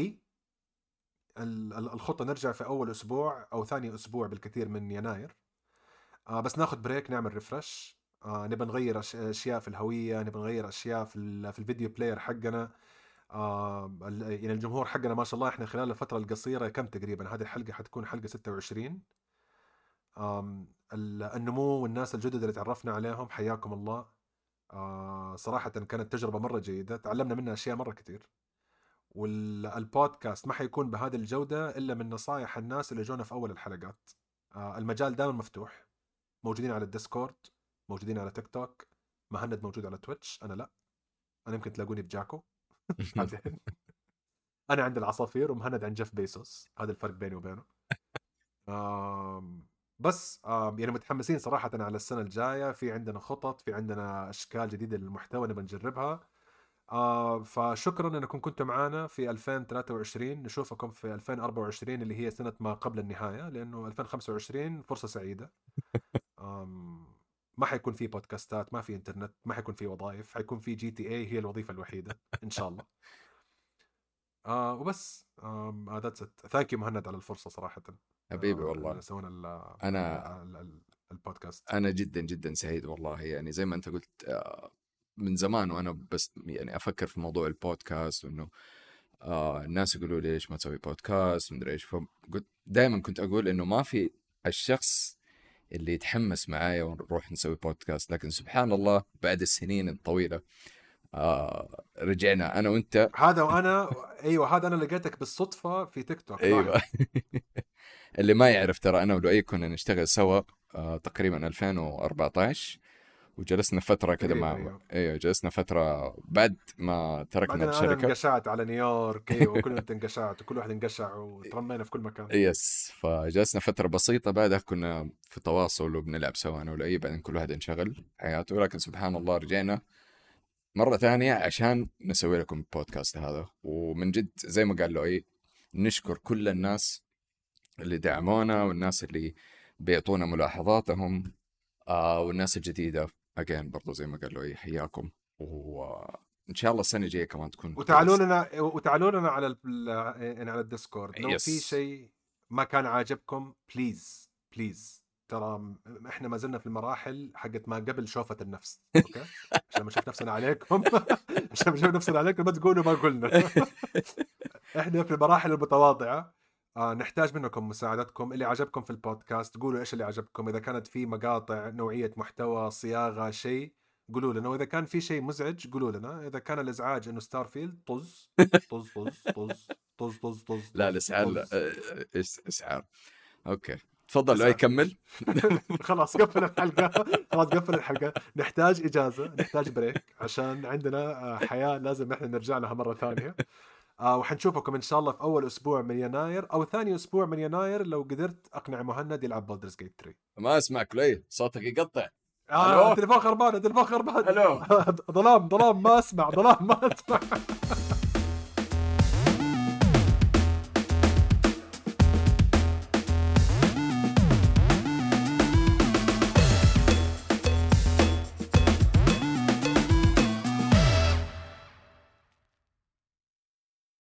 الخطة نرجع في أول أسبوع أو ثاني أسبوع بالكثير من يناير. بس ناخد بريك، نعمل ريفرش، نبى نغير أشياء في الهوية، نبى نغير أشياء في الفيديو بلاير حقنا. يعني الجمهور حقنا ما شاء الله احنا خلال الفترة القصيرة كم تقريبا، هذه الحلقة حتكون حلقة 26. النمو والناس الجدد اللي تعرفنا عليهم حياكم الله. صراحة كانت تجربة مرة جيدة، تعلمنا منها أشياء مرة كتير. والبودكاست ما حيكون بهذه الجودة إلا من نصايح الناس اللي جونا في أول الحلقات. المجال دائما مفتوح، موجودين على الديسكورد، موجودين على تيك توك، مهند موجود على تويتش، أنا لا، أنا يمكن تلاقوني في جاكو. أنا عند العصافير ومهند عند جيف بيسوس، هذا الفرق بيني وبينه. بس يعني متحمسين صراحة على السنة الجاية، في عندنا خطط، في عندنا أشكال جديدة للمحتوى نبى نجربها. فشكرا أنكم كنتوا معنا في 2023، نشوفكم في 2024 اللي هي سنة ما قبل النهاية، لأنه 2025 فرصة سعيدة. ما حيكون في بودكاستات، ما في انترنت، ما حيكون في وظائف، حيكون في GTA هي الوظيفة الوحيدة إن شاء الله. وبس that's it. ثانك يو مهند على الفرصة صراحة حبيبي والله. سوينا أنا البودكاست. أنا جدا جدا سعيد والله. يعني زي ما أنت قلت من زمان وأنا بس يعني أفكر في موضوع البودكاست، وإنه الناس يقولوا لي ليش ما تسوي بودكاست مدري إيش، فقلت دائما كنت أقول إنه ما في الشخص اللي يتحمس معايا ونروح نسوي بودكاست. لكن سبحان الله بعد السنين الطويلة رجعنا أنا وأنت. هذا وأنا أيوة، هذا أنا لقيتك بالصدفة في تيك توك. أيوة. اللي ما يعرف ترى أنا ولؤي كنا نشتغل سوا تقريبا 2014، وجلسنا فترة كده مع أيوة جلسنا فترة بعد ما تركنا الشركة. أنا انقشعت على نيويورك، أيوة وكلنا انقشعت وكل واحد انقشع وترمينا في كل مكان. يس، فجلسنا فترة بسيطة، بعدها كنا في تواصل وبنلعب سوا أنا ولؤي، بعدين كل واحد انشغل حياته. لكن سبحان الله رجعنا مرة ثانية عشان نسوي لكم البودكاست هذا. ومن جد زي ما قال لؤي نشكر كل الناس اللي دعمونا والناس اللي بيعطونا ملاحظاتهم والناس الجديدة أجين برضو زي ما قالوا حياكم. وإن شاء الله السنة الجاية كمان تكون وتعالوا لنا على الديسكورد لو في شيء ما كان عاجبكم. بليز ترى احنا ما زلنا في المراحل حقت ما قبل شوفة النفس، اوكي؟ عشان ما نشوف نفسنا عليكم عشان ما نشوف نفسنا عليكم ما تقولوا ما قلنا. احنا في المراحل المتواضعة. نحتاج منكم مساعدتكم. اللي عجبكم في البودكاست قولوا ايش اللي عجبكم، اذا كانت في مقاطع، نوعية محتوى، صياغة، شيء قولوا لنا، واذا كان في شيء مزعج قولوا لنا. اذا كان الازعاج انه ستارفيلد طز طز طز طز طز طز طز. لا الاسعار لا اسعار. اوكي تفضل لؤي كمل. خلاص قفل الحلقة. نحتاج اجازة، نحتاج بريك عشان عندنا حياة لازم احنا نرجع لها مرة ثانية. وحنشوفكم إن شاء الله في أول أسبوع من يناير أو ثاني أسبوع من يناير لو قدرت أقنع مهند يلعب بولدرز جيت 3. ما أسمعك ليه صوتك يقطع. تليفون خربان. ظلام ما أسمع.